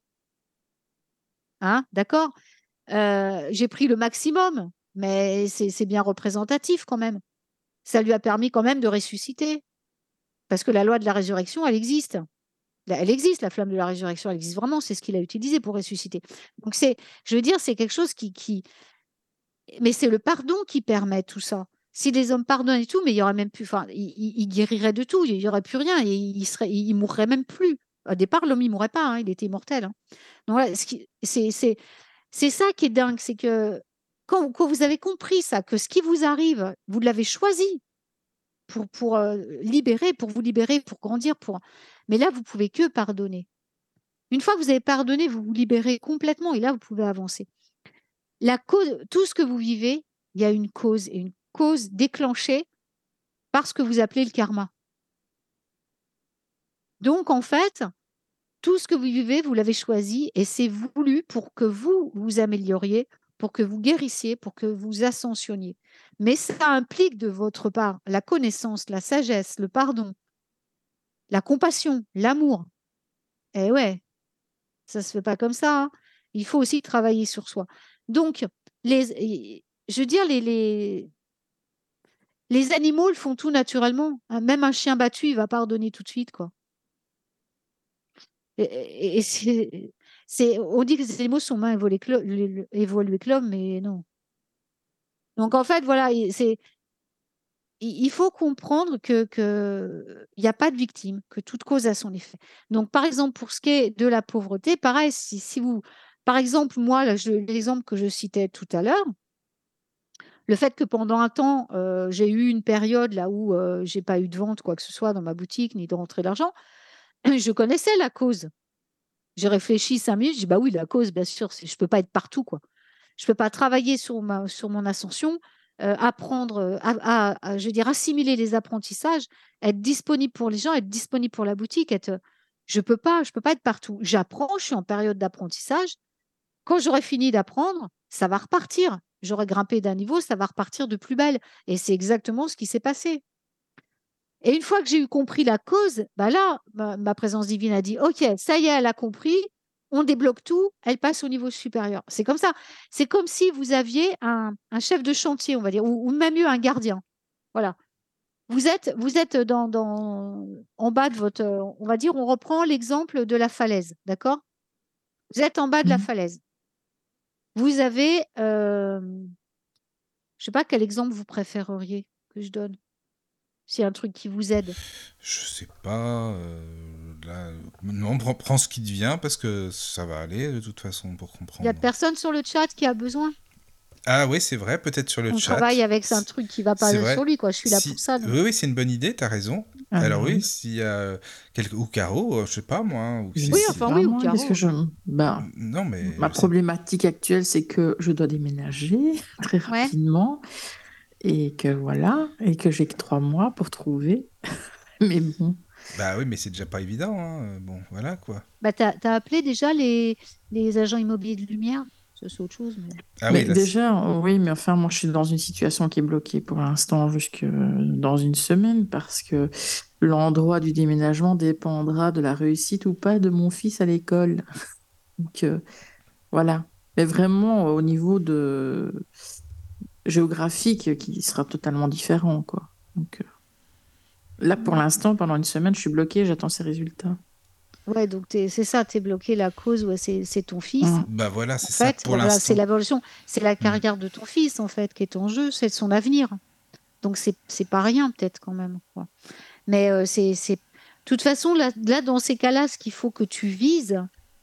Hein, d'accord. J'ai pris le maximum, mais c'est bien représentatif quand même. Ça lui a permis quand même de ressusciter. Parce que la loi de la résurrection, elle existe. Elle existe, la flamme de la résurrection, elle existe vraiment. C'est ce qu'il a utilisé pour ressusciter. Donc, je veux dire, c'est quelque chose mais c'est le pardon qui permet tout ça. Si les hommes pardonnent et tout, mais il y aurait même plus, enfin, il guérirait de tout, il n'y aurait plus rien, et il mourrait même plus. Au départ, l'homme, il mourrait pas, hein, il était immortel. Hein. Donc, voilà, c'est ça qui est dingue, c'est que quand vous avez compris ça, que ce qui vous arrive, vous l'avez choisi, pour libérer, pour vous libérer, pour grandir, mais là, vous pouvez que pardonner. Une fois que vous avez pardonné, vous vous libérez complètement et là, vous pouvez avancer. La cause, tout ce que vous vivez, il y a une cause et une cause déclenchée par ce que vous appelez le karma. Donc, en fait, tout ce que vous vivez, vous l'avez choisi et c'est voulu pour que vous vous amélioriez, pour que vous guérissiez, pour que vous ascensionniez. Mais ça implique de votre part la connaissance, la sagesse, le pardon, la compassion, l'amour. Eh ouais, ça se fait pas comme ça, hein. Il faut aussi travailler sur soi. Donc, je veux dire, les animaux le font tout naturellement, hein. Même un chien battu, il va pardonner tout de suite, quoi. Et on dit que les animaux sont moins évolués que l'homme, mais non. Donc, en fait, voilà, il faut comprendre que il y a pas de victime, que toute cause a son effet. Donc, par exemple, pour ce qui est de la pauvreté, pareil, si vous Par exemple, moi, là, l'exemple que je citais tout à l'heure, le fait que pendant un temps, j'ai eu une période là où j'ai pas eu de vente, quoi que ce soit dans ma boutique, ni de rentrée d'argent, je connaissais la cause. J'ai réfléchi 5 minutes, j'ai dit, bah oui, la cause, bien sûr, je peux pas être partout, quoi. Je peux pas travailler sur mon ascension, apprendre, je veux dire, assimiler les apprentissages, être disponible pour les gens, être disponible pour la boutique, je peux pas être partout. J'apprends, je suis en période d'apprentissage. Quand j'aurai fini d'apprendre, ça va repartir. J'aurai grimpé d'un niveau, ça va repartir de plus belle. Et c'est exactement ce qui s'est passé. Et une fois que j'ai eu compris la cause, bah là, ma présence divine a dit, OK, ça y est, elle a compris, on débloque tout, elle passe au niveau supérieur. C'est comme ça. C'est comme si vous aviez un chef de chantier, on va dire, ou même mieux un gardien. Voilà. Vous êtes en bas de votre, on va dire, on reprend l'exemple de la falaise, d'accord? Vous êtes en bas de la Mhm. falaise. Vous avez, je ne sais pas quel exemple vous préféreriez que je donne. C'est un truc qui vous aide. Je sais pas. Là, non, prends ce qui te vient parce que ça va aller de toute façon pour Il n'y comprendre. a personne sur le chat qui a besoin. Ah oui, c'est vrai, peut-être sur le On chat. travaille avec un truc qui va C'est pas vrai. sur lui, quoi. Je suis là pour ça. donc. Oui, c'est une bonne idée, t'as raison. Alors oui, s'il y a ou Caro, je sais pas moi. Ou Je Oui, sais si- enfin pas, oui, ou moi, Caro. qu'est-ce que bah, Non, mais ma problématique actuelle, c'est que je dois déménager très Ouais. rapidement et que voilà, et que j'ai que 3 mois pour trouver. Mais bon, bah oui, mais c'est déjà pas évident. Hein. Bon, voilà quoi. Bah, t'as appelé déjà les agents immobiliers de lumière? Ça, c'est autre chose. Mais... Ah mais oui, là, déjà, oui, mais enfin, moi, je suis dans une situation qui est bloquée pour l'instant jusque dans une semaine parce que l'endroit du déménagement dépendra de la réussite ou pas de mon fils à l'école. Donc, voilà. Mais vraiment, au niveau de géographique, qui sera totalement différent, quoi. Donc, là, pour l'instant, pendant une semaine, je suis bloquée, j'attends ces résultats. Ouais, donc c'est ça, t'es bloqué la cause, ouais, c'est ton fils. Mm. bah voilà, En c'est ça fait, pour bah voilà, c'est l'instant. l'évolution, c'est la Hmm. carrière de ton fils, en fait, qui est en jeu, c'est son avenir. Donc, c'est pas rien, peut-être, quand même, quoi. Mais de toute façon, là, dans ces cas-là, ce qu'il faut que tu vises,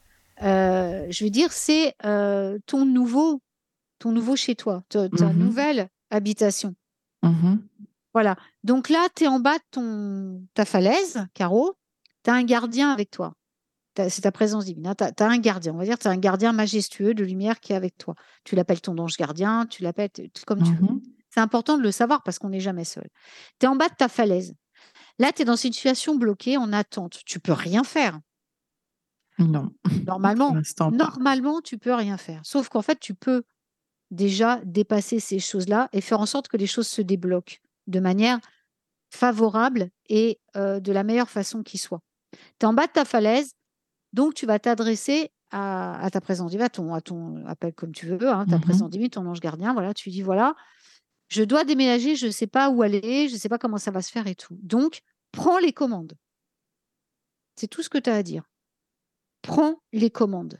je veux dire, c'est ton nouveau chez toi, ta Mhm. nouvelle habitation. Mhm. Voilà. Donc là, tu es en bas de ta falaise, Caro, tu as un gardien avec toi. C'est ta présence divine. Tu as un gardien, on va dire, tu as un gardien majestueux de lumière qui est avec toi. Tu l'appelles ton ange gardien, tu l'appelles comme tu veux. Mhm. C'est important de le savoir parce qu'on n'est jamais seul. Tu es en bas de ta falaise. Là, tu es dans une situation bloquée, en attente. Tu peux rien faire. Non, pour Normalement, l'instant pas. normalement, tu peux rien faire. Sauf qu'en fait, tu peux déjà dépasser ces choses-là et faire en sorte que les choses se débloquent de manière favorable et de la meilleure façon qui soit. Tu es en bas de ta falaise, donc tu vas t'adresser à ta présence divine, à ton appel comme tu veux, hein, ta présence Mhm. divine, ton ange gardien. Voilà, tu dis voilà, je dois déménager, je ne sais pas où aller, je ne sais pas comment ça va se faire et tout. Donc, prends les commandes. C'est tout ce que tu as à dire. Prends les commandes.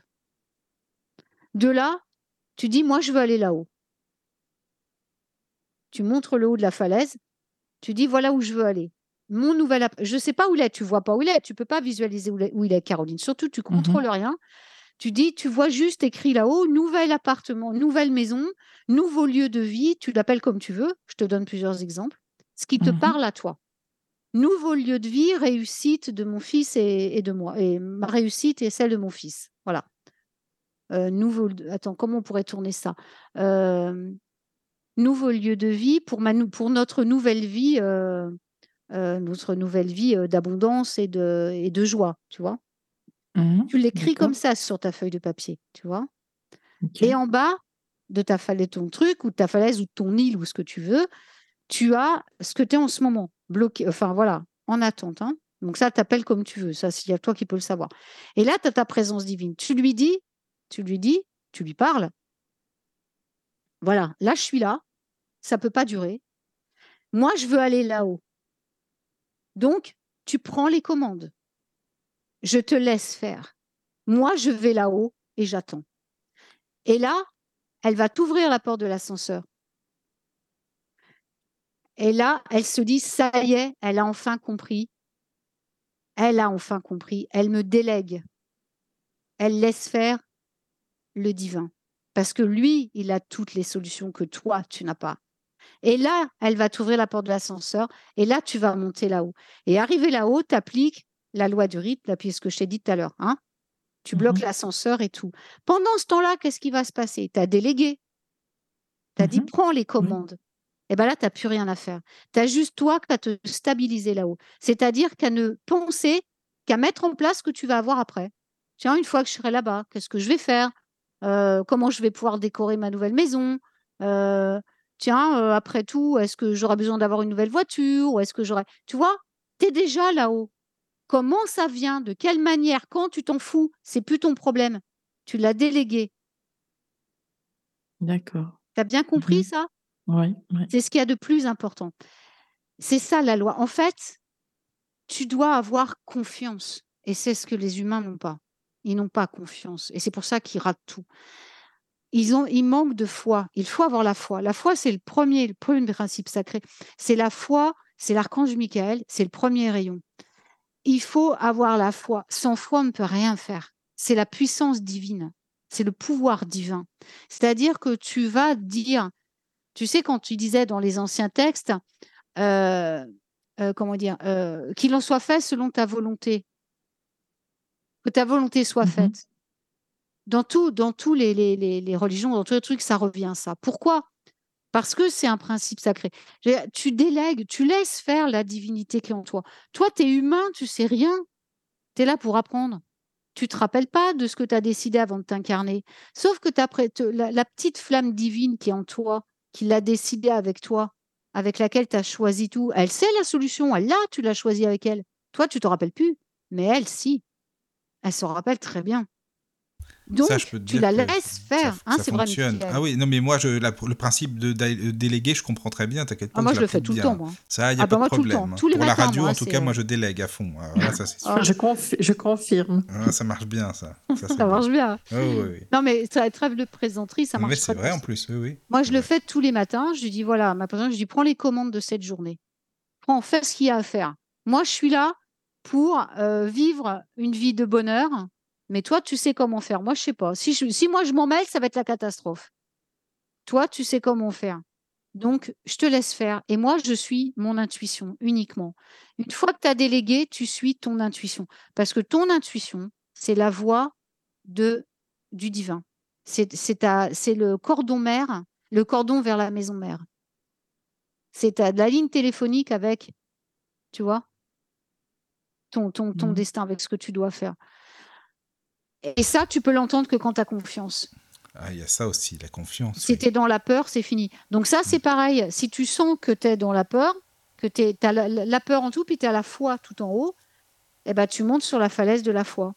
De là, tu dis moi, je veux aller là-haut. Tu montres le haut de la falaise, tu dis voilà où je veux aller. Mon nouvel je ne sais pas où il est, tu vois pas où il est, tu peux pas visualiser où il est, Caroline. Surtout, tu Mhm. contrôles rien. Tu dis, tu vois juste écrit là-haut, nouvel appartement, nouvelle maison, nouveau lieu de vie, tu l'appelles comme tu veux. Je te donne plusieurs exemples. Ce qui te Mhm. parle à toi. Nouveau lieu de vie, réussite de mon fils et de moi. Et ma réussite et celle de mon fils. Voilà. Attends, comment on pourrait tourner ça? Nouveau lieu de vie pour notre nouvelle vie, d'abondance et de joie, tu vois. Mhm. Tu l'écris comme D'accord. ça sur ta feuille de papier, tu vois. Ok. Et en bas de ta falaise, ton truc, ou de ta falaise, ou de ton île, ou ce que tu veux, tu as ce que tu es en ce moment, bloqué, enfin voilà, en attente. Hein. Donc ça, t'appelles comme tu veux, ça, c'est toi qui peux le savoir. Et là, tu as ta présence divine. Tu lui dis, tu lui parles, voilà, là, je suis là, ça peut pas durer. Moi, je veux aller là-haut. Donc, tu prends les commandes. Je te laisse faire. Moi, je vais là-haut et j'attends. Et là, elle va t'ouvrir la porte de l'ascenseur. Et là, elle se dit, ça y est, elle a enfin compris. Elle a enfin compris. Elle me délègue. Elle laisse faire le divin. Parce que lui, il a toutes les solutions que toi, tu n'as pas. Et là, elle va t'ouvrir la porte de l'ascenseur et là, tu vas monter là-haut. Et arrivé là-haut, tu appliques la loi du rythme, puis ce que je t'ai dit tout à l'heure. Hein. Tu bloques l'ascenseur et tout. Pendant ce temps-là, qu'est-ce qui va se passer? Tu as délégué. Tu as dit, prends les commandes. Et bien là, tu n'as plus rien à faire. Tu as juste toi qu'à te stabiliser là-haut. C'est-à-dire qu'à ne penser qu'à mettre en place ce que tu vas avoir après. Tiens, une fois que je serai là-bas, qu'est-ce que je vais faire? Comment je vais pouvoir décorer ma nouvelle maison? Tiens, après tout, est-ce que j'aurai besoin d'avoir une nouvelle voiture? Ou est-ce que j'aurai... Tu vois, tu es déjà là-haut. Comment ça vient? De quelle manière? Quand tu t'en fous? C'est plus ton problème. Tu l'as délégué. D'accord. Tu as bien compris ça? Oui. C'est ce qu'il y a de plus important. C'est ça la loi. En fait, tu dois avoir confiance. Et c'est ce que les humains n'ont pas. Ils n'ont pas confiance. Et c'est pour ça qu'ils ratent tout. Ils manquent de foi. Il faut avoir la foi. La foi, c'est le premier principe sacré. C'est la foi, c'est l'archange Michael, c'est le premier rayon. Il faut avoir la foi. Sans foi, on ne peut rien faire. C'est la puissance divine. C'est le pouvoir divin. C'est-à-dire que tu vas dire, tu sais, quand tu disais dans les anciens textes, qu'il en soit fait selon ta volonté, que ta volonté soit faite. Dans tous les religions, dans tous les trucs, ça revient ça. Pourquoi? Parce que c'est un principe sacré. Tu délègues, tu laisses faire la divinité qui est en toi. Toi, tu es humain, tu sais rien. Tu es là pour apprendre. Tu ne te rappelles pas de ce que tu as décidé avant de t'incarner. Sauf que la petite flamme divine qui est en toi, qui l'a décidé avec toi, avec laquelle tu as choisi tout, elle sait la solution. Elle l'a, tu l'as choisi avec elle. Toi, tu ne te rappelles plus. Mais elle, si. Elle se rappelle très bien. Donc, ça, je peux te tu dire la que laisses faire. ça C'est fonctionne. vrai, Ah oui, non, mais moi, le principe de déléguer, je comprends très bien. T'inquiète pas, moi, que je le fais tout le temps, moi. Ça, il n'y a pas de moi, tout le problème. temps. Tous les Pour la matins, radio, moi, en tout cas, moi, je délègue à fond. Voilà, ça, c'est sûr. Je confirme. Ça marche bien, ça. Ça marche bien. Oh, oui. Non, mais ça trêve de plaisanterie, ça marche Mais c'est très vrai, bien. en plus, oui. Moi, je le fais tous les matins. Je lui dis, voilà, je lui dis, prends les commandes de cette journée. Fais ce qu'il y a à faire. Moi, je suis là pour vivre une vie de bonheur. Mais toi, tu sais comment faire. Moi, je sais pas. Si moi, je m'en mêle, ça va être la catastrophe. Toi, tu sais comment faire. Donc, je te laisse faire. Et moi, je suis mon intuition uniquement. Une fois que tu as délégué, tu suis ton intuition. Parce que ton intuition, c'est la voix du divin. C'est le cordon mère, le cordon vers la maison mère. C'est la ligne téléphonique avec, tu vois, ton destin, avec ce que tu dois faire. Et ça, tu peux l'entendre que quand tu as confiance. Ah, il y a ça aussi, la confiance. Si tu es dans la peur, c'est fini. Donc ça, c'est pareil. Si tu sens que tu es dans la peur, que tu as la peur en tout, puis tu as la foi tout en haut, eh ben, tu montes sur la falaise de la foi.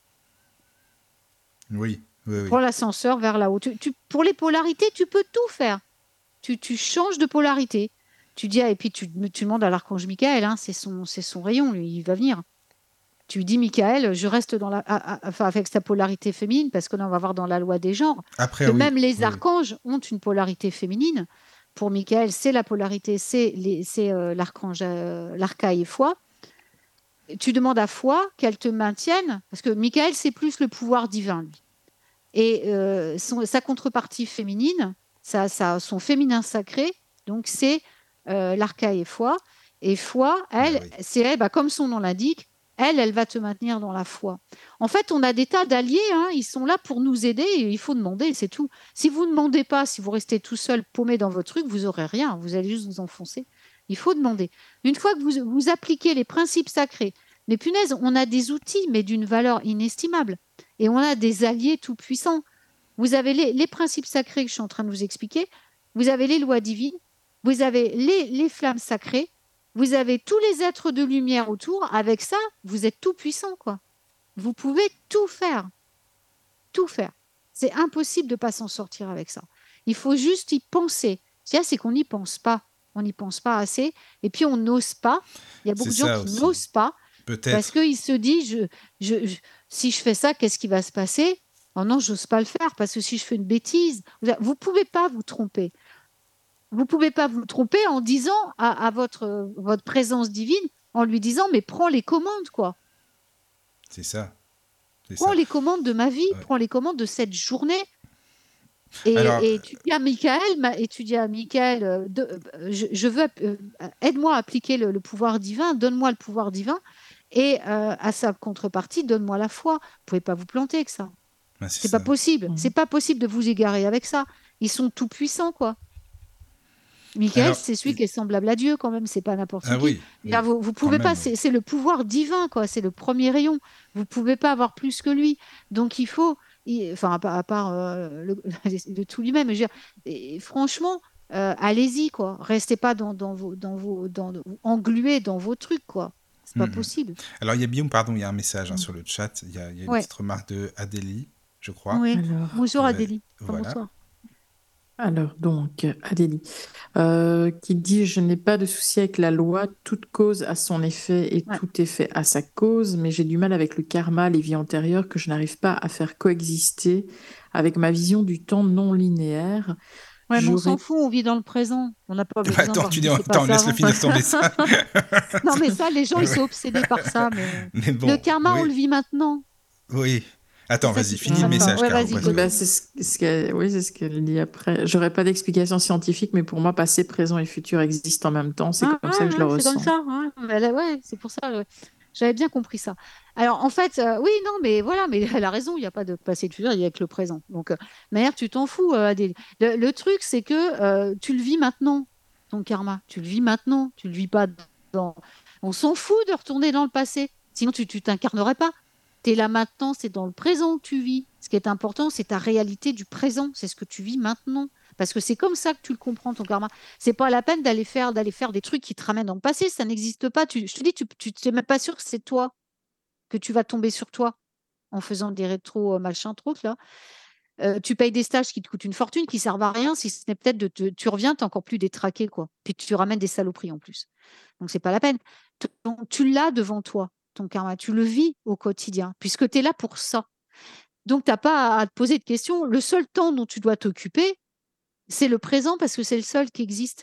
Oui. Prends l'ascenseur vers là-haut. Pour les polarités, tu peux tout faire. Tu changes de polarité. Tu dis, et puis tu demandes à l'archange Michael, hein, c'est son rayon, lui, il va venir. Tu lui dis, Michael, je reste avec sa polarité féminine, parce que là, on va voir dans la loi des genres Après, que même les archanges ont une polarité féminine. Pour Michael, c'est la polarité, c'est l'archange, l'arcaille et foi. Tu demandes à foi qu'elle te maintienne, parce que Michael, c'est plus le pouvoir divin, lui. Et sa contrepartie féminine, son féminin sacré, donc c'est l'arcaille et foi. Et foi, c'est comme son nom l'indique, elle va te maintenir dans la foi. En fait, on a des tas d'alliés, hein, ils sont là pour nous aider, et il faut demander, c'est tout. Si vous ne demandez pas, si vous restez tout seul paumé dans votre truc, vous n'aurez rien, vous allez juste vous enfoncer. Il faut demander. Une fois que vous appliquez les principes sacrés, mais punaise, on a des outils, mais d'une valeur inestimable. Et on a des alliés tout-puissants. Vous avez les principes sacrés que je suis en train de vous expliquer, vous avez les lois divines, vous avez les flammes sacrées, vous avez tous les êtres de lumière autour. Avec ça, vous êtes tout-puissant, quoi. Vous pouvez tout faire. Tout faire. C'est impossible de ne pas s'en sortir avec ça. Il faut juste y penser. C'est qu'on n'y pense pas. On n'y pense pas assez. Et puis, on n'ose pas. Il y a beaucoup de gens qui n'osent pas. Peut-être. Parce qu'ils se disent, si je fais ça, qu'est-ce qui va se passer? Oh non, j'ose pas le faire, parce que si je fais une bêtise, vous pouvez pas vous tromper. Vous pouvez pas vous tromper en disant à votre présence divine, en lui disant, mais prends les commandes, quoi. C'est ça. Prends les commandes de ma vie, prends les commandes de cette journée. Alors, Et tu dis à Michael, je veux, aide-moi à appliquer le pouvoir divin, donne-moi le pouvoir divin, et à sa contrepartie, donne-moi la foi. Vous pouvez pas vous planter avec ça. bah, c'est C'est pas ça. possible. C'est Mhm. pas possible de vous égarer avec ça. Ils sont tout puissants, quoi. Michael, Alors, c'est celui qui est semblable à Dieu quand même, c'est pas n'importe ah qui. oui, Je veux dire, oui, vous quand pouvez pas, même, oui. c'est le pouvoir divin, quoi. C'est le premier rayon. Vous pouvez pas avoir plus que lui. Donc il faut, enfin à part de tout lui-même, je veux dire, et franchement, allez-y, quoi. Restez pas englués dans vos trucs, quoi. C'est pas Mhm. possible. Alors, il y a Guillaume, pardon, il y a un message sur le chat. Il y a une Ouais, petite remarque de Adélie, je crois. ouais. Alors, Bonjour Adélie. Enfin, Voilà. bonsoir. donc, Adélie, qui dit: Je n'ai pas de souci avec la loi, toute cause a son effet et Ouais. tout effet a sa cause, mais j'ai du mal avec le karma, les vies antérieures que je n'arrive pas à faire coexister avec ma vision du temps non linéaire. Ouais, mais on s'en J'aurais. fout, on vit dans le présent. On n'a pas besoin Attends, d'avoir vu ce qui s'est passé laisse-le avant. finir son message. Non, mais ça, les gens, Oui, ils oui. sont obsédés par ça. Mais Mais le bon, karma, on oui, le vit maintenant. oui. C'est Attends, ça vas-y, qu'il faut finis le savoir. message, Ouais, Caro, vas-y, parce Bah, que... c'est oui, c'est ce qu'elle dit après. J'aurais pas d'explication scientifique, mais pour moi, passé, présent et futur existent en même temps. C'est Ouais, comme ça que je le c'est comme ressens. ça. Ouais, mais ouais, c'est pour ça. Ouais. J'avais bien compris ça. Alors, en fait, oui, non, mais voilà, mais elle a raison. Il n'y a pas de passé de futur, il y a que le présent. Donc, mère, tu t'en fous, Adèle. Le truc, c'est que tu le vis maintenant, ton karma. Tu le vis maintenant. Tu le vis pas dans. On s'en fout de retourner dans le passé. Sinon, tu t'incarnerais pas. Tu es là maintenant, c'est dans le présent que tu vis. Ce qui est important, c'est ta réalité du présent. C'est ce que tu vis maintenant. Parce que c'est comme ça que tu le comprends, ton karma. C'est pas la peine d'aller faire des trucs qui te ramènent dans le passé, ça n'existe pas. Je te dis, tu n'es même pas sûr que c'est toi, que tu vas tomber sur toi en faisant des rétro machin trucs là. Tu payes des stages qui te coûtent une fortune, qui servent à rien, si ce n'est peut-être tu reviens, t'es encore plus détraqué, quoi. Puis tu ramènes des saloperies en plus. Donc c'est pas la peine. Donc, tu l'as devant toi, ton karma. Tu le vis au quotidien, puisque tu es là pour ça. Donc tu n'as pas à te poser de questions. Le seul temps dont tu dois t'occuper, c'est le présent, parce que c'est le seul qui existe.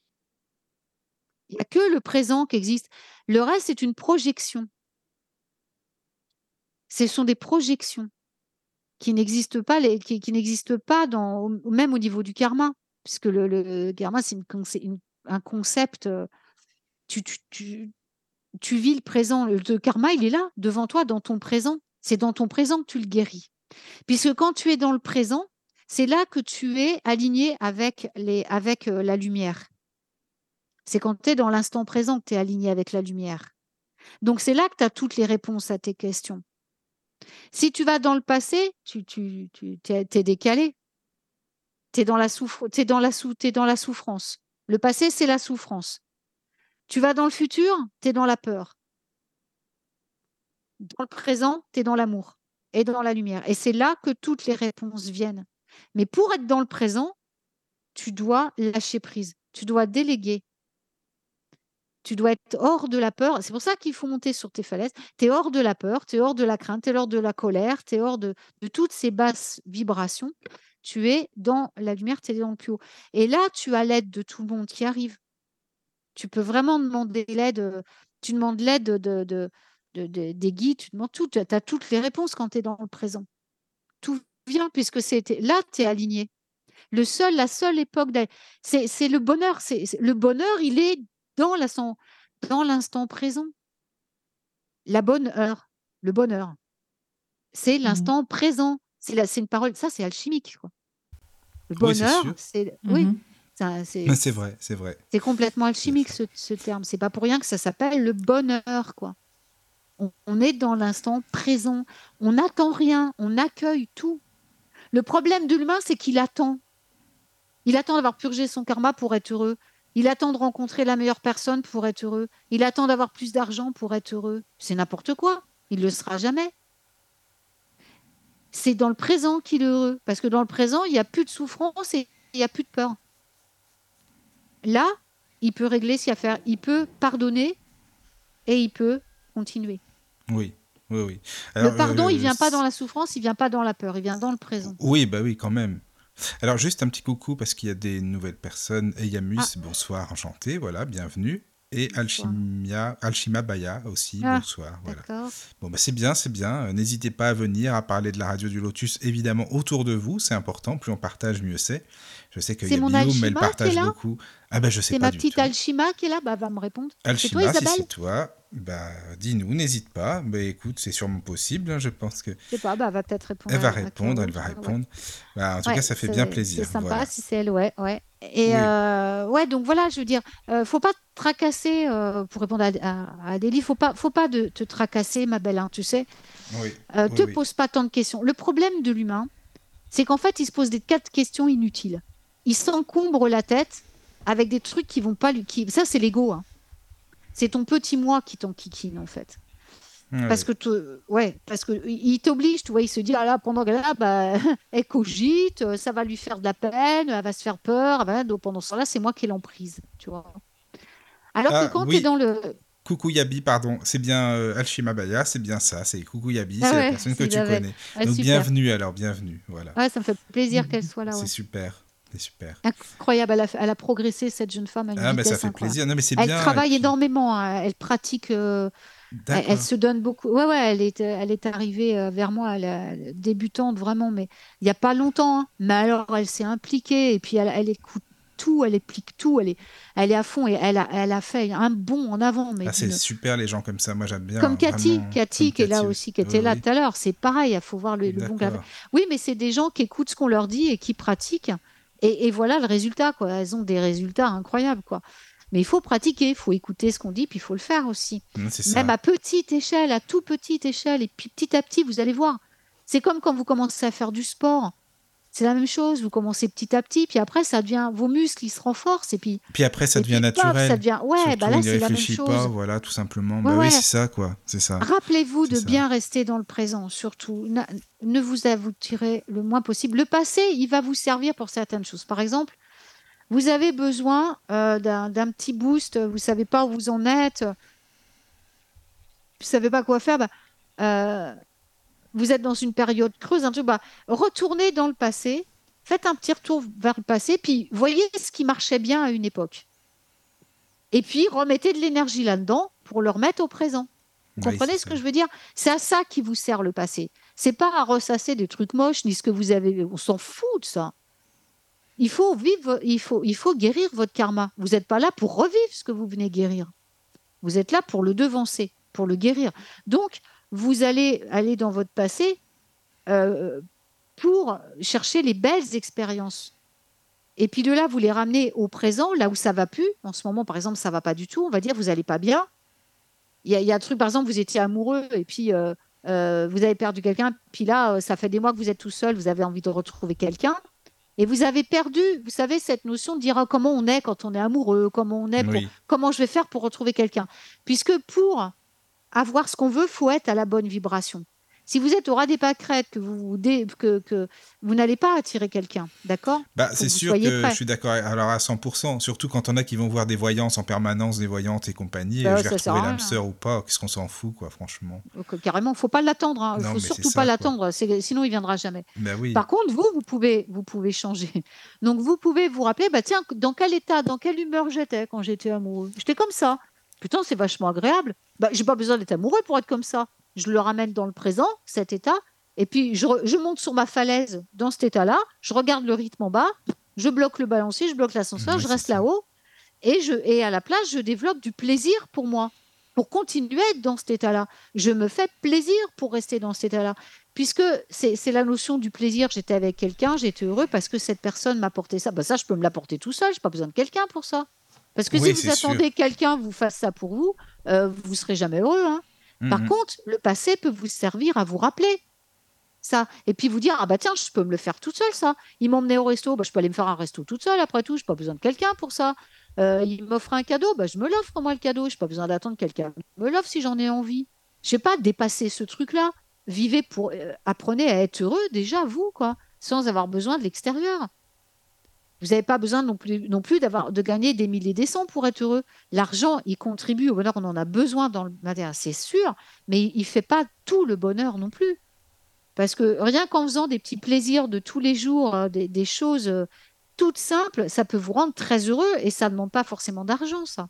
Il n'y a que le présent qui existe. Le reste, c'est une projection. Ce sont des projections qui n'existent pas, qui n'existent pas même au niveau du karma, puisque le karma, c'est un concept. Tu vis le présent. Le karma, il est là, devant toi, dans ton présent. C'est dans ton présent que tu le guéris. Puisque quand tu es dans le présent, c'est là que tu es aligné avec la lumière. C'est quand tu es dans l'instant présent que tu es aligné avec la lumière. Donc, c'est là que tu as toutes les réponses à tes questions. Si tu vas dans le passé, t'es décalé. T'es dans la souffrance. Le passé, c'est la souffrance. Tu vas dans le futur, t'es dans la peur. Dans le présent, t'es dans l'amour et dans la lumière. Et c'est là que toutes les réponses viennent. Mais pour être dans le présent, tu dois lâcher prise. Tu dois déléguer. Tu dois être hors de la peur. C'est pour ça qu'il faut monter sur tes falaises. Tu es hors de la peur, tu es hors de la crainte, tu es hors de la colère, tu es hors de toutes ces basses vibrations. Tu es dans la lumière, tu es dans le plus haut. Et là, tu as l'aide de tout le monde qui arrive. Tu peux vraiment demander l'aide. Tu demandes l'aide des guides, tu demandes tout. Tu as toutes les réponses quand tu es dans le présent. Tout vient puisque là, tu es aligné. La seule époque, c'est le bonheur. Le bonheur, il est dans l'instant présent. La bonne heure, le bonheur, c'est Mhm. l'instant présent. C'est une parole, ça c'est alchimique, quoi. Le Oui, c'est bonheur, sûr. oui, Mhm. Mais c'est vrai, c'est vrai. c'est complètement alchimique ce terme. C'est pas pour rien que ça s'appelle le bonheur, quoi. On est dans l'instant présent. On n'attend rien, on accueille tout. Le problème de l'humain, c'est qu'il attend. Il attend d'avoir purgé son karma pour être heureux. Il attend de rencontrer la meilleure personne pour être heureux. Il attend d'avoir plus d'argent pour être heureux. C'est n'importe quoi. Il ne le sera jamais. C'est dans le présent qu'il est heureux. Parce que dans le présent, il n'y a plus de souffrance et il n'y a plus de peur. Là, il peut régler ce qu'il y a à faire. Il peut pardonner et il peut continuer. Oui, oui, oui. Alors, Le pardon, il ne vient pas dans la souffrance, il ne vient pas dans la peur, il vient dans le présent. oui, bah oui, quand même. Alors, juste un petit coucou parce qu'il y a des nouvelles personnes. Eyamus, bonsoir, enchanté, voilà, bienvenue. Et Bonsoir. Alchima Baya aussi, Ah, bonsoir. Voilà. d'accord. Bon, bah, c'est bien, c'est bien. N'hésitez pas à venir, à parler de la radio du Lotus, évidemment, autour de vous. C'est important. Plus on partage, mieux c'est. Je sais qu'il y C'est a mon Guillaume, elle Alchima qui est partage là? beaucoup. Ah ben, je sais C'est pas ma du petite tout. Alchima qui est là? Bah, va me répondre. C'est toi, Alchima, si Isabelle? c'est toi, bah, dis-nous, n'hésite pas. Bah, écoute, c'est sûrement possible, hein, je pense que Je sais pas, bah, elle va peut-être répondre elle va à répondre, elle Claude. va Ouais. répondre. Bah, en tout cas, Ouais, ça fait bien c'est plaisir. sympa Voilà. si c'est elle, ouais, ouais. Et Oui, ouais, donc voilà, je veux dire, faut pas te tracasser pour répondre à Adélie, faut pas te tracasser, ma belle, hein, tu sais. oui, oui, Te oui. pose pas tant de questions. Le problème de l'humain, c'est qu'en fait, il se pose des quatre questions inutiles. Il s'encombre la tête avec des trucs qui vont pas lui. Ça, c'est l'ego, hein. C'est ton petit moi qui t'enquiquine, en fait. Parce Oui. que, ouais, parce que il t'oblige, tu vois, il se dit, ah là, pendant qu'elle est là, bah, elle cogite, ça va lui faire de la peine, elle va se faire peur, donc pendant ce temps-là, c'est moi qui ai l'emprise, tu vois. Alors que Ah quand tu es oui, dans le. Coucou Yabi, pardon, c'est bien Alchima Baya, c'est bien ça, c'est Coucou Yabi, Ah c'est la ouais, personne que c'est tu Isabelle. connais. Ouais, Donc super. bienvenue alors, bienvenue, voilà. Ouais, ça me fait plaisir qu'elle soit là, C'est ouais. super, c'est super. Incroyable, elle a progressé, cette jeune femme, à une Ah, mais ça vitesse fait incroyable. plaisir. Non, mais c'est Elle bien, et travaille puis... énormément, hein, elle pratique, elle D'accord. se donne beaucoup. Ouais, ouais, elle est arrivée vers moi, elle est débutante vraiment, mais il n'y a pas longtemps, hein. Mais alors, elle s'est impliquée et puis elle écoute tout, elle explique tout, elle est à fond et elle a fait un bond en avant, mais Ah, c'est d'une. super les gens comme ça, moi j'aime bien, Comme hein, Cathy, vraiment, comme Cathy qui est là Cathy aussi, aussi. qui Oui, était là oui, tout à l'heure, c'est pareil, il faut voir le bon qu'elle a fait. d'accord. Oui, mais c'est des gens qui écoutent ce qu'on leur dit et qui pratiquent. Et voilà le résultat, quoi. Elles ont des résultats incroyables, quoi. Mais il faut pratiquer, il faut écouter ce qu'on dit, puis il faut le faire aussi. C'est Même ça. à petite échelle, à tout petite échelle, et puis petit à petit, vous allez voir. C'est comme quand vous commencez à faire du sport. C'est la même chose, vous commencez petit à petit, puis après, ça devient, vos muscles, ils se renforcent, Puis après, ça et devient puis paf, ça naturel. devient, ouais, bah Surtout, on là, n'y c'est la même réfléchit pas, chose. voilà, tout simplement. Ouais, Bah oui, ouais. c'est ça, quoi. C'est ça. Rappelez-vous C'est de ça. bien rester dans le présent, surtout. Ne vous aboutirez le moins possible. Le passé, il va vous servir pour certaines choses. Par exemple, vous avez besoin d'un petit boost, vous savez pas où vous en êtes, vous savez pas quoi faire, bah, euh, vous êtes dans une période creuse, un truc, bah, retournez dans le passé, faites un petit retour vers le passé, puis voyez ce qui marchait bien à une époque. Et puis remettez de l'énergie là-dedans pour le remettre au présent. Vous Oui, c'est comprenez ce ça. que je veux dire? C'est à ça qui vous sert le passé. C'est pas à ressasser des trucs moches ni ce que vous avez. On s'en fout de ça. Il faut vivre, il faut guérir votre karma. Vous n'êtes pas là pour revivre ce que vous venez guérir. Vous êtes là pour le devancer, pour le guérir. Donc, vous allez aller dans votre passé euh, pour chercher les belles expériences. Et puis de là, vous les ramenez au présent, là où ça va plus. En ce moment, par exemple, ça va pas du tout. On va dire, vous n'allez pas bien. Il y a un truc, par exemple, vous étiez amoureux et puis vous avez perdu quelqu'un. Puis là, ça fait des mois que vous êtes tout seul, vous avez envie de retrouver quelqu'un. Et vous avez perdu, vous savez, cette notion de dire ah, comment on est quand on est amoureux, comment on est pour, Oui. comment je vais faire pour retrouver quelqu'un. Puisque pour avoir ce qu'on veut, faut être à la bonne vibration. Si vous êtes au ras des pâquerettes, que vous n'allez pas attirer quelqu'un, d'accord? Bah, Il faut c'est que vous sûr soyez que je prêt. suis d'accord alors à 100%, surtout quand on a qui vont voir des voyances en permanence, des voyantes et compagnie, et Ben, je vais ça sert retrouver à l'âme rien. sœur ou pas, qu'est-ce qu'on s'en fout, quoi, franchement. Donc, carrément, faut pas l'attendre, hein. Il Non, faut mais c'est surtout pas ça, quoi. l'attendre, sinon il viendra jamais. Bah oui. Par contre, vous pouvez changer. Donc, vous pouvez vous rappeler, bah tiens, dans quel état, dans quelle humeur j'étais quand j'étais amoureux. J'étais comme ça. Putain, c'est vachement agréable. Bah, j'ai pas besoin d'être amoureux pour être comme ça. Je le ramène dans le présent, cet état, et puis je monte sur ma falaise dans cet état-là. Je regarde le rythme en bas, je bloque le balancier, je bloque l'ascenseur, Oui, je c'est reste ça. là-haut, et à la place, je développe du plaisir pour moi, pour continuer à être dans cet état-là. Je me fais plaisir pour rester dans cet état-là. Puisque c'est la notion du plaisir, j'étais avec quelqu'un, j'étais heureux parce que cette personne m'apportait ça. Bah ça, je peux me l'apporter tout seul, je n'ai pas besoin de quelqu'un pour ça. Parce que si Oui, vous c'est sûr. attendez que quelqu'un vous fasse ça pour vous, vous ne serez jamais heureux, hein. Par Mhm. contre, le passé peut vous servir à vous rappeler ça. Et puis vous dire, ah bah tiens, je peux me le faire toute seule, ça. Il m'emmenait au resto, bah, je peux aller me faire un resto toute seule, après tout, je n'ai pas besoin de quelqu'un pour ça. Il m'offre un cadeau, bah, je me l'offre moi le cadeau, je n'ai pas besoin d'attendre que quelqu'un me l'offre si j'en ai envie. Je sais pas, dépasser ce truc-là. Vivez pour, apprenez à être heureux déjà, vous, quoi, sans avoir besoin de l'extérieur. Vous n'avez pas besoin non plus de gagner des milliers des cents pour être heureux. L'argent, il contribue au bonheur, on en a besoin dans le matériel, c'est sûr, mais il ne fait pas tout le bonheur non plus. Parce que rien qu'en faisant des petits plaisirs de tous les jours, des choses toutes simples, ça peut vous rendre très heureux et ça ne demande pas forcément d'argent, ça.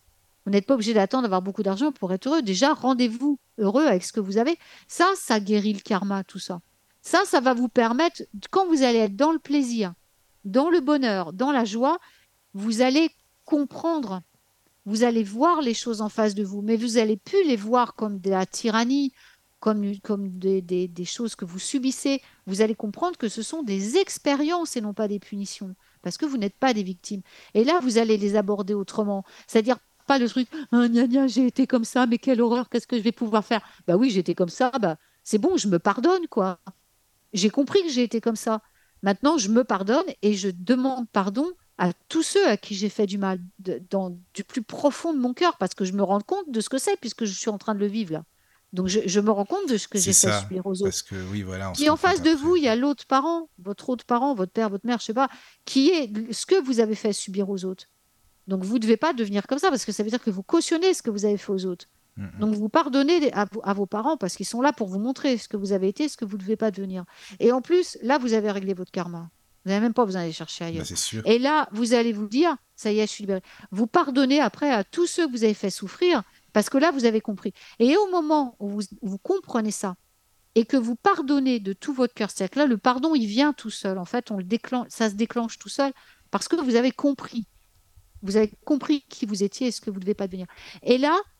Vous n'êtes pas obligé d'attendre d'avoir beaucoup d'argent pour être heureux. Déjà, rendez-vous heureux avec ce que vous avez. Ça guérit le karma, tout ça. Ça va vous permettre, quand vous allez être dans le plaisir, dans le bonheur, dans la joie, vous allez comprendre, vous allez voir les choses en face de vous, mais vous allez plus les voir comme de la tyrannie, comme des choses que vous subissez. Vous allez comprendre que ce sont des expériences et non pas des punitions, parce que vous n'êtes pas des victimes. Et là, vous allez les aborder autrement. C'est-à-dire pas le truc, ah, gna, gna, j'ai été comme ça, mais quelle horreur, qu'est-ce que je vais pouvoir faire? Bah oui, j'étais comme ça, bah c'est bon, je me pardonne, quoi. J'ai compris que j'ai été comme ça. Maintenant, je me pardonne et je demande pardon à tous ceux à qui j'ai fait du mal, du plus profond de mon cœur, parce que je me rends compte de ce que c'est, puisque je suis en train de le vivre là. Donc, je me rends compte de ce que C'est j'ai fait ça. subir aux autres. Parce que oui, voilà, on se Puis en confronte face de après. vous, il y a l'autre parent, votre père, votre mère, je sais pas, qui est ce que vous avez fait subir aux autres. Donc, vous ne devez pas devenir comme ça, parce que ça veut dire que vous cautionnez ce que vous avez fait aux autres. Mm, mm. Donc, vous pardonnez à vos parents parce qu'ils sont là pour vous montrer ce que vous avez été, ce que vous ne devez pas devenir. Et en plus, là, vous avez réglé votre karma. Vous n'avez même pas besoin d'aller chercher Bah, ailleurs. c'est sûr. Et là, vous allez vous dire, ça y est, je suis libérée. Vous pardonnez après à tous ceux que vous avez fait souffrir parce que là, vous avez compris. Et au moment où vous comprenez ça et que vous pardonnez de tout votre cœur, c'est-à-dire que là, le pardon, il vient tout seul. En fait, ça se déclenche tout seul parce que vous avez compris. Vous avez compris qui vous étiez et ce que vous ne devez pas devenir. Et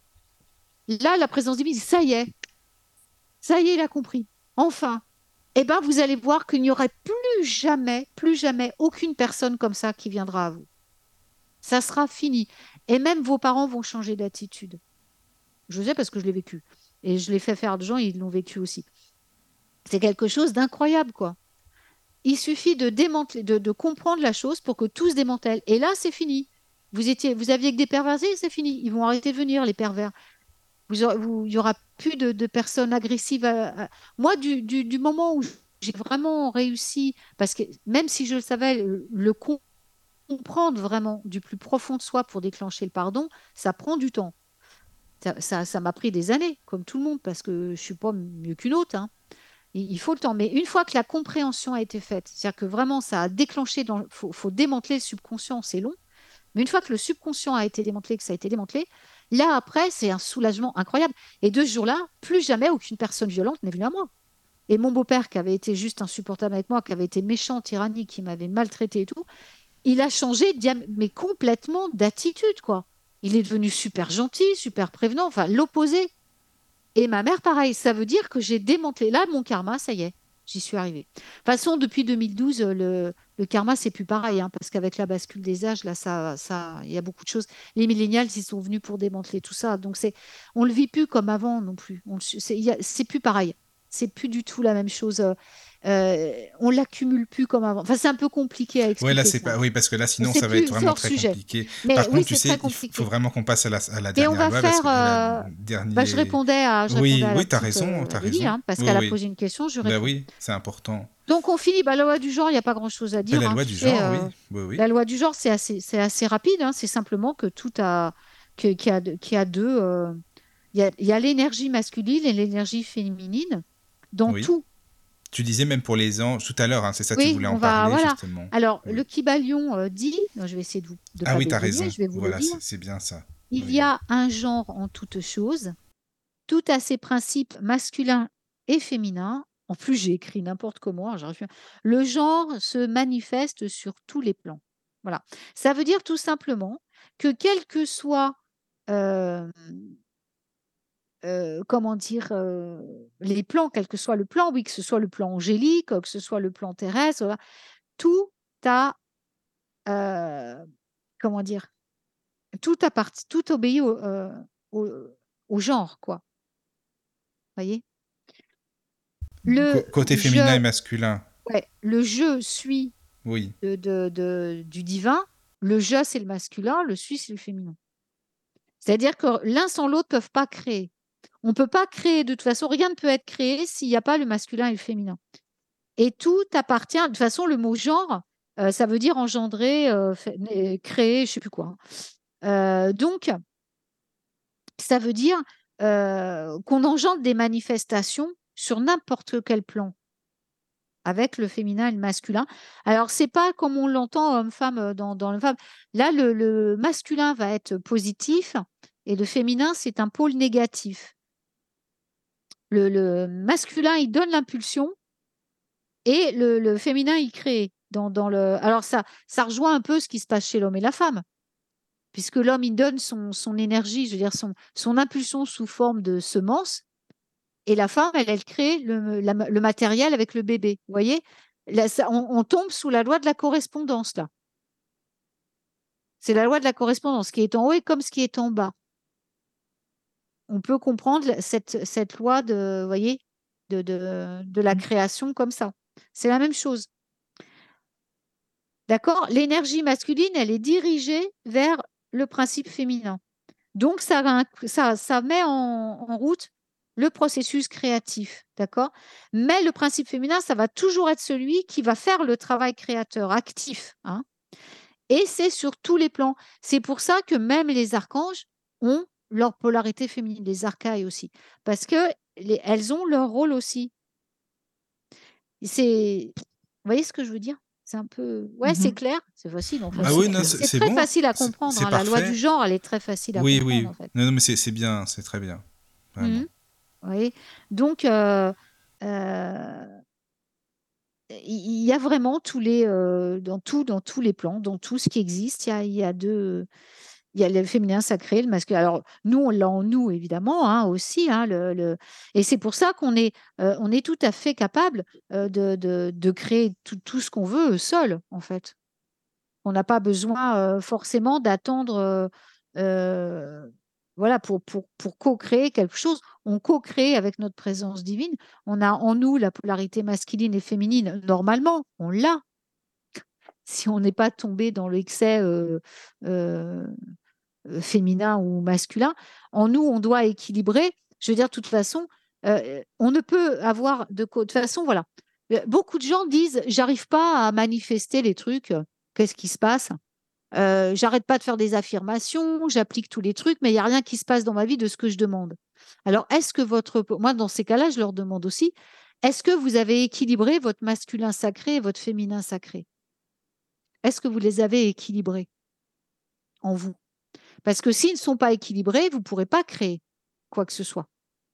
là, la présence divine, ça y est, il a compris. Enfin, eh ben, vous allez voir qu'il n'y aurait plus jamais aucune personne comme ça qui viendra à vous. Ça sera fini. Et même vos parents vont changer d'attitude. Je sais parce que je l'ai vécu. Et je l'ai fait faire de gens, ils l'ont vécu aussi. C'est quelque chose d'incroyable, quoi. Il suffit de démanteler, de comprendre la chose pour que tout se démantèle. Et là, c'est fini. Vous aviez que des perversés, c'est fini. Ils vont arrêter de venir, les pervers. Il n'y aura plus de personnes agressives. Moi, du moment où j'ai vraiment réussi, parce que même si je le savais, comprendre vraiment du plus profond de soi pour déclencher le pardon, ça prend du temps. Ça m'a pris des années, comme tout le monde, parce que je ne suis pas mieux qu'une autre, hein. Il faut le temps. Mais une fois que la compréhension a été faite, c'est-à-dire que vraiment ça a déclenché, faut démanteler le subconscient, c'est long. Mais une fois que le subconscient a été démantelé, que ça a été démantelé, là, après, c'est un soulagement incroyable. Et de ce jour-là, plus jamais aucune personne violente n'est venue à moi. Et mon beau-père, qui avait été juste insupportable avec moi, qui avait été méchant, tyrannique, qui m'avait maltraité et tout, il a changé, mais complètement d'attitude, quoi. Il est devenu super gentil, super prévenant, enfin, l'opposé. Et ma mère, pareil. Ça veut dire que j'ai démantelé. Là, mon karma, ça y est, j'y suis arrivée. De toute façon, depuis 2012, le karma, c'est plus pareil, hein, parce qu'avec la bascule des âges, là, il y a beaucoup de choses. Les millénials, ils sont venus pour démanteler tout ça. Donc, on le vit plus comme avant non plus. C'est plus pareil. C'est plus du tout la même chose. On l'accumule plus comme avant. Enfin, c'est un peu compliqué à Ouais, là, expliquer c'est ça. pas. Oui, parce que là, sinon, C'est ça va être plus, c'est vraiment hors très sujet. compliqué. Mais Par oui, contre, tu c'est très sais, faut compliqué. vraiment qu'on passe à la Mais on dernière va loi, parce faire. que la Bah, je dernier. répondais Oui, à la oui, t'as petite raison, t'as Ellie, raison. hein, parce Oui, qu'elle a oui. posé une question, je Bah réponds. oui, c'est important. Donc on finit, bah, la loi du genre, il n'y a pas grand-chose à Ben, dire, la hein, loi tu du sais, genre, oui, oui, oui. la loi du genre, c'est assez rapide, hein, c'est simplement que qu'il y a deux, il y a l'énergie masculine et l'énergie féminine dans Oui. tout. Tu disais même pour les anges tout à l'heure, hein, c'est ça, tu Oui, voulais en parler voilà. justement. Alors, le Oui. Kybalion dit, non, je vais essayer de Ah pas oui, t'as bégouiner, raison. je vais vous le Voilà, dire. c'est bien ça. Il Oui, y oui. a un genre en toute chose. Tout a ses principes masculins et féminins. En plus, j'ai écrit n'importe comment, hein, j'arrive plus le genre se manifeste sur tous les plans. Voilà. Ça veut dire tout simplement que quel que soit, hem, comment dire? Les plans, quel que soit le plan, oui, que ce soit le plan angélique, que ce soit le plan terrestre, voilà, tout a, heu, comment dire? Tout obéit au au genre, quoi. Voyez? Le Côté féminin et je masculin. Ouais, le je suis Oui. du divin, le je, c'est le masculin, le suis, c'est le féminin. C'est-à-dire que l'un sans l'autre peuvent pas créer. On ne peut pas créer de toute façon, rien ne peut être créé s'il n'y a pas le masculin et le féminin. Et tout appartient de toute façon, le mot genre, ça veut dire engendrer, créer, je ne sais plus quoi, hein. Donc ça veut dire, qu'on engendre des manifestations sur n'importe quel plan. avec le féminin et le masculin. Alors, c'est pas comme on l'entend homme-femme dans le femme. Là, le masculin va être positif et le féminin, c'est un pôle négatif. Le masculin, il donne l'impulsion et le féminin, il crée. Alors, ça rejoint un peu ce qui se passe chez l'homme et la femme, puisque l'homme, il donne son énergie, je veux dire, son impulsion sous forme de semence, et la femme, elle crée le matériel avec le bébé. Vous voyez? Là, on tombe sous la loi de la correspondance, là. C'est la loi de la correspondance. Ce qui est en haut est comme ce qui est en bas. On peut comprendre cette loi vous voyez, de la création comme ça. C'est la même chose. D'accord? L'énergie masculine, elle est dirigée vers le principe féminin. Donc, ça met en route le processus créatif. D'accord? Mais le principe féminin, ça va toujours être celui qui va faire le travail créateur actif. Hein. Et c'est sur tous les plans. C'est pour ça que même les archanges ont leur polarité féminine, les archaïs aussi. Parce qu'elles ont leur rôle aussi. Vous voyez ce que je veux dire? C'est un peu. Ouais, c'est clair, c'est facile en fait. Ah oui, non, C'est c'est très bon. facile à comprendre. C'est La loi parfait. du genre, elle est très facile à Oui, comprendre en fait. Non, mais c'est bien, c'est très bien. Vraiment. Mhm. Oui. Donc, il y a vraiment dans tous les plans, dans tout ce qui existe, il y a le féminin sacré, le masculin. Alors, nous, on l'a en nous, évidemment, hein, aussi. Hein, et c'est pour ça qu'on est tout à fait capable de créer tout ce qu'on veut seul, en fait. On n'a pas besoin forcément d'attendre voilà, pour co-créer quelque chose. On co-crée avec notre présence divine. On a en nous la polarité masculine et féminine. Normalement, on l'a. Si on n'est pas tombé dans l'excès féminin ou masculin, en nous, on doit équilibrer. Je veux dire, de toute façon, on ne peut avoir de toute façon, voilà. Beaucoup de gens disent, j'arrive pas à manifester les trucs. Qu'est-ce qui se passe? J'arrête pas de faire des affirmations, j'applique tous les trucs, mais il n'y a rien qui se passe dans ma vie de ce que je demande. Alors, est-ce que moi, dans ces cas-là, je leur demande aussi, est-ce que vous avez équilibré votre masculin sacré et votre féminin sacré? Est-ce que vous les avez équilibrés en vous? Parce que s'ils ne sont pas équilibrés, vous ne pourrez pas créer quoi que ce soit.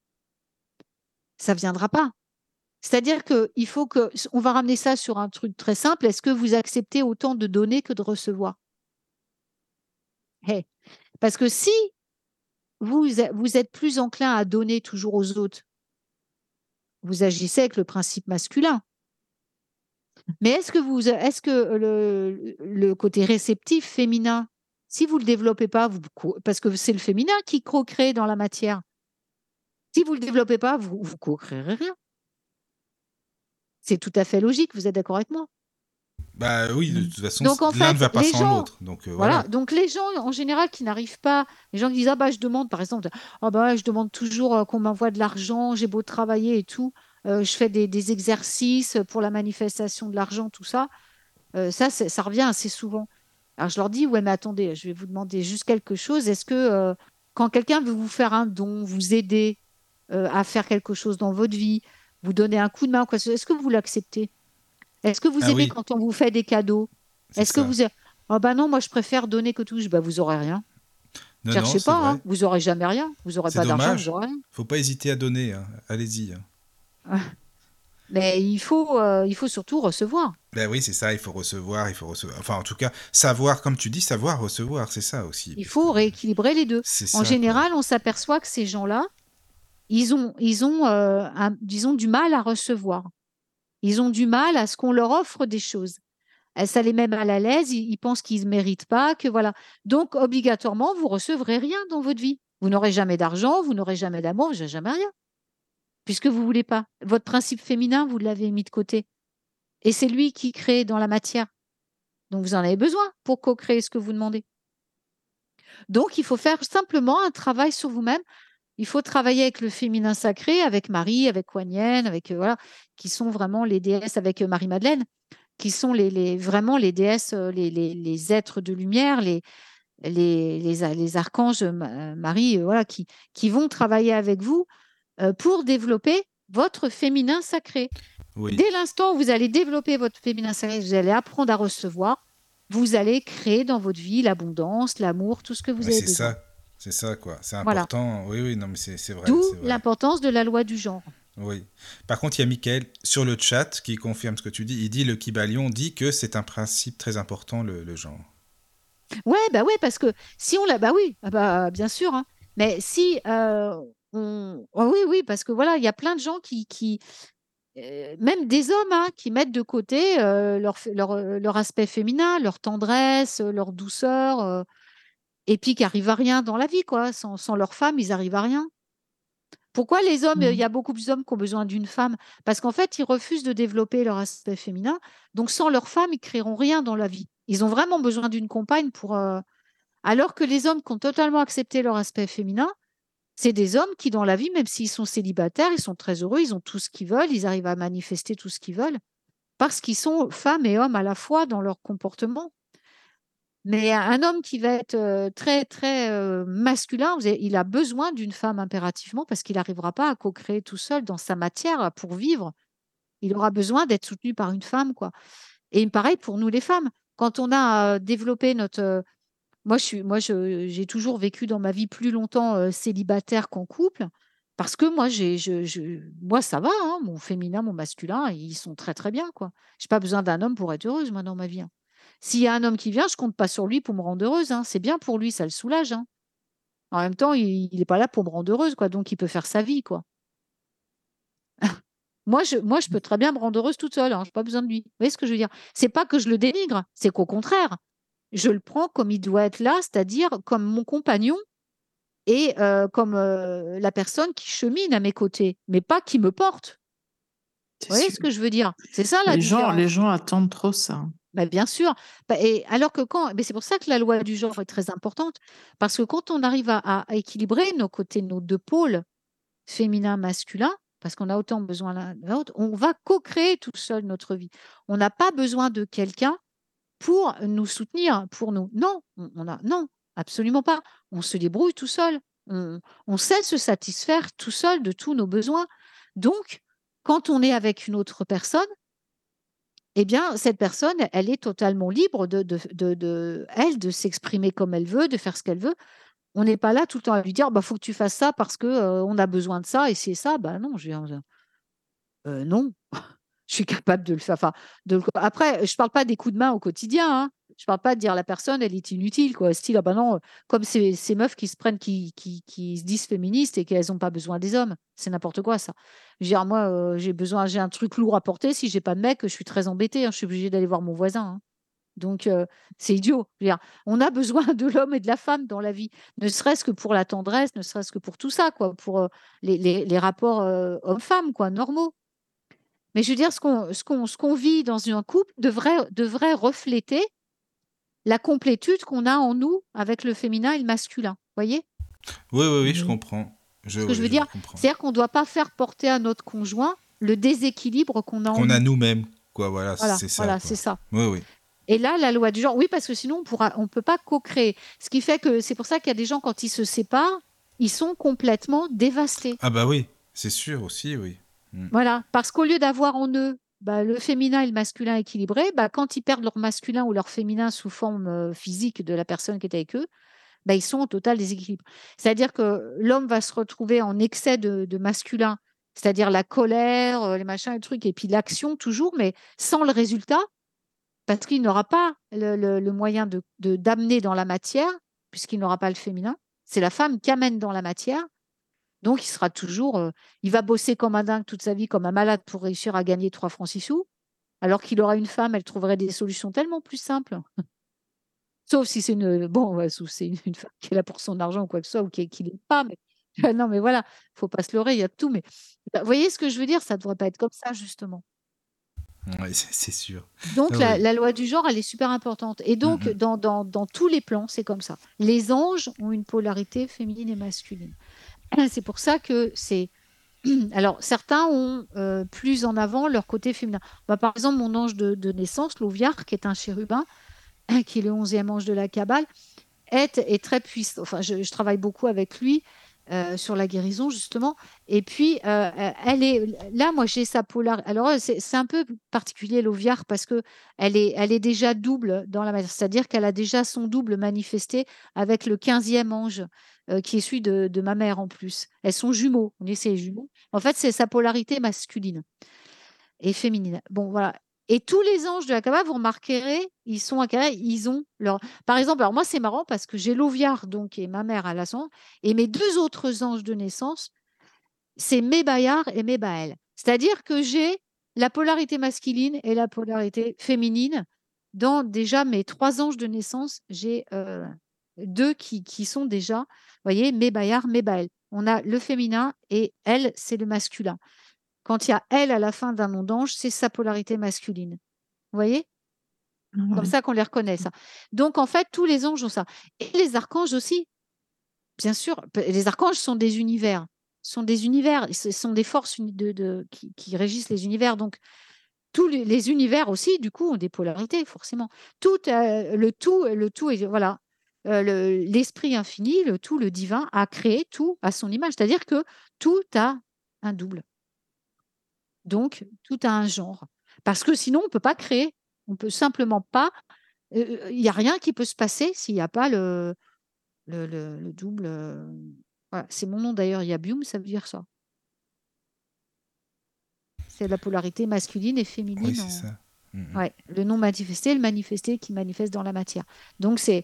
Ça ne viendra pas. C'est-à-dire qu'il faut que, on va ramener ça sur un truc très simple, est-ce que vous acceptez autant de donner que de recevoir? Hey. Parce que si vous êtes plus enclin à donner toujours aux autres, vous agissez avec le principe masculin. Mais est-ce que le côté réceptif féminin, si vous ne le développez pas, parce que c'est le féminin qui co-crée dans la matière, si vous ne le développez pas, vous ne co-créerez rien. C'est tout à fait logique, vous êtes d'accord avec moi? Bah oui, de toute façon, Donc en l'un fait, ne va pas les sans gens, l'autre. Donc voilà. voilà. Donc les gens en général qui n'arrivent pas, les gens qui disent ah bah je demande par exemple, ah bah je demande toujours qu'on m'envoie de l'argent, j'ai beau travailler et tout, je fais des exercices pour la manifestation de l'argent, tout ça. Ça revient assez souvent. Alors je leur dis ouais mais attendez, je vais vous demander juste quelque chose. Est-ce que quand quelqu'un veut vous faire un don, vous aider à faire quelque chose dans votre vie, vous donner un coup de main, quoi, est-ce que vous l'acceptez? Est-ce que vous Ah aimez oui, quand on vous fait des cadeaux? c'est Est-ce que ça. vous... Oh bah non, moi je préfère donner que touche. Bah vous aurez rien. Non, Cherchez c'est pas, hein. vrai. Vous aurez jamais rien. Vous aurez C'est pas d'argent, vous dommage. aurez rien. Faut pas hésiter à donner. Hein. Allez-y. Hein. Mais il faut surtout recevoir. Ben oui, c'est ça. Il faut recevoir. Enfin, en tout cas, savoir, comme tu dis, savoir recevoir. C'est ça aussi. Il Parce que faut rééquilibrer les deux. c'est En ça, quoi. général, on s'aperçoit que ces gens-là, ils ont disons, du mal à recevoir. Ils ont du mal à ce qu'on leur offre des choses. Ça les met mal à l'aise, ils pensent qu'ils ne méritent pas, que voilà. Donc, obligatoirement, vous recevrez rien dans votre vie. Vous n'aurez jamais d'argent, vous n'aurez jamais d'amour, vous n'aurez jamais rien, puisque vous ne voulez pas. Votre principe féminin, vous l'avez mis de côté. Et c'est lui qui crée dans la matière. Donc, vous en avez besoin pour co-créer ce que vous demandez. Donc, il faut faire simplement un travail sur vous-même. Il faut travailler avec le féminin sacré, avec Marie, avec Kuan Yin, avec voilà, qui sont vraiment les déesses, avec Marie-Madeleine, qui sont vraiment les déesses, les êtres de lumière, les archanges, Marie, voilà, qui vont travailler avec vous pour développer votre féminin sacré. Oui, Dès l'instant où vous allez développer votre féminin sacré, vous allez apprendre à recevoir, vous allez créer dans votre vie l'abondance, l'amour, tout ce que vous ouais, avez besoin. c'est ça, quoi. C'est Voilà. important. Oui, oui, non, mais c'est vrai, D'où c'est vrai. l'importance de la loi du genre. Oui. Par contre, il y a Mickaël sur le chat qui confirme ce que tu dis. Il dit le Kybalion dit que c'est un principe très important, le genre. Ouais, parce que si on l'a, bah oui, ah bah, bien sûr, hein. Mais si oui, oui, parce que voilà, il y a plein de gens qui même des hommes, hein, qui mettent de côté leur aspect féminin, leur tendresse, leur douceur, et puis qui arrivent à rien dans la vie, quoi. Sans leur femme, ils arrivent à rien. Pourquoi les hommes, il y a beaucoup plus d'hommes qui ont besoin d'une femme? Parce qu'en fait, ils refusent de développer leur aspect féminin. Donc, sans leur femme, ils ne créeront rien dans la vie. Ils ont vraiment besoin d'une compagne alors que les hommes qui ont totalement accepté leur aspect féminin, c'est des hommes qui, dans la vie, même s'ils sont célibataires, ils sont très heureux, ils ont tout ce qu'ils veulent, ils arrivent à manifester tout ce qu'ils veulent, parce qu'ils sont femmes et hommes à la fois dans leur comportement. Mais un homme qui va être très, très masculin, il a besoin d'une femme impérativement parce qu'il n'arrivera pas à co-créer tout seul dans sa matière pour vivre. Il aura besoin d'être soutenu par une femme, quoi. Et pareil pour nous les femmes. Quand on a développé notre... j'ai toujours vécu dans ma vie plus longtemps célibataire qu'en couple parce que moi, ça va, hein, mon féminin, mon masculin, ils sont très, très bien, quoi. Je n'ai pas besoin d'un homme pour être heureuse, moi, dans ma vie, hein. S'il y a un homme qui vient, je compte pas sur lui pour me rendre heureuse, hein. C'est bien pour lui, ça le soulage, hein. En même temps, il est pas là pour me rendre heureuse, quoi, donc il peut faire sa vie, quoi. Moi, je peux très bien me rendre heureuse toute seule, hein, j'ai pas besoin de lui. Vous voyez ce que je veux dire? C'est pas que je le dénigre, c'est qu'au contraire, je le prends comme il doit être là, c'est-à-dire comme mon compagnon et comme la personne qui chemine à mes côtés, mais pas qui me porte. C'est Vous voyez sûr. ce que je veux dire? C'est ça la différence. Les gens attendent trop ça. Bah, bien sûr. Et alors que mais c'est pour ça que la loi du genre est très importante, parce que quand on arrive à équilibrer nos côtés, nos deux pôles, féminin, masculin, parce qu'on a autant besoin l'un de l'autre, on va co-créer tout seul notre vie. On n'a pas besoin de quelqu'un pour nous soutenir, pour nous. Non, non, absolument pas. On se débrouille tout seul. On sait se satisfaire tout seul de tous nos besoins. Donc, quand on est avec une autre personne, eh bien, cette personne, elle est totalement libre de s'exprimer comme elle veut, de faire ce qu'elle veut. On n'est pas là tout le temps à lui dire, bah, faut que tu fasses ça parce que on a besoin de ça et c'est ça. Bah non, non, je suis capable de le faire. Enfin, après, je parle pas des coups de main au quotidien, hein. Je parle pas de dire la personne, elle est inutile, quoi. Style, ah bah non, comme ces meufs qui se prennent, qui se disent féministes et qu'elles n'ont pas besoin des hommes. C'est n'importe quoi, ça. Je veux dire, moi, j'ai un truc lourd à porter. Si j'ai pas de mec, je suis très embêtée, hein. Je suis obligée d'aller voir mon voisin, hein. Donc, c'est idiot. Je veux dire, on a besoin de l'homme et de la femme dans la vie, ne serait-ce que pour la tendresse, ne serait-ce que pour tout ça, quoi, pour les rapports hommes-femmes, quoi, normaux. Mais je veux dire, ce qu'on vit dans un couple devrait refléter la complétude qu'on a en nous avec le féminin et le masculin. Vous voyez Oui, oui, oui, je comprends. ce que je veux Je dire? comprends. C'est-à-dire qu'on ne doit pas faire porter à notre conjoint le déséquilibre qu'on a en Qu'on a nous. nous-mêmes, quoi, voilà, c'est ça. Voilà, Quoi. c'est ça. Oui, oui. Et là, la loi du genre, oui, parce que sinon, on ne peut pas co-créer. Ce qui fait que c'est pour ça qu'il y a des gens, quand ils se séparent, ils sont complètement dévastés. Ah bah oui, c'est sûr aussi, oui. Voilà, parce qu'au lieu d'avoir en eux le féminin et le masculin équilibré, quand ils perdent leur masculin ou leur féminin sous forme physique de la personne qui est avec eux, ils sont en total déséquilibre. C'est-à-dire que l'homme va se retrouver en excès de masculin, c'est-à-dire la colère, les machins, les trucs, et puis l'action toujours, mais sans le résultat, parce qu'il n'aura pas le moyen d'amener dans la matière, puisqu'il n'aura pas le féminin. C'est la femme qui amène dans la matière. Donc, il sera toujours, il va bosser comme un dingue toute sa vie, comme un malade pour réussir à gagner 3 francs 6 sous, alors qu'il aura une femme, elle trouverait des solutions tellement plus simples. Sauf si c'est sauf c'est une femme qui est là pour son argent ou quoi que ce soit, ou qui l'aime pas. Mais non, mais voilà, faut pas se leurrer, il y a de tout. Mais vous voyez ce que je veux dire? Ça devrait pas être comme ça, justement. Oui, c'est sûr. Donc, Ah oui. la loi du genre, elle est super importante. Et donc, dans tous les plans, c'est comme ça. Les anges ont une polarité féminine et masculine. C'est pour ça que c'est... Alors, certains ont plus en avant leur côté féminin. Par exemple, mon ange de naissance, l'Oviar, qui est un chérubin, qui est le 11e ange de la Kabbale, est très puissant. Enfin, je travaille beaucoup avec lui. sur la guérison, justement. Et puis, elle est là, moi, j'ai sa polar. Alors, c'est un peu particulier, l'oviare, parce que elle est déjà double dans la matière. C'est-à-dire qu'elle a déjà son double manifesté avec le 15e ange, qui est celui de ma mère en plus. Elles sont jumeaux. On essaie les jumeaux. En fait, c'est sa polarité masculine et féminine. Bon, voilà. Et tous les anges de la Kabbale, vous remarquerez, ils sont incarnés, ils ont leur. Par exemple, alors moi, c'est marrant parce que j'ai l'oviare, donc, et ma mère à l'ascendant, et mes deux autres anges de naissance, c'est Mébayar et Mébaël. C'est-à-dire que j'ai la polarité masculine et la polarité féminine. Dans déjà mes trois anges de naissance, j'ai deux qui sont déjà, vous voyez, Mébayar, Mébaël. On a le féminin et elle, c'est le masculin. Quand il y a elle à la fin d'un nom d'ange, c'est sa polarité masculine. Vous voyez? Comme Ouais. ça qu'on les reconnaît, ça. Donc, en fait, tous les anges ont ça. Et les archanges aussi, bien sûr. Les archanges sont des univers. Sont des univers. Ce sont des forces qui régissent les univers. Donc, tous les univers aussi, du coup, ont des polarités, forcément. Le tout, est, voilà. L'esprit infini, le tout, le divin, a créé tout à son image. C'est-à-dire que tout a un double. Donc, tout a un genre. Parce que sinon, on ne peut pas créer. On ne peut simplement pas. Il n'y a rien qui peut se passer s'il n'y a pas le double. Voilà. C'est mon nom d'ailleurs, Yabium, ça veut dire ça. C'est la polarité masculine et Oui, féminine. c'est ça. Mhm. Ouais, le non manifesté, le manifesté qui manifeste dans la matière. Donc, c'est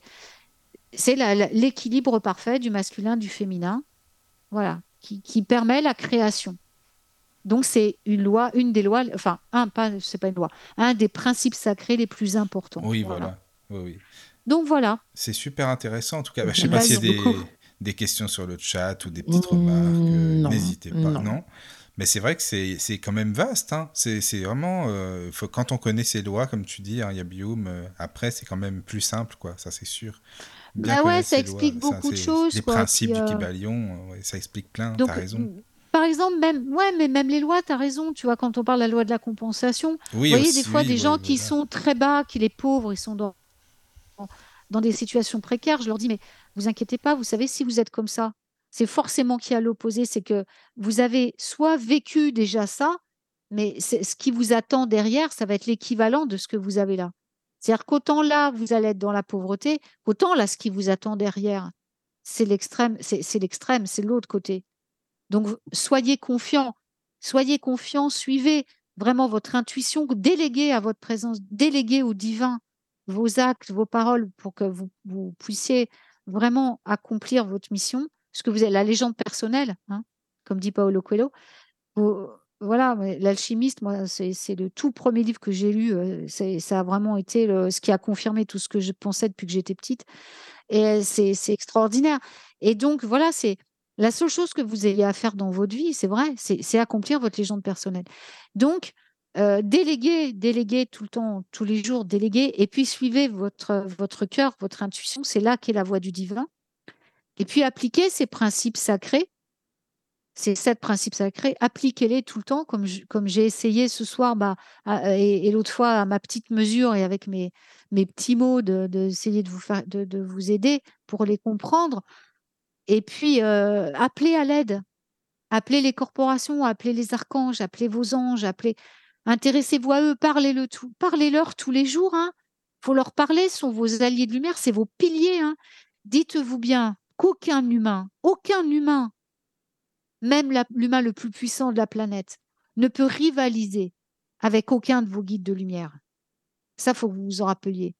l'équilibre parfait du masculin, du féminin, voilà, qui permet la création. Donc, c'est une loi, une des lois, enfin, c'est pas une loi, un des principes sacrés les plus importants. Oui, Voilà. voilà. Oui, oui. Donc, voilà. C'est super intéressant en tout cas. Bah, je sais pas Merci s'il y a beaucoup. des questions sur le chat ou des petites remarques. Non, N'hésitez pas. non. Non. Mais c'est vrai que c'est quand même vaste. Hein. C'est vraiment. Quand on connaît ces lois, comme tu dis, hein, Yabium, après, c'est quand même plus simple, quoi. Ça, c'est sûr. Bien Bah ouais, connaître ça ces lois. explique beaucoup de C'est choses, les quoi. principes Puis, du Kybalion, ouais, ça explique plein. T'as donc, raison. par exemple, mais même les lois, tu as raison, tu vois, quand on parle de la loi de la compensation, vous Oui, voyez, des aussi, fois, oui, des oui, gens qui voilà. sont très bas, qui les pauvres, ils sont dans des situations précaires, je leur dis, mais vous inquiétez pas, vous savez, si vous êtes comme ça, c'est forcément qui à l'opposé, c'est que vous avez soit vécu déjà ça, mais ce qui vous attend derrière, ça va être l'équivalent de ce que vous avez là. C'est-à-dire qu'autant là, vous allez être dans la pauvreté, autant là, ce qui vous attend derrière, c'est l'extrême, c'est l'autre côté. Donc, soyez confiants, suivez vraiment votre intuition, déléguez à votre présence, déléguez au divin vos actes, vos paroles pour que vous puissiez vraiment accomplir votre mission, parce que vous êtes la légende personnelle, hein, comme dit Paolo Coelho. Vous- voilà, mais L'Alchimiste, moi, c'est le tout premier livre que j'ai lu. Ça a vraiment été ce qui a confirmé tout ce que je pensais depuis que j'étais petite. Et c'est extraordinaire. Et donc, voilà, c'est la seule chose que vous ayez à faire dans votre vie, c'est vrai, c'est accomplir votre légende personnelle. Donc, déléguez tout le temps, tous les jours, déléguez, et puis suivez votre cœur, votre intuition, c'est là qu'est la voie du divin. Et puis, appliquez ces principes sacrés, ces 7 principes sacrés, appliquez-les tout le temps, comme j'ai essayé ce soir, bah, et l'autre fois à ma petite mesure et avec mes petits mots, d'essayer de vous aider pour les comprendre. Et puis, appelez à l'aide, appelez les corporations, appelez les archanges, appelez vos anges, intéressez-vous à eux, parlez-leur tous les jours. Il faut leur parler, ce sont vos alliés de lumière, c'est vos piliers. Dites-vous bien qu'aucun humain, même l'humain le plus puissant de la planète, ne peut rivaliser avec aucun de vos guides de lumière. Ça, il faut que vous vous en rappeliez.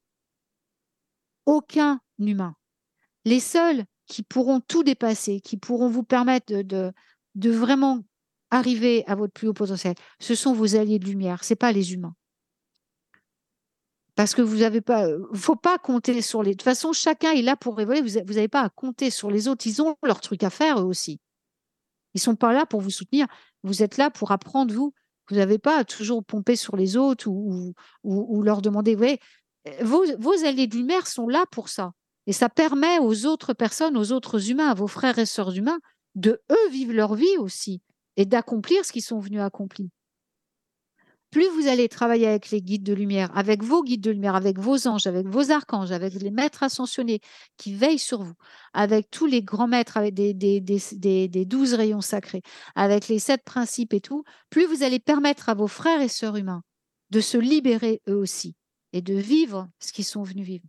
Aucun humain. Les seuls qui pourront tout dépasser, qui pourront vous permettre de vraiment arriver à votre plus haut potentiel, ce sont vos alliés de lumière, ce n'est pas les humains. Parce que vous n'avez pas, faut pas compter sur les. De toute façon, chacun est là pour évoluer. Vous n'avez pas à compter sur les autres. Ils ont leur truc à faire eux aussi. Ils sont pas là pour vous soutenir. Vous êtes là pour apprendre, vous. Vous n'avez pas à toujours pomper sur les autres ou leur demander. Vous voyez, vos alliés de lumière sont là pour ça. Et ça permet aux autres personnes, aux autres humains, à vos frères et sœurs humains, de eux vivre leur vie aussi et d'accomplir ce qu'ils sont venus accomplir. plus vous allez travailler avec les guides de lumière, avec vos guides de lumière, avec vos anges, avec vos archanges, avec les maîtres ascensionnés qui veillent sur vous, avec tous les grands maîtres, avec des 12 rayons sacrés, avec les 7 principes et tout, plus vous allez permettre à vos frères et sœurs humains de se libérer eux aussi et de vivre ce qu'ils sont venus vivre.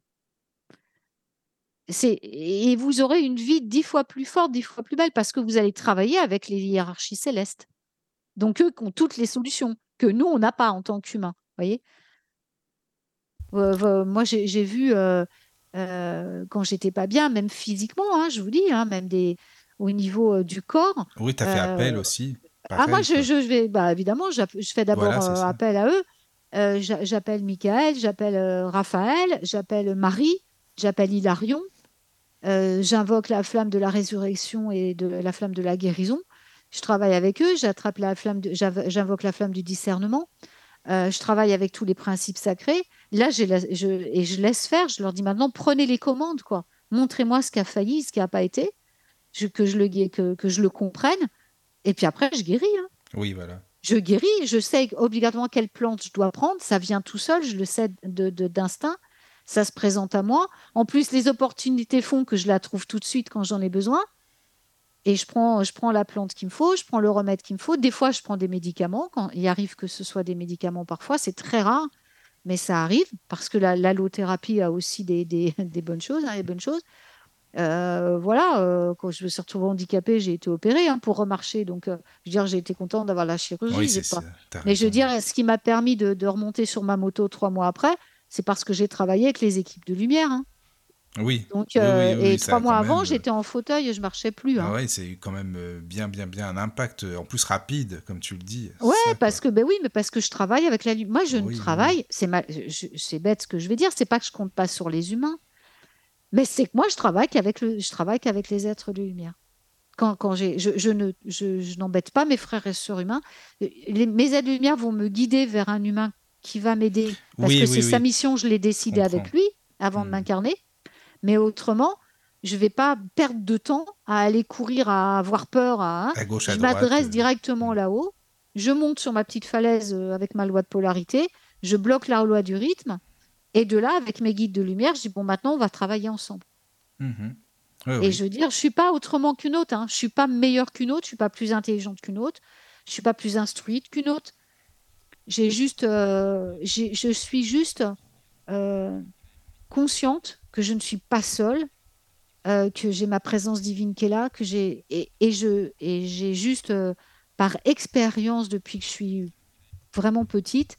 Et vous aurez une vie 10 fois plus forte, 10 fois plus belle, parce que vous allez travailler avec les hiérarchies célestes. Donc, eux qui ont toutes les solutions que nous, on n'a pas en tant qu'humains. Vous voyez moi, j'ai vu quand j'étais pas bien, même physiquement, hein, je vous dis, hein, même au niveau du corps. Oui, tu as fait appel aussi. Moi, Pareil, quoi. je vais, évidemment, je fais d'abord Voilà, c'est ça. appel à eux. J'appelle Michael, j'appelle Raphaël, j'appelle Marie, j'appelle Hilarion. J'invoque la flamme de la résurrection et la flamme de la guérison. Je travaille avec eux, j'invoque la flamme du discernement. Je travaille avec tous les principes sacrés. Là, je laisse faire. Je leur dis maintenant, prenez les commandes, quoi. Montrez-moi ce qui a failli, ce qui n'a pas été, que je le comprenne. Et puis après, je guéris. Hein. Oui, voilà. Je guéris. Je sais obligatoirement quelle plante je dois prendre. Ça vient tout seul. Je le sais d'instinct. Ça se présente à moi. En plus, les opportunités font que je la trouve tout de suite quand j'en ai besoin. Et je prends la plante qu'il me faut, je prends le remède qu'il me faut. Des fois, je prends des médicaments. Quand il arrive que ce soit des médicaments parfois, c'est très rare, mais ça arrive parce que l'allothérapie a aussi des bonnes choses, hein, des bonnes choses. Quand je me suis retrouvée handicapée, j'ai été opérée pour remarcher. Donc, je veux dire, j'ai été contente d'avoir la chirurgie. Oui, j'ai c'est pas... ça. T'as Mais je veux raison. dire, ce qui m'a permis de remonter sur ma moto 3 mois après, c'est parce que j'ai travaillé avec les équipes de lumière. Hein. Oui. Donc, Oui, oui, oui, et ça 3 a mois quand avant, même. j'étais en fauteuil et je marchais plus. Hein. Ah ouais, c'est quand même bien un impact, en plus rapide, comme tu le dis. Ouais, Ça, parce quoi. que oui, mais parce que je travaille avec la lumière. Moi, je ne Oui, oui, oui. travaille, c'est bête ce que je vais dire, c'est pas que je compte pas sur les humains, mais c'est que moi, je travaille qu'avec les êtres de lumière. Quand je n'embête pas mes frères et sœurs humains. Mes êtres de lumière vont me guider vers un humain qui va m'aider, parce Oui, que oui, c'est sa oui. mission, je l'ai Je décidé comprends. avec lui avant de Hmm. m'incarner. Mais autrement, je vais pas perdre de temps à aller courir, à avoir peur. À gauche, à Je droite. m'adresse directement là-haut. Je monte sur ma petite falaise avec ma loi de polarité. Je bloque la loi du rythme. Et de là, avec mes guides de lumière, je dis, bon, maintenant, on va travailler ensemble. Mhm. Oui, Et oui. je veux dire, je suis pas autrement qu'une autre. Hein. Je suis pas meilleure qu'une autre. Je suis pas plus intelligente qu'une autre. Je suis pas plus instruite qu'une autre. Je suis juste euh, consciente que je ne suis pas seule, que j'ai ma présence divine qui est là, et j'ai juste par expérience depuis que je suis vraiment petite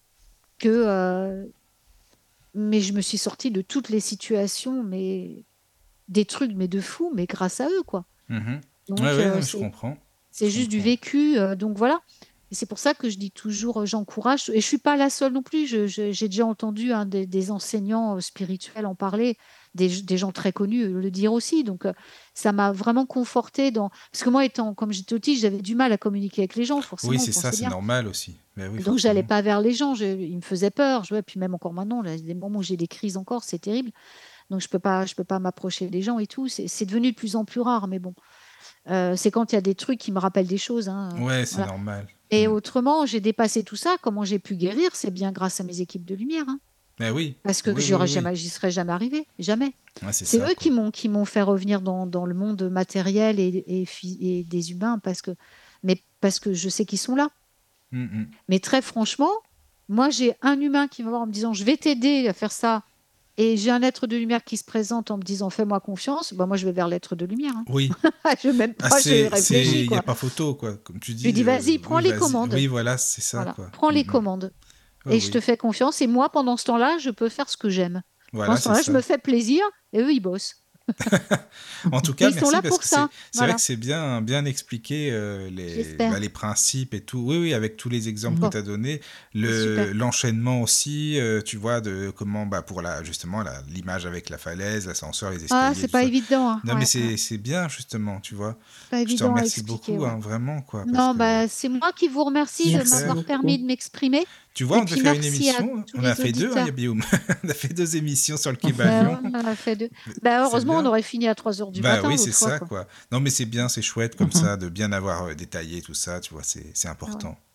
que mais je me suis sortie de toutes les situations, mais des trucs mais de fou, mais grâce à eux quoi. Mhm. Ouais, Donc ouais, non, mais je comprends. c'est Je juste du comprends. vécu, donc voilà. Et c'est pour ça que je dis toujours, j'encourage, et je suis pas la seule non plus. J'ai déjà entendu des enseignants spirituels en parler, des gens très connus le dire aussi. Donc ça m'a vraiment confortée parce que moi, comme j'étais autiste, j'avais du mal à communiquer avec les gens, Oui, forcément, vous c'est ça, pensez c'est bien. normal aussi. Ben oui, Donc j'allais forcément. pas vers les gens, ils me faisaient peur. Puis même encore maintenant, là, des moments où j'ai des crises encore, c'est terrible. Donc je peux pas m'approcher des gens et tout. C'est devenu de plus en plus rare, mais bon. C'est quand il y a des trucs qui me rappellent des choses. Hein, Ouais, c'est voilà. normal. Et Hmm. autrement, j'ai dépassé tout ça. Comment j'ai pu guérir? C'est bien grâce à mes équipes de lumière. Hein. Ben oui. Parce que Oui, oui, oui. j'y serais jamais arrivée. Jamais. Ouais, c'est C'est ça, eux quoi. qui m'ont fait revenir dans le monde matériel et des humains mais parce que je sais qu'ils sont là. Mhm. Mais très franchement, moi, j'ai un humain qui va voir en me disant, je vais t'aider à faire ça. Et j'ai un être de lumière qui se présente en me disant, fais-moi confiance. Bah, moi, je vais vers l'être de lumière. Hein. Oui. Je même Ah, pas, je réfléchis, il n'y a quoi. pas photo, quoi. Comme tu Je lui dis, dis, vas-y, prends oui, les vas-y. commandes. Oui, voilà, c'est ça, Voilà, quoi. prends les Mhm. commandes. Oui, Et je te oui. fais confiance. Et moi, pendant ce temps-là, je peux faire ce que j'aime. Pendant Voilà, ce c'est temps-là, je ça. me fais plaisir et eux, ils bossent. En tout Mais cas, ils sont merci là parce pour que ça. c'est vrai Voilà, que c'est bien expliqué j'espère. les principes et tout. Oui, oui, avec tous les exemples que Bon, tu as donnés, c'est super. l'enchaînement aussi, tu vois, de comment pour justement l'image avec la falaise, l'ascenseur, les Ah, escaliers, c'est tout pas ça. évident. Hein. Non, mais Ouais, ouais. c'est bien justement, tu vois. C'est pas Je te évident à remercie expliquer. beaucoup, Ouais. hein, vraiment quoi, parce Non, que bah, c'est moi qui vous remercie de Merci super. m'avoir permis beaucoup. de m'exprimer. Tu vois, Et on devait puis, faire une merci à émission. tous On a les fait deux, hein, auditeurs. Yabioum. On a fait deux émissions sur le Ben Kibalion. ouais, on a fait deux. Ben, C'est heureusement, on bien. aurait fini à 3 heures du Bah matin oui, c'est l'autre fois, ça, quoi. quoi. Non, mais c'est bien, c'est chouette comme ça, de bien avoir détaillé tout ça, tu vois, c'est Ah ouais. important.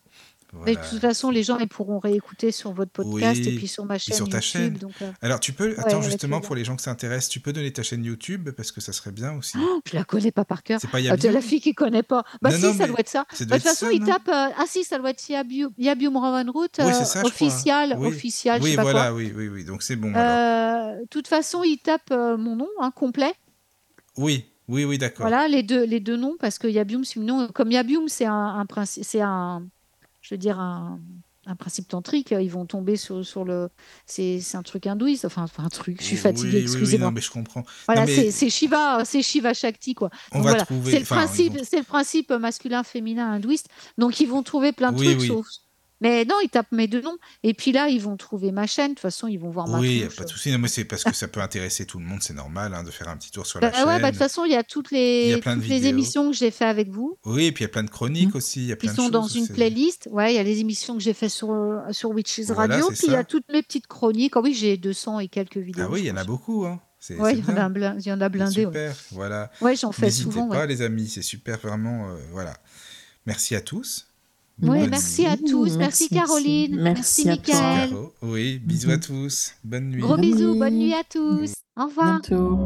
Mais Voilà. de toute façon, les gens ils pourront réécouter sur votre podcast et Oui, puis sur ma et chaîne sur ta YouTube. chaîne. Donc, Alors, tu peux, ouais, attends, avec justement, plaisir. pour les gens que ça intéresse, tu peux donner ta chaîne YouTube parce que ça serait bien aussi. Oh, je la connais pas par cœur. C'est pas Ah, t'es la Yabium? fille qui connaît pas. Bah Non, si, non, ça mais doit être ça. ça doit Bah, de être toute façon, ça, il non? tape. Ah si, ça doit être Yabium Romanroute Oui, c'est ça, je crois. official, Oui, official, je oui, sais pas quoi. voilà, oui, oui, oui. Donc c'est bon alors. De toute façon, il tape mon nom complet. Oui, oui, oui, d'accord. Voilà, les deux noms, parce que Yabium, sinon, comme Yabium, c'est un principe, je veux dire, un principe tantrique, ils vont tomber sur le. C'est un truc hindouiste, enfin un truc, je suis fatiguée, Oui, oui, oui, non, excusez-moi. mais je comprends. Non, Voilà, mais c'est Shiva Shakti, quoi. on Donc va voilà, trouver. Enfin, ils vont. c'est le principe masculin-féminin hindouiste. Donc ils vont trouver plein de Oui, trucs, oui. sauf. Mais non, ils tapent mes deux noms. Et puis là, ils vont trouver ma chaîne. De toute façon, ils vont voir ma Oui, y a tronche. pas de souci. Non, mais c'est parce que ça peut intéresser tout le monde, c'est normal hein, de faire un petit tour sur la Bah ouais, bah, de toute chaîne. façon, il y a Il y a plein de toutes les vidéos. émissions que j'ai fait avec vous Oui, et puis il y a plein de chroniques aussi, il y a qui plein de sont dans choses une aussi. playlist. Ouais, il y a les émissions que j'ai fait sur Witches Voilà, Radio. c'est Puis il y a ça. toutes mes petites chroniques. Ah oui, j'ai 200 et quelques Ah vidéos, oui, je il y en a pense. beaucoup, hein. C'est Ouais, bien. il y en a C'est blindé. Ouais, super, voilà. ouais, j'en fais N'hésitez souvent. pas, Ouais. les amis, c'est super, vraiment, voilà. Merci à tous. Ouais, Bonne merci nuit. à tous. Merci Caroline. Merci Merci à Merci, toi. Mickaël. Caro. Oui, bisous à tous. Bonne nuit. Gros Bonne bisous. Bonne nuit nuit. à tous. Au revoir. Bientôt.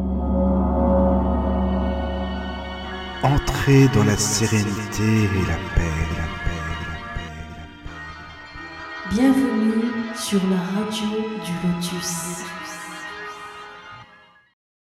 Entrez dans la sérénité et la paix, la paix, la paix, la paix. Bienvenue sur la radio du Lotus.